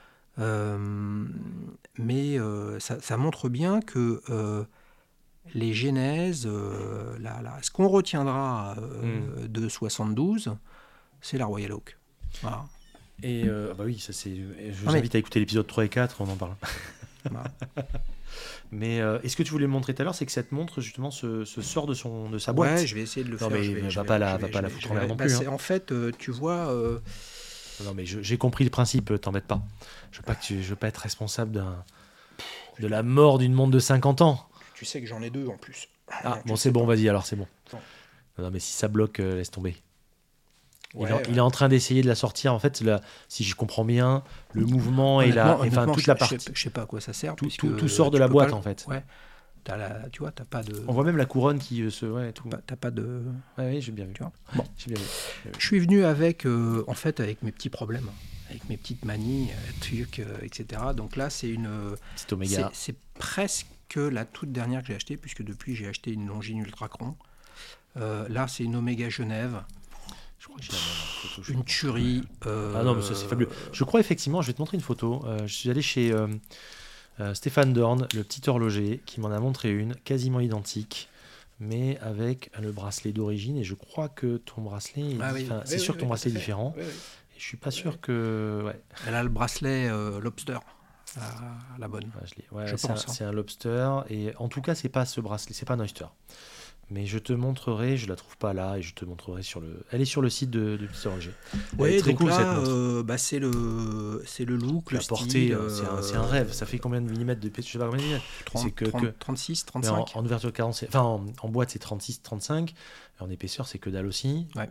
mais ça montre bien que les genèses, ce qu'on retiendra de 72, c'est la Royal Oak. Voilà. Et bah oui, ça c'est. Je vous invite à écouter l'épisode 3 et 4, on en parle. Voilà. Mais est-ce que tu voulais me montrer tout à l'heure, c'est que cette montre justement se sort de sa boîte. Ouais, je vais essayer de le faire. Non mais va pas la foutre en l'air non plus. En fait, tu vois. Non mais j'ai compris le principe, t'embête pas. Je veux pas être responsable de la mort d'une montre de 50 ans. Tu sais que j'en ai deux en plus. Ah bon, c'est bon, vas-y alors, c'est bon. Non mais si ça bloque, laisse tomber. Il est en train d'essayer de la sortir. En fait, si je comprends bien, le mouvement et toute la partie. Je sais pas à quoi ça sert. Tout sort de la boîte, en fait. Ouais. Tu vois, t'as pas de. On voit même la couronne qui se. Ouais, tout. T'as pas de. Ouais, j'ai bien vu. Tu vois. Bon. J'ai bien vu. Je suis venu avec mes petits problèmes, avec mes petites manies, trucs, etc. Donc là, c'est une. Petite Omega. C'est presque la toute dernière que j'ai achetée, puisque depuis j'ai acheté une Longines Ultracron. Là, c'est une Omega Genève. Je crois que j'ai la même photo. Une tuerie. Ah non, mais ça c'est fabuleux. Je crois effectivement, je vais te montrer une photo. Je suis allé chez Stéphane Dorn, le petit horloger, qui m'en a montré une, quasiment identique, mais avec le bracelet d'origine. Et je crois que ton bracelet, c'est sûr que ton bracelet est différent. Et je suis pas sûr que. Ouais. Elle a le bracelet Lobster. La bonne. Je pense. C'est un Lobster. Et en tout cas, c'est pas ce bracelet, c'est pas un Oyster. Mais je te montrerai, je la trouve pas là, et je te montrerai elle est sur le site de Petit Horloger. Oui, très cool cette montre. C'est le look, le style. C'est un rêve. Ça fait combien de millimètres de je sais pas combien de millimètres. C'est 36, 35. En ouverture 40, en boîte c'est 36, 35. En épaisseur c'est que dalle aussi. Ouais.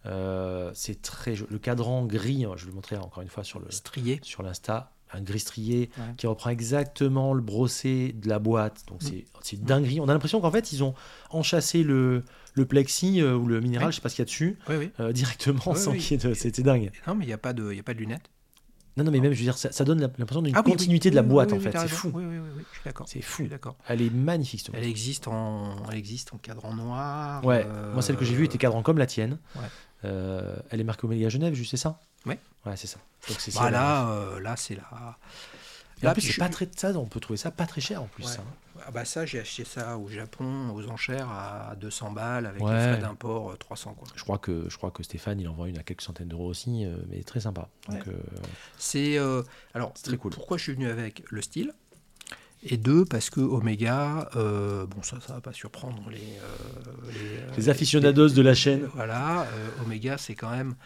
C'est très le cadran gris, je vais le montrer encore une fois sur l'Insta, un gris strié qui reprend exactement le brossé de la boîte. Donc c'est dinguerie. On a l'impression qu'en fait ils ont enchâssé le plexi ou le minéral, je sais pas ce qu'il y a dessus, directement sans qu'il y ait c'était dingue. Non, mais il y a pas de lunettes. Non, mais même, je veux dire, ça donne l'impression d'une continuité de la boîte, en fait. C'est fou. Oui, je suis d'accord. C'est fou. D'accord. Elle est magnifique, cette Elle existe en cadran noir. Ouais, moi, celle que j'ai vue était cadran comme la tienne. Ouais. Elle est marquée Omega Genève, c'est ça ? Ouais, c'est ça. Donc, c'est ça. Là, c'est la... Et en plus, c'est pas très... ça, on peut trouver ça pas très cher, en plus. Ça. Ah bah ça, j'ai acheté ça au Japon, aux enchères, à 200 balles, avec les frais d'import 300. Quoi. Je crois que Stéphane, il en vend une à quelques centaines d'euros aussi, mais très sympa. Donc, c'est très cool. Pourquoi je suis venu avec le style ? Et 2, parce que Omega, ça va pas surprendre les aficionados de la chaîne. Voilà, Omega, c'est quand même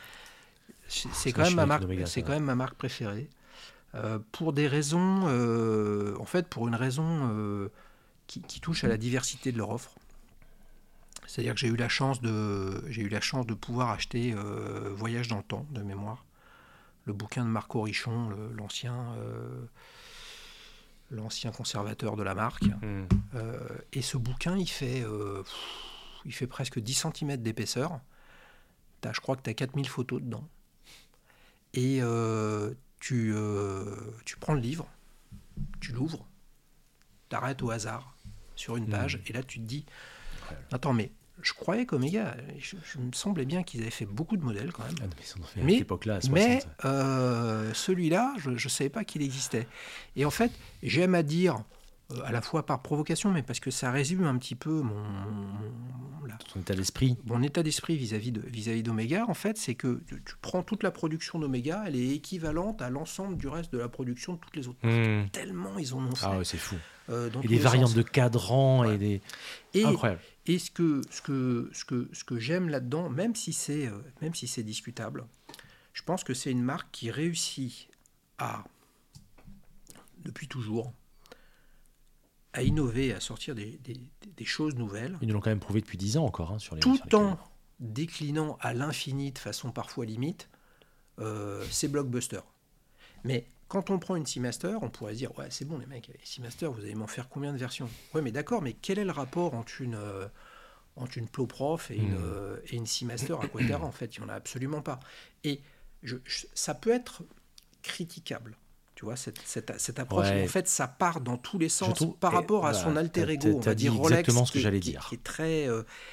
ma marque préférée. Pour des raisons, pour une raison qui touche à la diversité de leur offre. C'est-à-dire que j'ai eu la chance de pouvoir acheter Voyage dans le temps, de mémoire, le bouquin de Marco Richon, l'ancien conservateur de la marque. Et ce bouquin, il fait presque 10 cm d'épaisseur. Je crois que tu as 4000 photos dedans. Et tu prends le livre, tu l'ouvres, t'arrêtes au hasard sur une page, et là tu te dis, attends, mais je croyais qu'Omega, je me semblait bien qu'ils avaient fait beaucoup de modèles quand même. Mais à cette époque-là, à 60. Mais celui-là, je ne savais pas qu'il existait. Et en fait, j'aime à dire, à la fois par provocation, mais parce que ça résume un petit peu ton état d'esprit. Mon état d'esprit vis-à-vis d'Omega, en fait, c'est que tu prends toute la production d'Omega, elle est équivalente à l'ensemble du reste de la production de toutes les autres marques. Tellement ils en ont fait. Ah ouais, c'est fou. Et des variantes de cadrans incroyable. Et ce que j'aime là-dedans, même si c'est discutable, je pense que c'est une marque qui réussit depuis toujours, à innover, à sortir des choses nouvelles. Ils nous l'ont quand même prouvé depuis 10 ans encore. Sur les en déclinant à l'infini de façon parfois limite ces blockbusters. Mais quand on prend une Seamaster, on pourrait se dire, ouais, c'est bon les mecs, les Seamaster, vous allez m'en faire combien de versions ? Ouais, mais d'accord, mais quel est le rapport entre une Ploprof et une Seamaster Aquaterra ? En fait, il n'y en a absolument pas. Et ça peut être critiquable. Tu vois, cette approche, en fait, ça part dans tous les sens par rapport à son alter ego. On va dire Rolex, exactement ce que j'allais dire. Qui est très...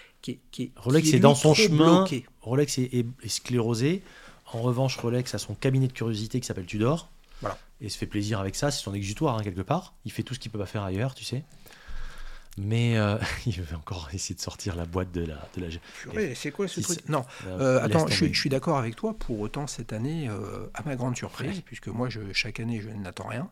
Rolex est dans son chemin, bloqué. Rolex est sclérosé. En revanche, Rolex a son cabinet de curiosité qui s'appelle Tudor. Voilà. Et se fait plaisir avec ça, c'est son exutoire quelque part. Il fait tout ce qu'il peut pas faire ailleurs, tu sais. Mais il va encore essayer de sortir la boîte de la... Purée, c'est quoi ce truc ? Non, attends, je suis d'accord avec toi. Pour autant, cette année, à ma grande surprise, puisque moi, chaque année, je n'attends rien,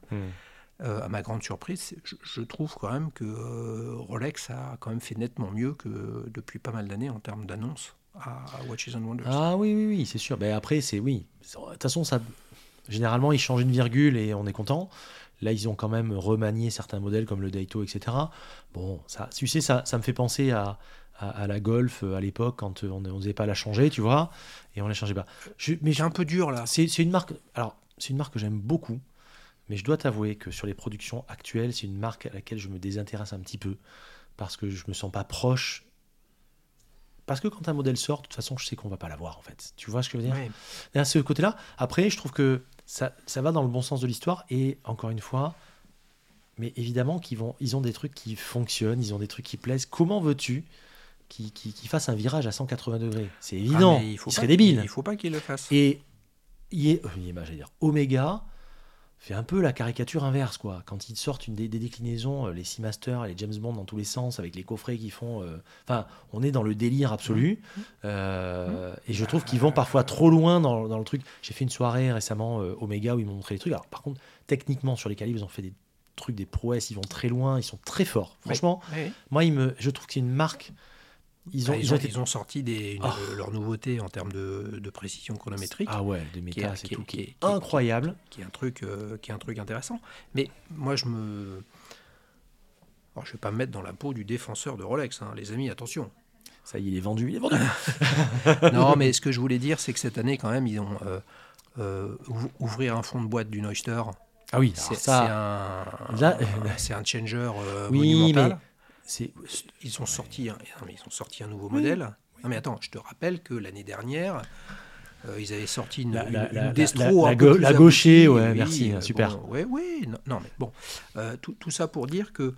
à ma grande surprise, je trouve quand même que Rolex a quand même fait nettement mieux que depuis pas mal d'années en termes d'annonces à Watches and Wonders. Ah oui, c'est sûr. Ben après, oui. De toute façon, généralement, ils changent une virgule et on est content. Là, ils ont quand même remanié certains modèles comme le Daito, etc. Bon, tu sais, ça me fait penser à la Golf à l'époque quand on n'osait pas la changer, tu vois, et on la changeait pas. Mais c'est un peu dur là. C'est une marque. Alors, c'est une marque que j'aime beaucoup, mais je dois t'avouer que sur les productions actuelles, c'est une marque à laquelle je me désintéresse un petit peu parce que je me sens pas proche. Parce que quand un modèle sort, de toute façon, je sais qu'on va pas l'avoir en fait. Tu vois ce que je veux dire ? Oui. Et à ce côté-là, après, je trouve que ça va dans le bon sens de l'histoire et encore une fois, mais évidemment ils ont des trucs qui fonctionnent, ils ont des trucs qui plaisent. Comment veux-tu qu'ils fassent un virage à 180 degrés ? C'est évident, il serait débile. Il faut pas qu'ils le fassent. Et j'allais dire, Omega fait un peu la caricature inverse, quoi. Quand ils sortent des déclinaisons, les Seamaster, les James Bond dans tous les sens, avec les coffrets qu'ils font... on est dans le délire absolu. Et je trouve qu'ils vont parfois trop loin dans le truc. J'ai fait une soirée récemment, Omega, où ils m'ont montré les trucs. Alors, par contre, techniquement, sur les calibres, ils ont fait des trucs, des prouesses, ils vont très loin, ils sont très forts. Franchement, moi, je trouve que c'est une marque... Ils ont sorti leur nouveauté en termes de précision chronométrique. Ah ouais, de méta, c'est tout qui est incroyable. Qui est un truc intéressant. Mais moi, je vais pas me mettre dans la peau du défenseur de Rolex, hein. Les amis, attention. Ça y est, il est vendu, il est vendu. Non, mais ce que je voulais dire, c'est que cette année, quand même, ils ont ouvrir un fond de boîte du Oyster. Ah oui, C'est un changer monumental. Ils ont sorti un nouveau modèle. Non, mais attends, je te rappelle que l'année dernière, ils avaient sorti une Destro la gaucher, ouais, oui, merci, super. Bon, oui, non, mais bon, tout ça pour dire que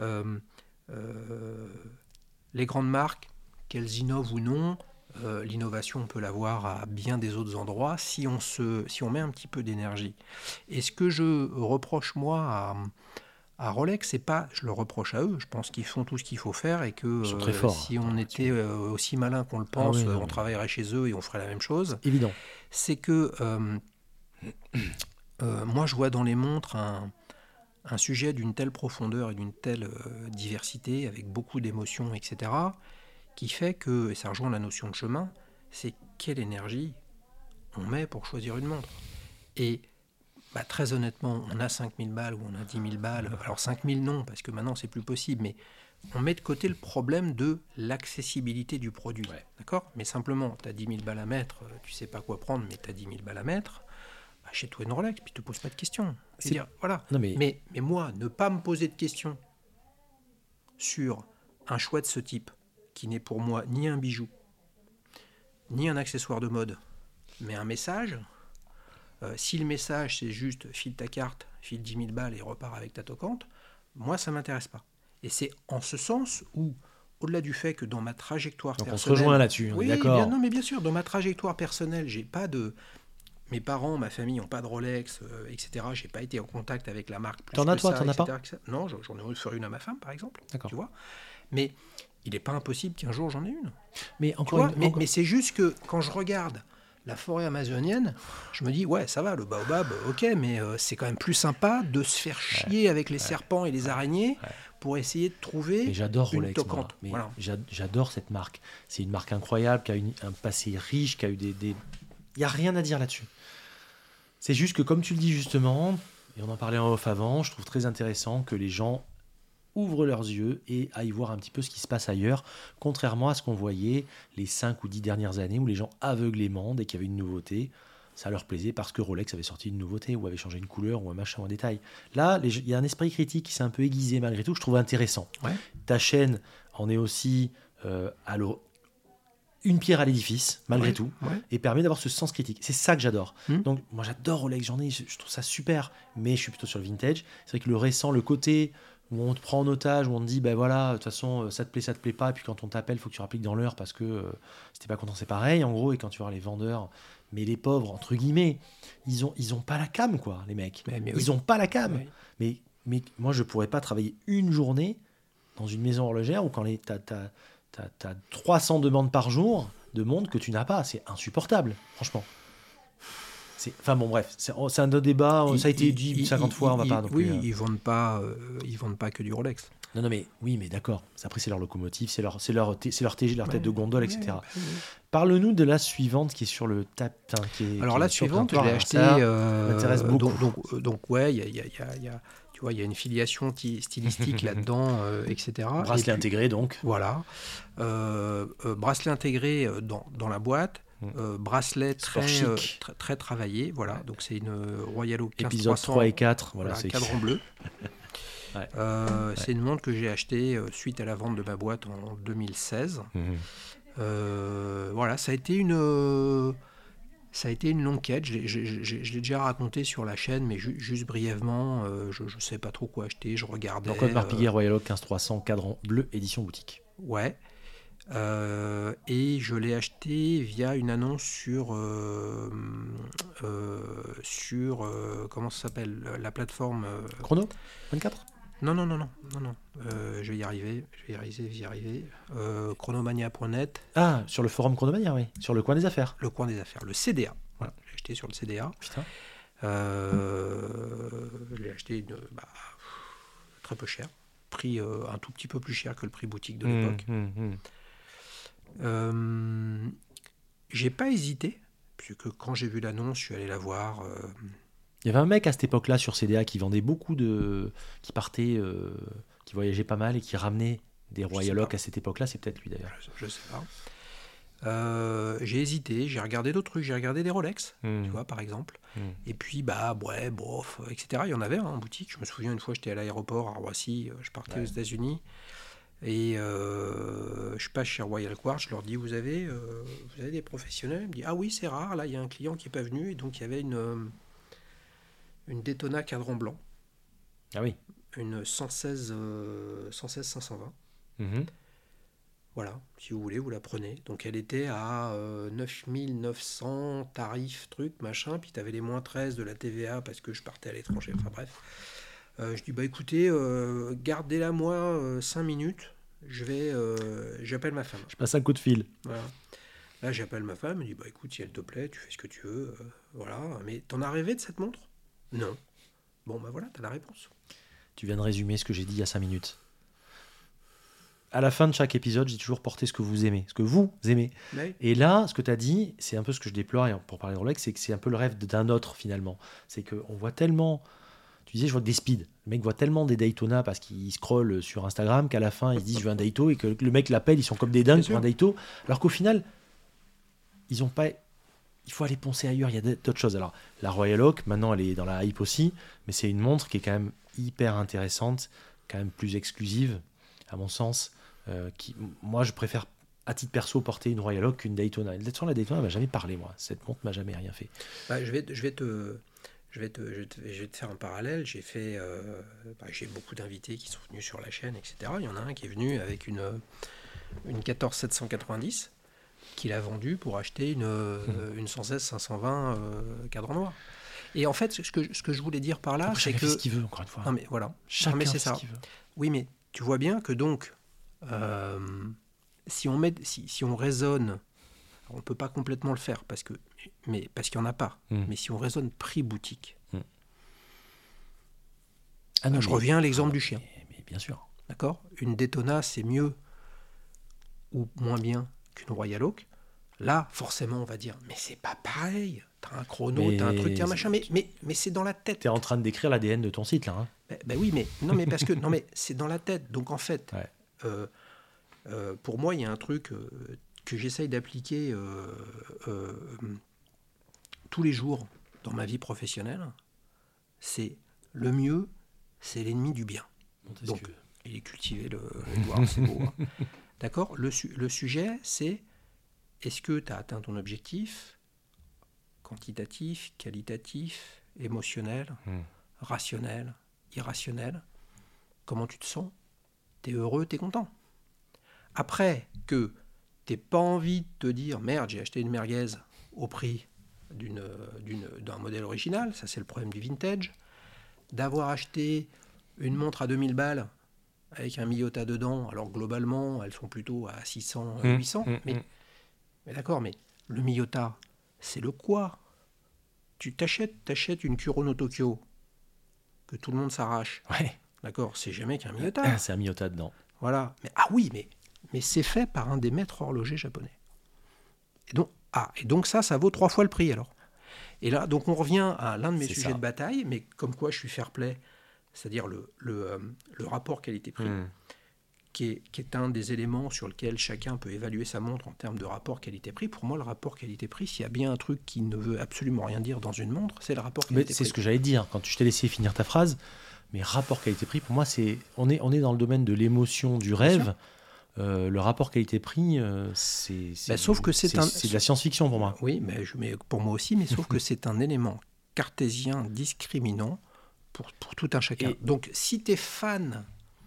les grandes marques, qu'elles innovent ou non, l'innovation, on peut l'avoir à bien des autres endroits si on met un petit peu d'énergie. Et ce que je reproche, moi, à Rolex, c'est pas, je le reproche à eux, je pense qu'ils font tout ce qu'il faut faire et que si on était aussi malin qu'on le pense, on travaillerait chez eux et on ferait la même chose. Évident. C'est que moi, je vois dans les montres un sujet d'une telle profondeur et d'une telle diversité, avec beaucoup d'émotions, etc., qui fait que, et ça rejoint la notion de chemin, c'est quelle énergie on met pour choisir une montre. Et très honnêtement, on a 5 000 balles ou on a 10 000 balles. Alors 5 000 non, parce que maintenant c'est plus possible, mais on met de côté le problème de l'accessibilité du produit. Ouais. D'accord ? Mais simplement, tu as 10 000 balles à mettre, tu sais pas quoi prendre, mais tu as 10 000 balles à mettre, achète-toi une Rolex, puis tu te poses pas de questions. C'est-à-dire, voilà. Non, mais moi, ne pas me poser de questions sur un choix de ce type, qui n'est pour moi ni un bijou, ni un accessoire de mode, mais un message. Si le message, c'est juste file ta carte, file 10 000 balles et repars avec ta toquante, moi, ça ne m'intéresse pas. Et c'est en ce sens où, au-delà du fait que dans ma trajectoire personnelle... On se rejoint là-dessus, on est d'accord. Non, mais bien sûr, dans ma trajectoire personnelle, j'ai pas de... Mes parents, ma famille n'ont pas de Rolex, etc. Je n'ai pas été en contact avec la marque plus t'en as, toi, t'en as pas ? Non, j'en ai offert une à ma femme, par exemple. D'accord. Tu vois ? Mais il n'est pas impossible qu'un jour j'en ai une. Mais mais c'est juste que quand je regarde la forêt amazonienne, je me dis, ouais, ça va, le baobab, ok, mais c'est quand même plus sympa de se faire chier avec les serpents et les araignées pour essayer de trouver une toquante. Mais j'adore cette marque. C'est une marque incroyable, qui a un passé riche, qui a eu des... Il n'y a rien à dire là-dessus. C'est juste que, comme tu le dis justement, et on en parlait en off avant, je trouve très intéressant que les gens ouvrent leurs yeux et aillent voir un petit peu ce qui se passe ailleurs, contrairement à ce qu'on voyait les 5 ou 10 dernières années où les gens aveuglément, dès qu'il y avait une nouveauté, ça leur plaisait parce que Rolex avait sorti une nouveauté ou avait changé une couleur ou un machin ou un détail. Là, il y a un esprit critique qui s'est un peu aiguisé malgré tout, que je trouve intéressant. Ouais. Ta chaîne en est aussi une pierre à l'édifice, malgré tout, et permet d'avoir ce sens critique. C'est ça que j'adore. Donc, moi, j'adore Rolex, je trouve ça super, mais je suis plutôt sur le vintage. C'est vrai que le récent, le côté où on te prend en otage, où on te dit, ben voilà, de toute façon, ça te plaît pas, et puis quand on t'appelle, il faut que tu rappliques dans l'heure parce que si t'es pas content, c'est pareil, en gros, et quand tu vois les vendeurs, mais les pauvres, entre guillemets, ils ont pas la cam, quoi, les mecs. Ils ont pas la cam. Mais moi, je pourrais pas travailler une journée dans une maison horlogère où quand t'as 300 demandes par jour de montres que tu n'as pas. C'est insupportable, franchement. Enfin bon, bref, c'est un autre débat. Ça a été dit 50 fois, on va pas... Donc, ils vendent pas que du Rolex. Non, mais oui, mais d'accord. Après, c'est leur locomotive, c'est leur TG, leur tête de gondole, etc. Parle-nous de la suivante qui est sur le tap. Alors la suivante, je l'ai achetée... m'intéresse beaucoup. Donc ouais, il y a une filiation stylistique là-dedans, etc. Bracelet intégré, donc. Voilà. Bracelet intégré dans la boîte. Bracelet très travaillé. Voilà. Donc c'est une Royalo 15300. Épisode 3 et 4. Voilà, c'est cadran bleu. C'est une montre que j'ai achetée suite à la vente de ma boîte en 2016. Voilà, ça a été une longue quête. Je l'ai déjà raconté sur la chaîne, mais juste brièvement, je ne sais pas trop quoi acheter. Je regardais. Donc, code Marpiguet Royalo 15300, cadran bleu, édition boutique. Ouais. Et je l'ai acheté via une annonce sur comment ça s'appelle, la plateforme Chrono 24. Non. Je vais y arriver. Chronomania.net. Ah, sur le forum Chronomania, oui. Sur le coin des affaires. Le coin des affaires, le CDA. Voilà, j'ai acheté sur le CDA. Putain. Je l'ai acheté très peu cher. Prix un tout petit peu plus cher que le prix boutique de l'époque. J'ai pas hésité, puisque quand j'ai vu l'annonce, je suis allé la voir. Il y avait un mec à cette époque-là sur CDA qui vendait beaucoup qui partait, qui voyageait pas mal et qui ramenait des Royal Oak à cette époque-là, c'est peut-être lui d'ailleurs. Je sais pas. J'ai hésité, j'ai regardé d'autres trucs, j'ai regardé des Rolex, tu vois, par exemple. Et puis, ouais, bof, etc. Il y en avait en boutique. Je me souviens, une fois, j'étais à l'aéroport à Roissy, je partais aux États-Unis. Et je passe chez Royal Quartz, je leur dis, vous avez des professionnels? Ils me disent, ah oui, c'est rare, là, il y a un client qui n'est pas venu. Et donc, il y avait une Daytona cadran blanc. Ah oui. Une 116 520. Voilà, si vous voulez, vous la prenez. Donc elle était à 9900 tarifs, truc, machin. Puis tu avais les moins 13 de la TVA parce que je partais à l'étranger. Enfin bref. Je dis, écoutez, gardez-la moi 5 minutes. J'appelle ma femme. Je passe un coup de fil. Voilà. Là, j'appelle ma femme. Elle me dit, écoute, si elle te plaît, tu fais ce que tu veux. Voilà. Mais t'en as rêvé de cette montre? Non. Bon, voilà, t'as la réponse. Tu viens de résumer ce que j'ai dit il y a 5 minutes. À la fin de chaque épisode, j'ai toujours porté ce que vous aimez, ce que vous aimez. Oui. Et là, ce que tu as dit, c'est un peu ce que je déplore, et pour parler de Rolex, c'est que c'est un peu le rêve d'un autre finalement. C'est qu'on voit tellement, tu disais, je vois que des speeds. Le mec voit tellement des Daytona parce qu'il scrolle sur Instagram qu'à la fin, il se dit, je veux un Dayto, et que le mec l'appelle, ils sont comme des dingues pour un Dayto. Alors qu'au final, ils ont pas... Il faut aller poncer ailleurs, il y a d'autres choses. Alors, la Royal Oak, maintenant, elle est dans la hype aussi, mais c'est une montre qui est quand même hyper intéressante, quand même plus exclusive, à mon sens. Moi, je préfère, à titre perso, porter une Royal Oak qu'une Daytona. Sur la Daytona, elle m'a jamais parlé, moi. Cette montre m'a jamais rien fait. Je vais te faire un parallèle. J'ai beaucoup d'invités qui sont venus sur la chaîne, etc. Il y en a un qui est venu avec une 14790 qu'il a vendue pour acheter une 116 520 cadran noir. Et en fait, ce que je voulais dire par là, c'est que... Chacun fait ce qu'il veut, encore une fois. Non, mais voilà. Chacun fait ce qu'il veut. Oui, mais tu vois bien que donc... si on raisonne, on ne peut pas complètement le faire parce qu'il n'y en a pas, mais si on raisonne prix boutique, je reviens à l'exemple du chien. Mais bien sûr. D'accord ? Une Daytona, c'est mieux ou moins bien qu'une Royal Oak. Là, forcément, on va dire, mais c'est pas pareil. T'as un chrono, t'as un truc, t'as un machin, mais c'est dans la tête. T'es en train de décrire l'ADN de ton site, là. Hein. Oui, mais c'est dans la tête. Donc en fait... Ouais. Pour moi, il y a un truc que j'essaye d'appliquer tous les jours dans ma vie professionnelle. C'est le mieux, c'est l'ennemi du bien. Donc, il est cultivé, Edouard, c'est beau. Hein. D'accord ? Le sujet, c'est est-ce que tu as atteint ton objectif quantitatif, qualitatif, émotionnel, rationnel, irrationnel ? Comment tu te sens ? T'es heureux, t'es content. Après que t'aies pas envie de te dire merde, j'ai acheté une merguez au prix d'un modèle original, ça c'est le problème du vintage, d'avoir acheté une montre à 2000 balles avec un Miyota dedans, alors globalement elles sont plutôt à 600, 800, mais d'accord, mais le Miyota, c'est le quoi ? Tu t'achètes une Kurono Tokyo que tout le monde s'arrache. Ouais. D'accord, c'est jamais qu'un Miyota. C'est un Miyota dedans. Voilà. Mais c'est fait par un des maîtres horlogers japonais. Et donc ça vaut 3 fois le prix alors. Et là, donc on revient à l'un de mes sujets de bataille, mais comme quoi je suis fair play, c'est-à-dire le rapport qualité-prix, qui est un des éléments sur lequel chacun peut évaluer sa montre en termes de rapport qualité-prix. Pour moi, le rapport qualité-prix, s'il y a bien un truc qui ne veut absolument rien dire dans une montre, c'est le rapport qualité-prix. C'est ce que j'allais dire quand je t'ai laissé finir ta phrase. Mais rapport qualité-prix, pour moi, on est dans le domaine de l'émotion, du rêve. Le rapport qualité-prix, c'est de la science-fiction pour moi. Oui, mais pour moi aussi, mais sauf que c'est un élément cartésien discriminant pour tout un chacun. Et donc, si tu es fan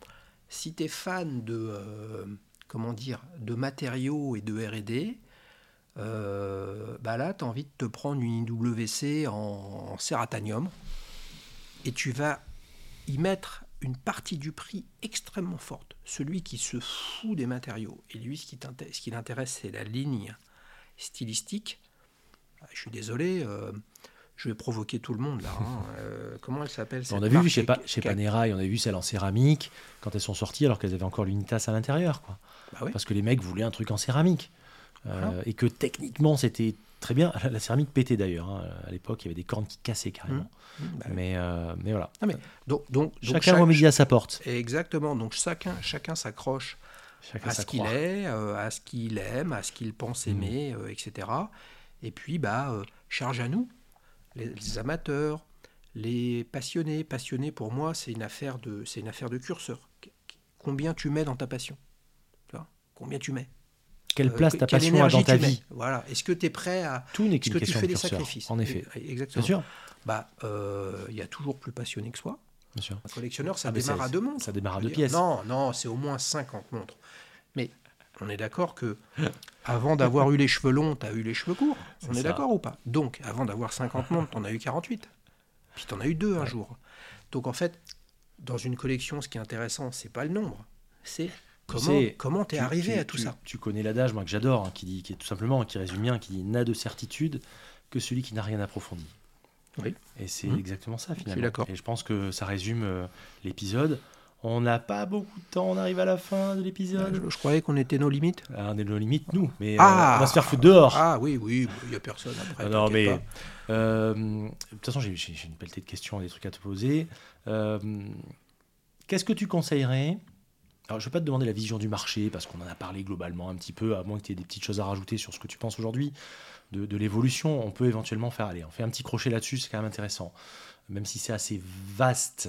de matériaux et de R&D, là, tu as envie de te prendre une IWC en cératanium et tu vas y mettre une partie du prix extrêmement forte. Celui qui se fout des matériaux, et lui, ce qui l'intéresse, c'est la ligne stylistique. Je suis désolé, je vais provoquer tout le monde, là. Comment elle s'appelle ? On a vu chez Panerai, on a vu celle en céramique, quand elles sont sorties, alors qu'elles avaient encore l'Unitas à l'intérieur. Quoi. Oui. Parce que les mecs voulaient un truc en céramique. Et que techniquement, c'était très bien. La céramique pétait d'ailleurs. À l'époque, il y avait des cornes qui cassaient carrément. Mais voilà. Donc chacun remédie à sa porte. Exactement. Donc chacun s'accroche Chacun à sa ce qu'il croix. est, à ce qu'il aime, à ce qu'il pense aimer, etc. Et puis, charge à nous, les amateurs, les passionnés. Passionnés, pour moi, c'est une affaire de curseur. Combien tu mets dans ta passion? Tu vois, combien tu mets? Quelle place ta Quelle passion a dans énergie ta tu mets? vie? Voilà. Est-ce que tu es prêt à... Tout n'est Est-ce qu'une que tu question fais de des curseur, sacrifices? en effet. Exactement. Bien sûr. Il y a toujours plus passionné que soi. Bien sûr. Un collectionneur, ça Ah, mais démarre à 2 montres. ça démarre à Je veux 2 dire. pièces. Non, c'est au moins 50 montres. Mais on est d'accord que avant d'avoir eu les cheveux longs, tu as eu les cheveux courts. On est ça. d'accord ou pas? Donc, avant d'avoir 50 montres, tu en as eu 48. Puis tu en as eu 2 un jour. Donc, en fait, dans une collection, ce qui est intéressant, c'est pas le nombre. C'est comment tu es arrivé à tout ça. Tu connais l'adage, moi, que j'adore, hein, qui est tout simplement, qui résume bien, qui dit « n'a de certitude que celui qui n'a rien approfondi ». Oui. Et c'est exactement ça, finalement. Je suis d'accord. Et je pense que ça résume l'épisode. On n'a pas beaucoup de temps, on arrive à la fin de l'épisode. Je croyais qu'on était nos limites. On est nos limites, nous, mais on va se faire foutre dehors. Ah oui, il n'y a personne après. Non, mais pas. de toute façon, j'ai une pelletée de questions, des trucs à te poser. Qu'est-ce que tu conseillerais? Alors, je ne vais pas te demander la vision du marché, parce qu'on en a parlé globalement un petit peu, à moins que tu aies des petites choses à rajouter sur ce que tu penses aujourd'hui, de l'évolution. On peut éventuellement faire, allez, on fait un petit crochet là-dessus, c'est quand même intéressant, même si c'est assez vaste.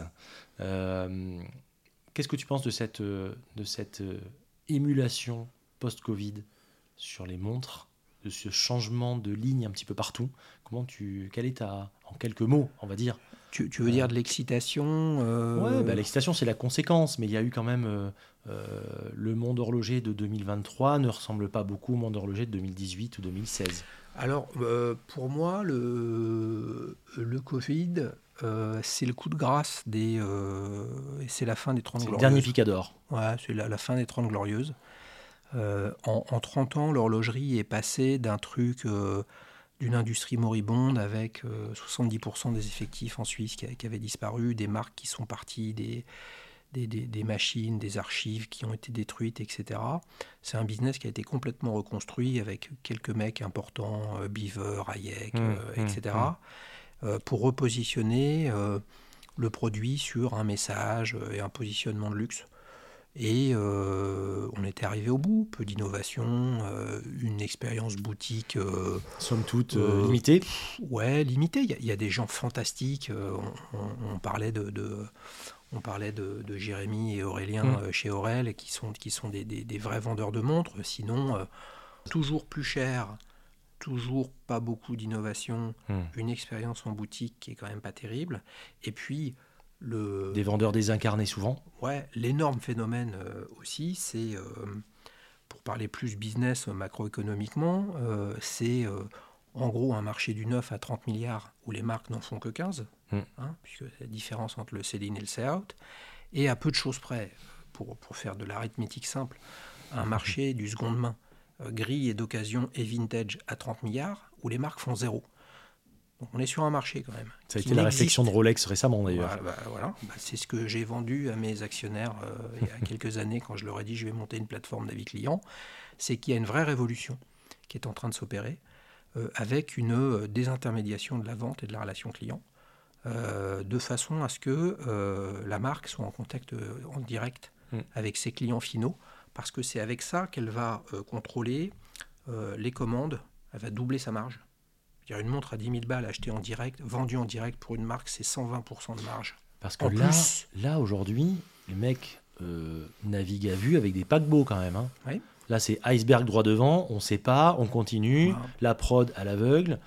Qu'est-ce que tu penses de cette émulation post-Covid sur les montres, de ce changement de ligne un petit peu partout? Quelle est en quelques mots, on va dire? Tu veux dire de l'excitation Ouais, l'excitation, c'est la conséquence, mais il y a eu quand même le monde horloger de 2023 ne ressemble pas beaucoup au monde horloger de 2018 ou 2016. Alors, pour moi, le Covid, c'est le coup de grâce et c'est la fin des 30 C'est le glorieuses. dernier picador. Ouais, c'est la fin des 30 glorieuses. En 30 ans, l'horlogerie est passée d'un truc, d'une industrie moribonde avec 70% des effectifs en Suisse qui avaient disparu, des marques qui sont parties, des machines, des archives qui ont été détruites, etc. C'est un business qui a été complètement reconstruit avec quelques mecs importants, Beaver, Hayek, etc. Pour repositionner le produit sur un message et un positionnement de luxe. Et on était arrivé au bout, peu d'innovation, une expérience boutique... somme toute limitée. Ouais, limitée. Il y a des gens fantastiques. On parlait on parlait de Jérémy et Aurélien chez Aurel, qui sont des vrais vendeurs de montres. Sinon, toujours plus cher, toujours pas beaucoup d'innovation, une expérience en boutique qui est quand même pas terrible. Et puis... Des vendeurs désincarnés souvent. Ouais, l'énorme phénomène aussi, c'est, pour parler plus business macroéconomiquement, c'est en gros un marché du neuf à 30 milliards où les marques n'en font que 15, puisque c'est la différence entre le sell-in et le sell-out, et à peu de choses près, pour faire de l'arithmétique simple, un marché du seconde main, gris et d'occasion et vintage à 30 milliards où les marques font zéro. Donc on est sur un marché quand même. Ça a été la réflexion de Rolex récemment d'ailleurs. Voilà. C'est ce que j'ai vendu à mes actionnaires il y a quelques années quand je leur ai dit je vais monter une plateforme d'avis client. C'est qu'il y a une vraie révolution qui est en train de s'opérer avec une désintermédiation de la vente et de la relation client de façon à ce que la marque soit en contact en direct avec ses clients finaux parce que c'est avec ça qu'elle va contrôler les commandes, elle va doubler sa marge. Une montre à 10 000 balles achetée en direct, vendue en direct pour une marque, c'est 120% de marge. Parce que là aujourd'hui, les mecs naviguent à vue avec des paquebots quand même. Hein. Oui. Là, c'est iceberg droit devant, on ne sait pas, on continue, la prod à l'aveugle.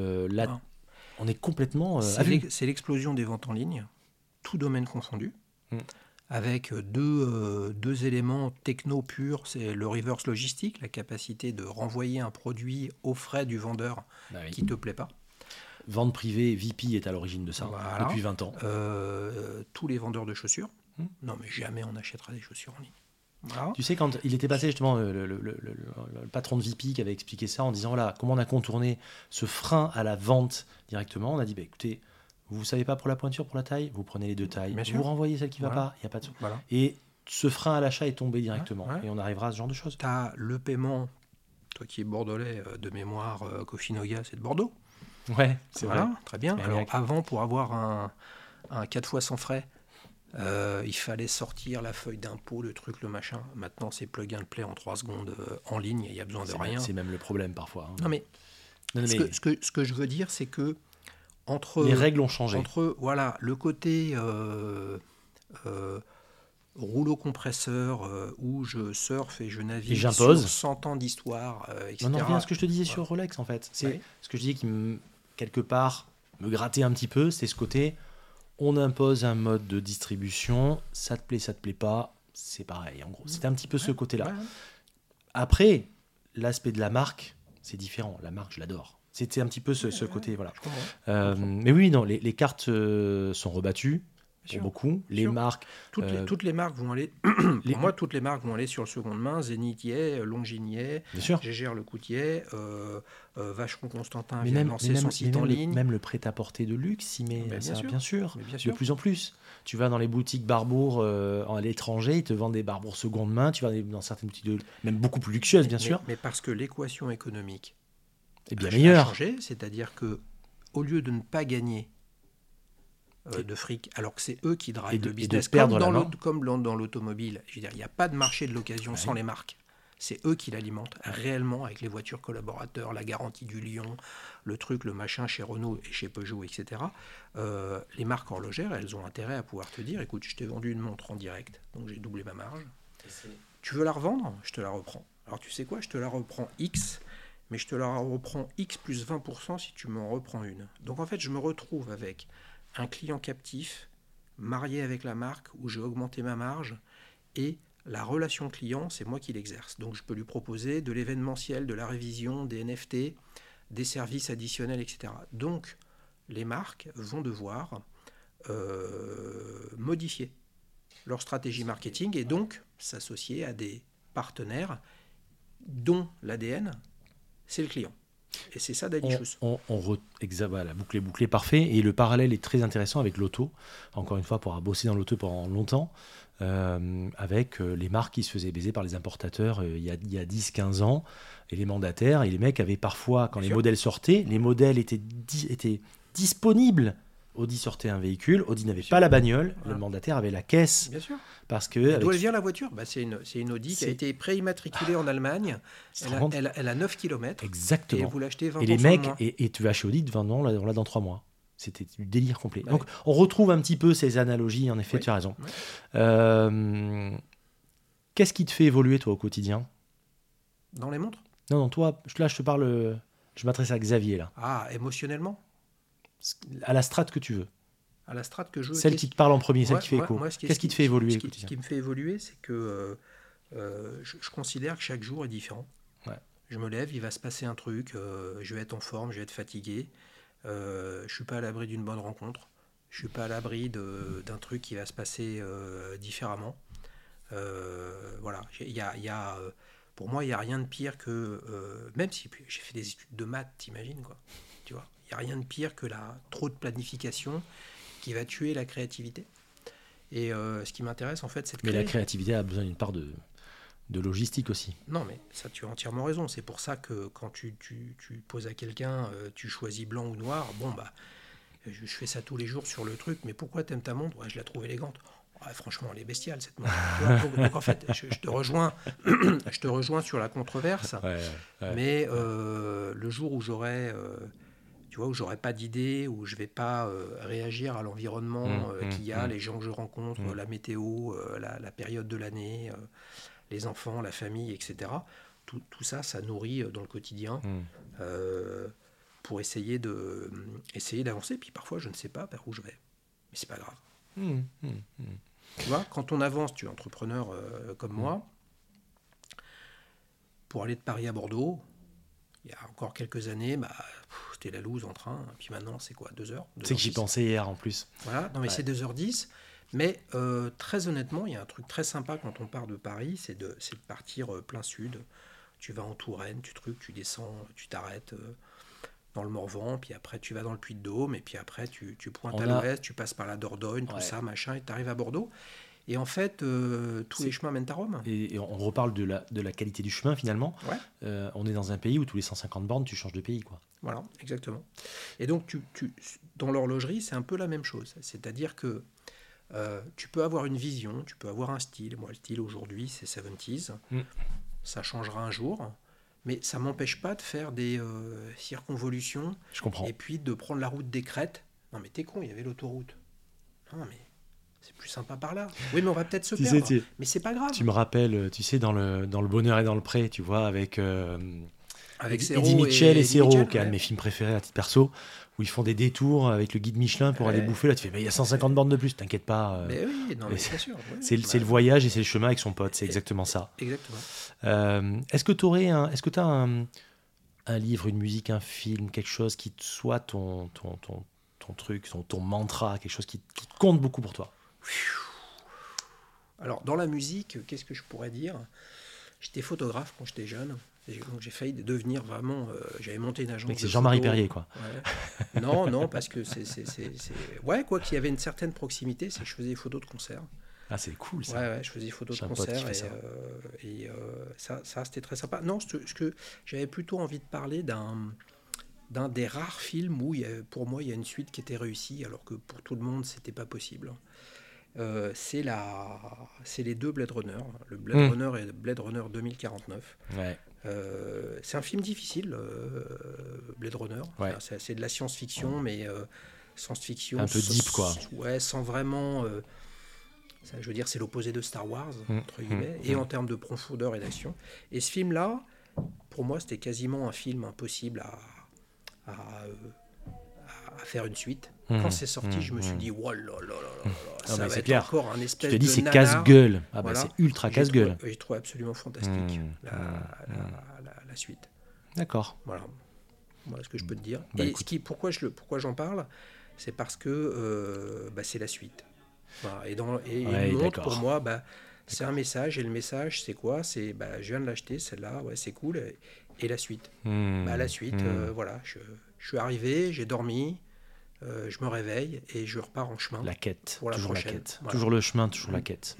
On est complètement à vue. C'est l'explosion des ventes en ligne, tout domaine confondu, avec deux éléments techno purs. C'est le reverse logistique, la capacité de renvoyer un produit aux frais du vendeur qui ne te plaît pas. Vente privée, VP est à l'origine de ça, depuis 20 ans. Tous les vendeurs de chaussures. Non, mais jamais on achètera des chaussures en ligne. Voilà. Tu sais, quand il était passé justement le patron de VP qui avait expliqué ça en disant voilà, comment on a contourné ce frein à la vente directement, on a dit écoutez, vous ne savez pas pour la pointure, pour la taille, vous prenez les deux tailles, vous renvoyez celle qui ne va pas, il n'y a pas de... Voilà. Et ce frein à l'achat est tombé directement, et on arrivera à ce genre de choses. Tu as le paiement, toi qui es bordelais de mémoire, Cofinoga, c'est de Bordeaux. Ouais, c'est vrai. Très bien. Alors avant, pour avoir un 4 fois sans frais, Il fallait sortir la feuille d'impôt, le truc, le machin. Maintenant, c'est plug and play en 3 secondes en ligne, il n'y a besoin de rien. C'est même le problème parfois. Non, mais, ce que je veux dire, c'est que les règles ont changé. Entre le côté rouleau compresseur où je surfe et je navigue sur 100 ans d'histoire, etc. On en revient à ce que je te disais sur Rolex, en fait. C'est ce que je disais qui, quelque part, me grattait un petit peu, c'est ce côté, on impose un mode de distribution, ça te plaît pas, c'est pareil. En gros, c'était un petit peu ce côté-là. Ouais. Après, l'aspect de la marque, c'est différent. La marque, je l'adore. C'était un petit peu ce côté, voilà. Mais oui, non, les cartes sont rebattues. Pour beaucoup, les marques... Toutes les marques vont aller... Pour moi, toutes les marques vont aller sur le seconde main. Zénith y est, Longines y est, Gégère Lecoultre y est, Vacheron Constantin vient de lancer son site en ligne. Même le prêt-à-porter de luxe, bien sûr. De plus en plus. Tu vas dans les boutiques Barbour à l'étranger, ils te vendent des Barbour seconde main, tu vas dans certaines boutiques même beaucoup plus luxueuses, bien sûr. Mais parce que l'équation économique est bien meilleure. A changé, c'est-à-dire qu'au lieu de ne pas gagner de fric, alors que c'est eux qui drivent le business, comme dans l'automobile. Je veux dire, il n'y a pas de marché de l'occasion sans les marques. C'est eux qui l'alimentent réellement avec les voitures collaborateurs, la garantie du Lion, le truc, le machin chez Renault et chez Peugeot, etc. Les marques horlogères, elles ont intérêt à pouvoir te dire, écoute, je t'ai vendu une montre en direct, donc j'ai doublé ma marge. Tu veux la revendre ? Je te la reprends. Alors tu sais quoi ? Je te la reprends X, mais je te la reprends X plus 20% si tu m'en reprends une. Donc en fait, je me retrouve avec un client captif, marié avec la marque, où j'ai augmenté ma marge, et la relation client, c'est moi qui l'exerce. Donc je peux lui proposer de l'événementiel, de la révision, des NFT, des services additionnels, etc. Donc les marques vont devoir modifier leur stratégie marketing et donc s'associer à des partenaires dont l'ADN, c'est le client. Et c'est ça Daily-Shoes. La boucle est bouclée, parfait. Et le parallèle est très intéressant avec l'auto. Encore une fois, pour avoir bossé dans l'auto pendant longtemps, avec les marques qui se faisaient baiser par les importateurs il y a 10-15 ans, et les mandataires. Et les mecs avaient parfois, quand les modèles sortaient, les modèles étaient disponibles. Audi sortait un véhicule, Audi n'avait pas la bagnole, le mandataire avait la caisse. Bien sûr. Parce que d'où elle vient la voiture ? C'est une Audi qui a été préimmatriculée en Allemagne. Elle a 9 km. Exactement. Et vous l'achetez 20% et les mecs, moins. Et tu vas chez Audi, on l'a dans 3 mois. C'était du délire complet. Donc on retrouve un petit peu ces analogies, en effet, tu as raison. Qu'est-ce qui te fait évoluer, toi, au quotidien ? Dans les montres ? Non, toi, là, je te parle, je m'adresse à Xavier, là. Ah, émotionnellement ? À la strate que tu veux. À la strate que je veux. Celle qui te parle en premier, celle qui fait écho. Qu'est-ce qui te fait évoluer Ce qui me fait évoluer, c'est que je considère que chaque jour est différent. Ouais. Je me lève, il va se passer un truc, je vais être en forme, je vais être fatigué. Je ne suis pas à l'abri d'une bonne rencontre. Je ne suis pas à l'abri d'un truc qui va se passer différemment. Voilà. Pour moi, il n'y a rien de pire que... même si j'ai fait des études de maths, t'imagines, quoi. Tu vois, il n'y a rien de pire que trop de planification qui va tuer la créativité. Et ce qui m'intéresse, en fait, c'est de créer. Mais la créativité a besoin d'une part de logistique aussi. Non, mais ça, tu as entièrement raison. C'est pour ça que quand tu poses à quelqu'un, tu choisis blanc ou noir, je fais ça tous les jours sur le truc, mais pourquoi t'aimes ta montre ? Je la trouve élégante. Franchement, elle est bestiale, cette montre. donc en fait, je te rejoins sur la controverse, mais le jour où j'aurai... où j'aurais pas d'idée, où je vais pas réagir à l'environnement qu'il y a, les gens que je rencontre, la météo, la période de l'année, les enfants, la famille, etc. Tout ça, ça nourrit dans le quotidien pour essayer d'avancer. Puis parfois, je ne sais pas vers où je vais, mais c'est pas grave. Tu vois, quand on avance, tu es entrepreneur comme moi, pour aller de Paris à Bordeaux, il y a encore quelques années, c'était la loose en train. Puis maintenant, c'est quoi, 2 heures ? C'est que j'y pensais hier en plus. Voilà, non mais c'est 2h10. Mais très honnêtement, il y a un truc très sympa quand on part de Paris, c'est de partir plein sud. Tu vas en Touraine, tu descends, tu t'arrêtes dans le Morvan, puis après tu vas dans le Puy-de-Dôme, et puis après tu pointes à l'ouest, tu passes par la Dordogne, tout ça, machin, et tu arrives à Bordeaux. Et en fait, tous les chemins mènent à Rome. Et on reparle de la qualité du chemin, finalement. On est dans un pays où tous les 150 bornes, tu changes de pays, quoi. Voilà, exactement. Et donc, dans l'horlogerie, c'est un peu la même chose. C'est-à-dire que Tu peux avoir une vision, tu peux avoir un style. Moi, le style aujourd'hui, c'est 70s. Ça changera un jour. Mais ça ne m'empêche pas de faire des circonvolutions. Je comprends. Et puis de prendre la route des crêtes. Non, mais t'es con, il y avait l'autoroute. Non, mais c'est plus sympa par là. Oui, mais on va peut-être se perdre. Mais c'est pas grave. Tu me rappelles, tu sais, dans le bonheur et dans le pré, tu vois, avec Eddie Mitchell et Serrault, qui est un de mes films préférés à titre perso, où ils font des détours avec le guide Michelin pour aller bouffer. Là, tu fais, mais il y a 150 bornes de plus, t'inquiète pas. Mais oui, non, mais c'est sûr. Ouais. C'est le voyage et c'est le chemin avec son pote, c'est exactement ça. Exactement. Est-ce que tu as un livre, une musique, un film, quelque chose qui soit ton truc, ton mantra, quelque chose qui compte beaucoup pour toi? Alors, dans la musique, qu'est-ce que je pourrais dire? J'étais photographe quand j'étais jeune. Et donc j'ai failli devenir vraiment... j'avais monté une agence. Mais c'est Jean-Marie Perrier, quoi. Ouais. Non, parce que c'est... Ouais, quoi qu'il y avait une certaine proximité, c'est que je faisais des photos de concert. Ah, c'est cool, ça. Ouais, je faisais des photos de concert. Et ça, c'était très sympa. Non, ce que j'avais plutôt envie de parler d'un des rares films où, pour moi, il y a une suite qui était réussie, alors que pour tout le monde, c'était pas possible. C'est les deux Blade Runner, le Blade Runner et le Blade Runner 2049. Ouais. C'est un film difficile, Blade Runner. Ouais. Enfin, c'est de la science-fiction, mais science-fiction... Un peu deep, quoi. Ouais, sans vraiment... ça, je veux dire, c'est l'opposé de Star Wars, entre guillemets, et en termes de profondeur et d'action. Et ce film-là, pour moi, c'était quasiment un film impossible à faire une suite. Quand c'est sorti, je me suis dit, oh là là là là, ça va être encore un espèce de je te dis, c'est nanar. Casse-gueule. Ah Voilà. C'est ultra casse-gueule. J'ai trouvé absolument fantastique la suite. D'accord. Voilà ce que je peux te dire. Bah, et pourquoi j'en parle, c'est parce que c'est la suite. Voilà. Et une montre, pour moi, c'est un message. Et le message, c'est quoi? C'est je viens de l'acheter, celle-là, ouais, c'est cool. Et la suite. La suite, voilà. Je suis arrivé, j'ai dormi. Je me réveille et je repars en chemin. La quête, toujours la quête. Voilà. Toujours le chemin, toujours la quête.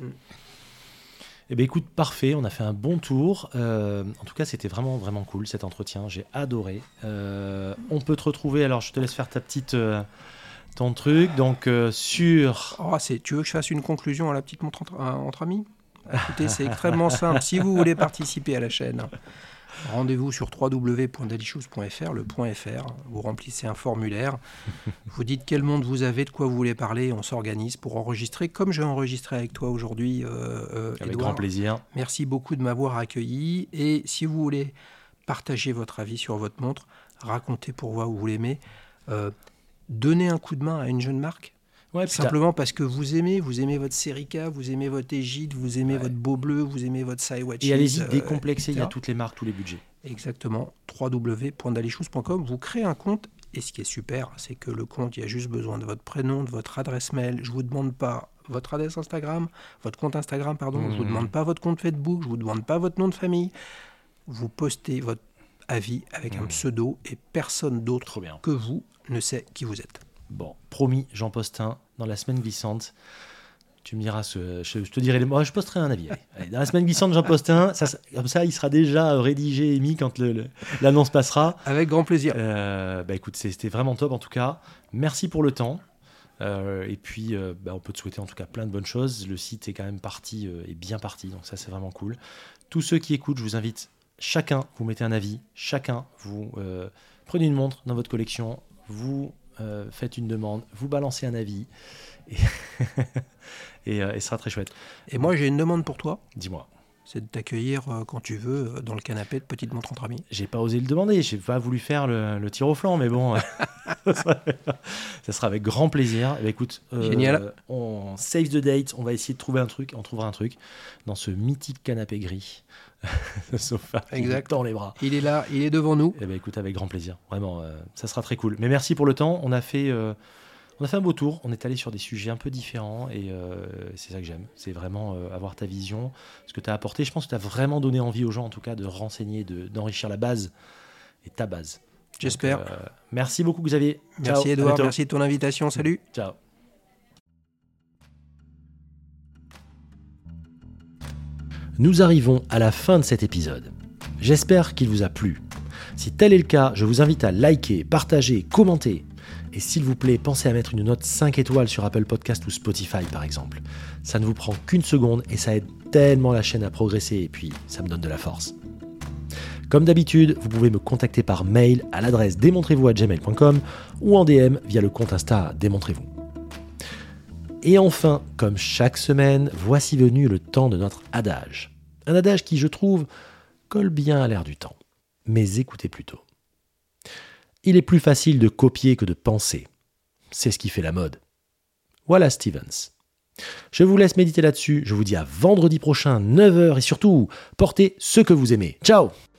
Eh bien écoute, parfait, on a fait un bon tour. En tout cas, c'était vraiment, vraiment cool cet entretien. J'ai adoré. On peut te retrouver, alors je te laisse faire ton truc. Donc sur... tu veux que je fasse une conclusion à la petite montre entre amis? Écoutez, c'est extrêmement simple. Si vous voulez participer à la chaîne, rendez-vous sur www.dailyshoes.fr, le .fr. Vous remplissez un formulaire. Vous dites quel monde vous avez, de quoi vous voulez parler. On s'organise pour enregistrer, comme j'ai enregistré avec toi aujourd'hui, avec Edouard. grand plaisir. Merci beaucoup de m'avoir accueilli. Et si vous voulez partager votre avis sur votre montre, racontez pourquoi vous l'aimez, donnez un coup de main à une jeune marque. Ouais, simplement parce que vous aimez votre Serica, vous aimez votre Égide, vous aimez votre Beau Bleu, vous aimez votre Saiwachi. Et allez-y, décomplexé, il y a toutes les marques, tous les budgets. Exactement, www.dailyshoes.com, vous créez un compte, et ce qui est super, c'est que le compte, il y a juste besoin de votre prénom, de votre adresse mail, je ne vous demande pas votre adresse Instagram, votre compte Instagram, pardon, je ne vous demande pas votre compte Facebook, je ne vous demande pas votre nom de famille, vous postez votre avis avec un pseudo, et personne d'autre que vous ne sait qui vous êtes. Bon, promis, Jean Postin, dans la semaine glissante, tu me diras, je te dirai, moi je posterai un avis. Allez, dans la semaine glissante, Jean Postin, comme ça, il sera déjà rédigé et mis quand l'annonce passera. Avec grand plaisir. Écoute, c'était vraiment top en tout cas. Merci pour le temps. Et puis, on peut te souhaiter en tout cas plein de bonnes choses. Le site est quand même parti, est bien parti, donc ça c'est vraiment cool. Tous ceux qui écoutent, je vous invite, chacun, vous mettez un avis, chacun, vous prenez une montre dans votre collection, vous faites une demande, vous balancez un avis et ce sera très chouette. Et moi j'ai une demande pour toi. Dis-moi. C'est de t'accueillir quand tu veux dans le canapé de Petite Montre entre amis. J'ai pas osé le demander, j'ai pas voulu faire le tir au flanc, mais bon, ça sera avec grand plaisir. Écoute, génial. On save the date, on va essayer de trouver un truc, on trouvera un truc dans ce mythique canapé gris. Le sofa exact. Dans les bras. Il est là, il est devant nous. Et écoute, avec grand plaisir. Vraiment, ça sera très cool. Mais merci pour le temps. On a fait un beau tour. On est allé sur des sujets un peu différents et c'est ça que j'aime. C'est vraiment avoir ta vision, ce que tu as apporté. Je pense que tu as vraiment donné envie aux gens, en tout cas, de renseigner, d'enrichir la base et ta base. J'espère. Donc, merci beaucoup, Xavier. Merci, Edouard. Merci de ton invitation. Salut. Ciao. Nous arrivons à la fin de cet épisode. J'espère qu'il vous a plu. Si tel est le cas, je vous invite à liker, partager, commenter. Et s'il vous plaît, pensez à mettre une note 5 étoiles sur Apple Podcast ou Spotify par exemple. Ça ne vous prend qu'une seconde et ça aide tellement la chaîne à progresser et puis ça me donne de la force. Comme d'habitude, vous pouvez me contacter par mail à l'adresse démontrez-vous@gmail.com ou en DM via le compte Insta Démontrez-vous. Et enfin, comme chaque semaine, voici venu le temps de notre adage. Un adage qui, je trouve, colle bien à l'air du temps. Mais écoutez plutôt. Il est plus facile de copier que de penser. C'est ce qui fait la mode. Wallace Stevens. Je vous laisse méditer là-dessus. Je vous dis à vendredi prochain, 9h. Et surtout, portez ce que vous aimez. Ciao!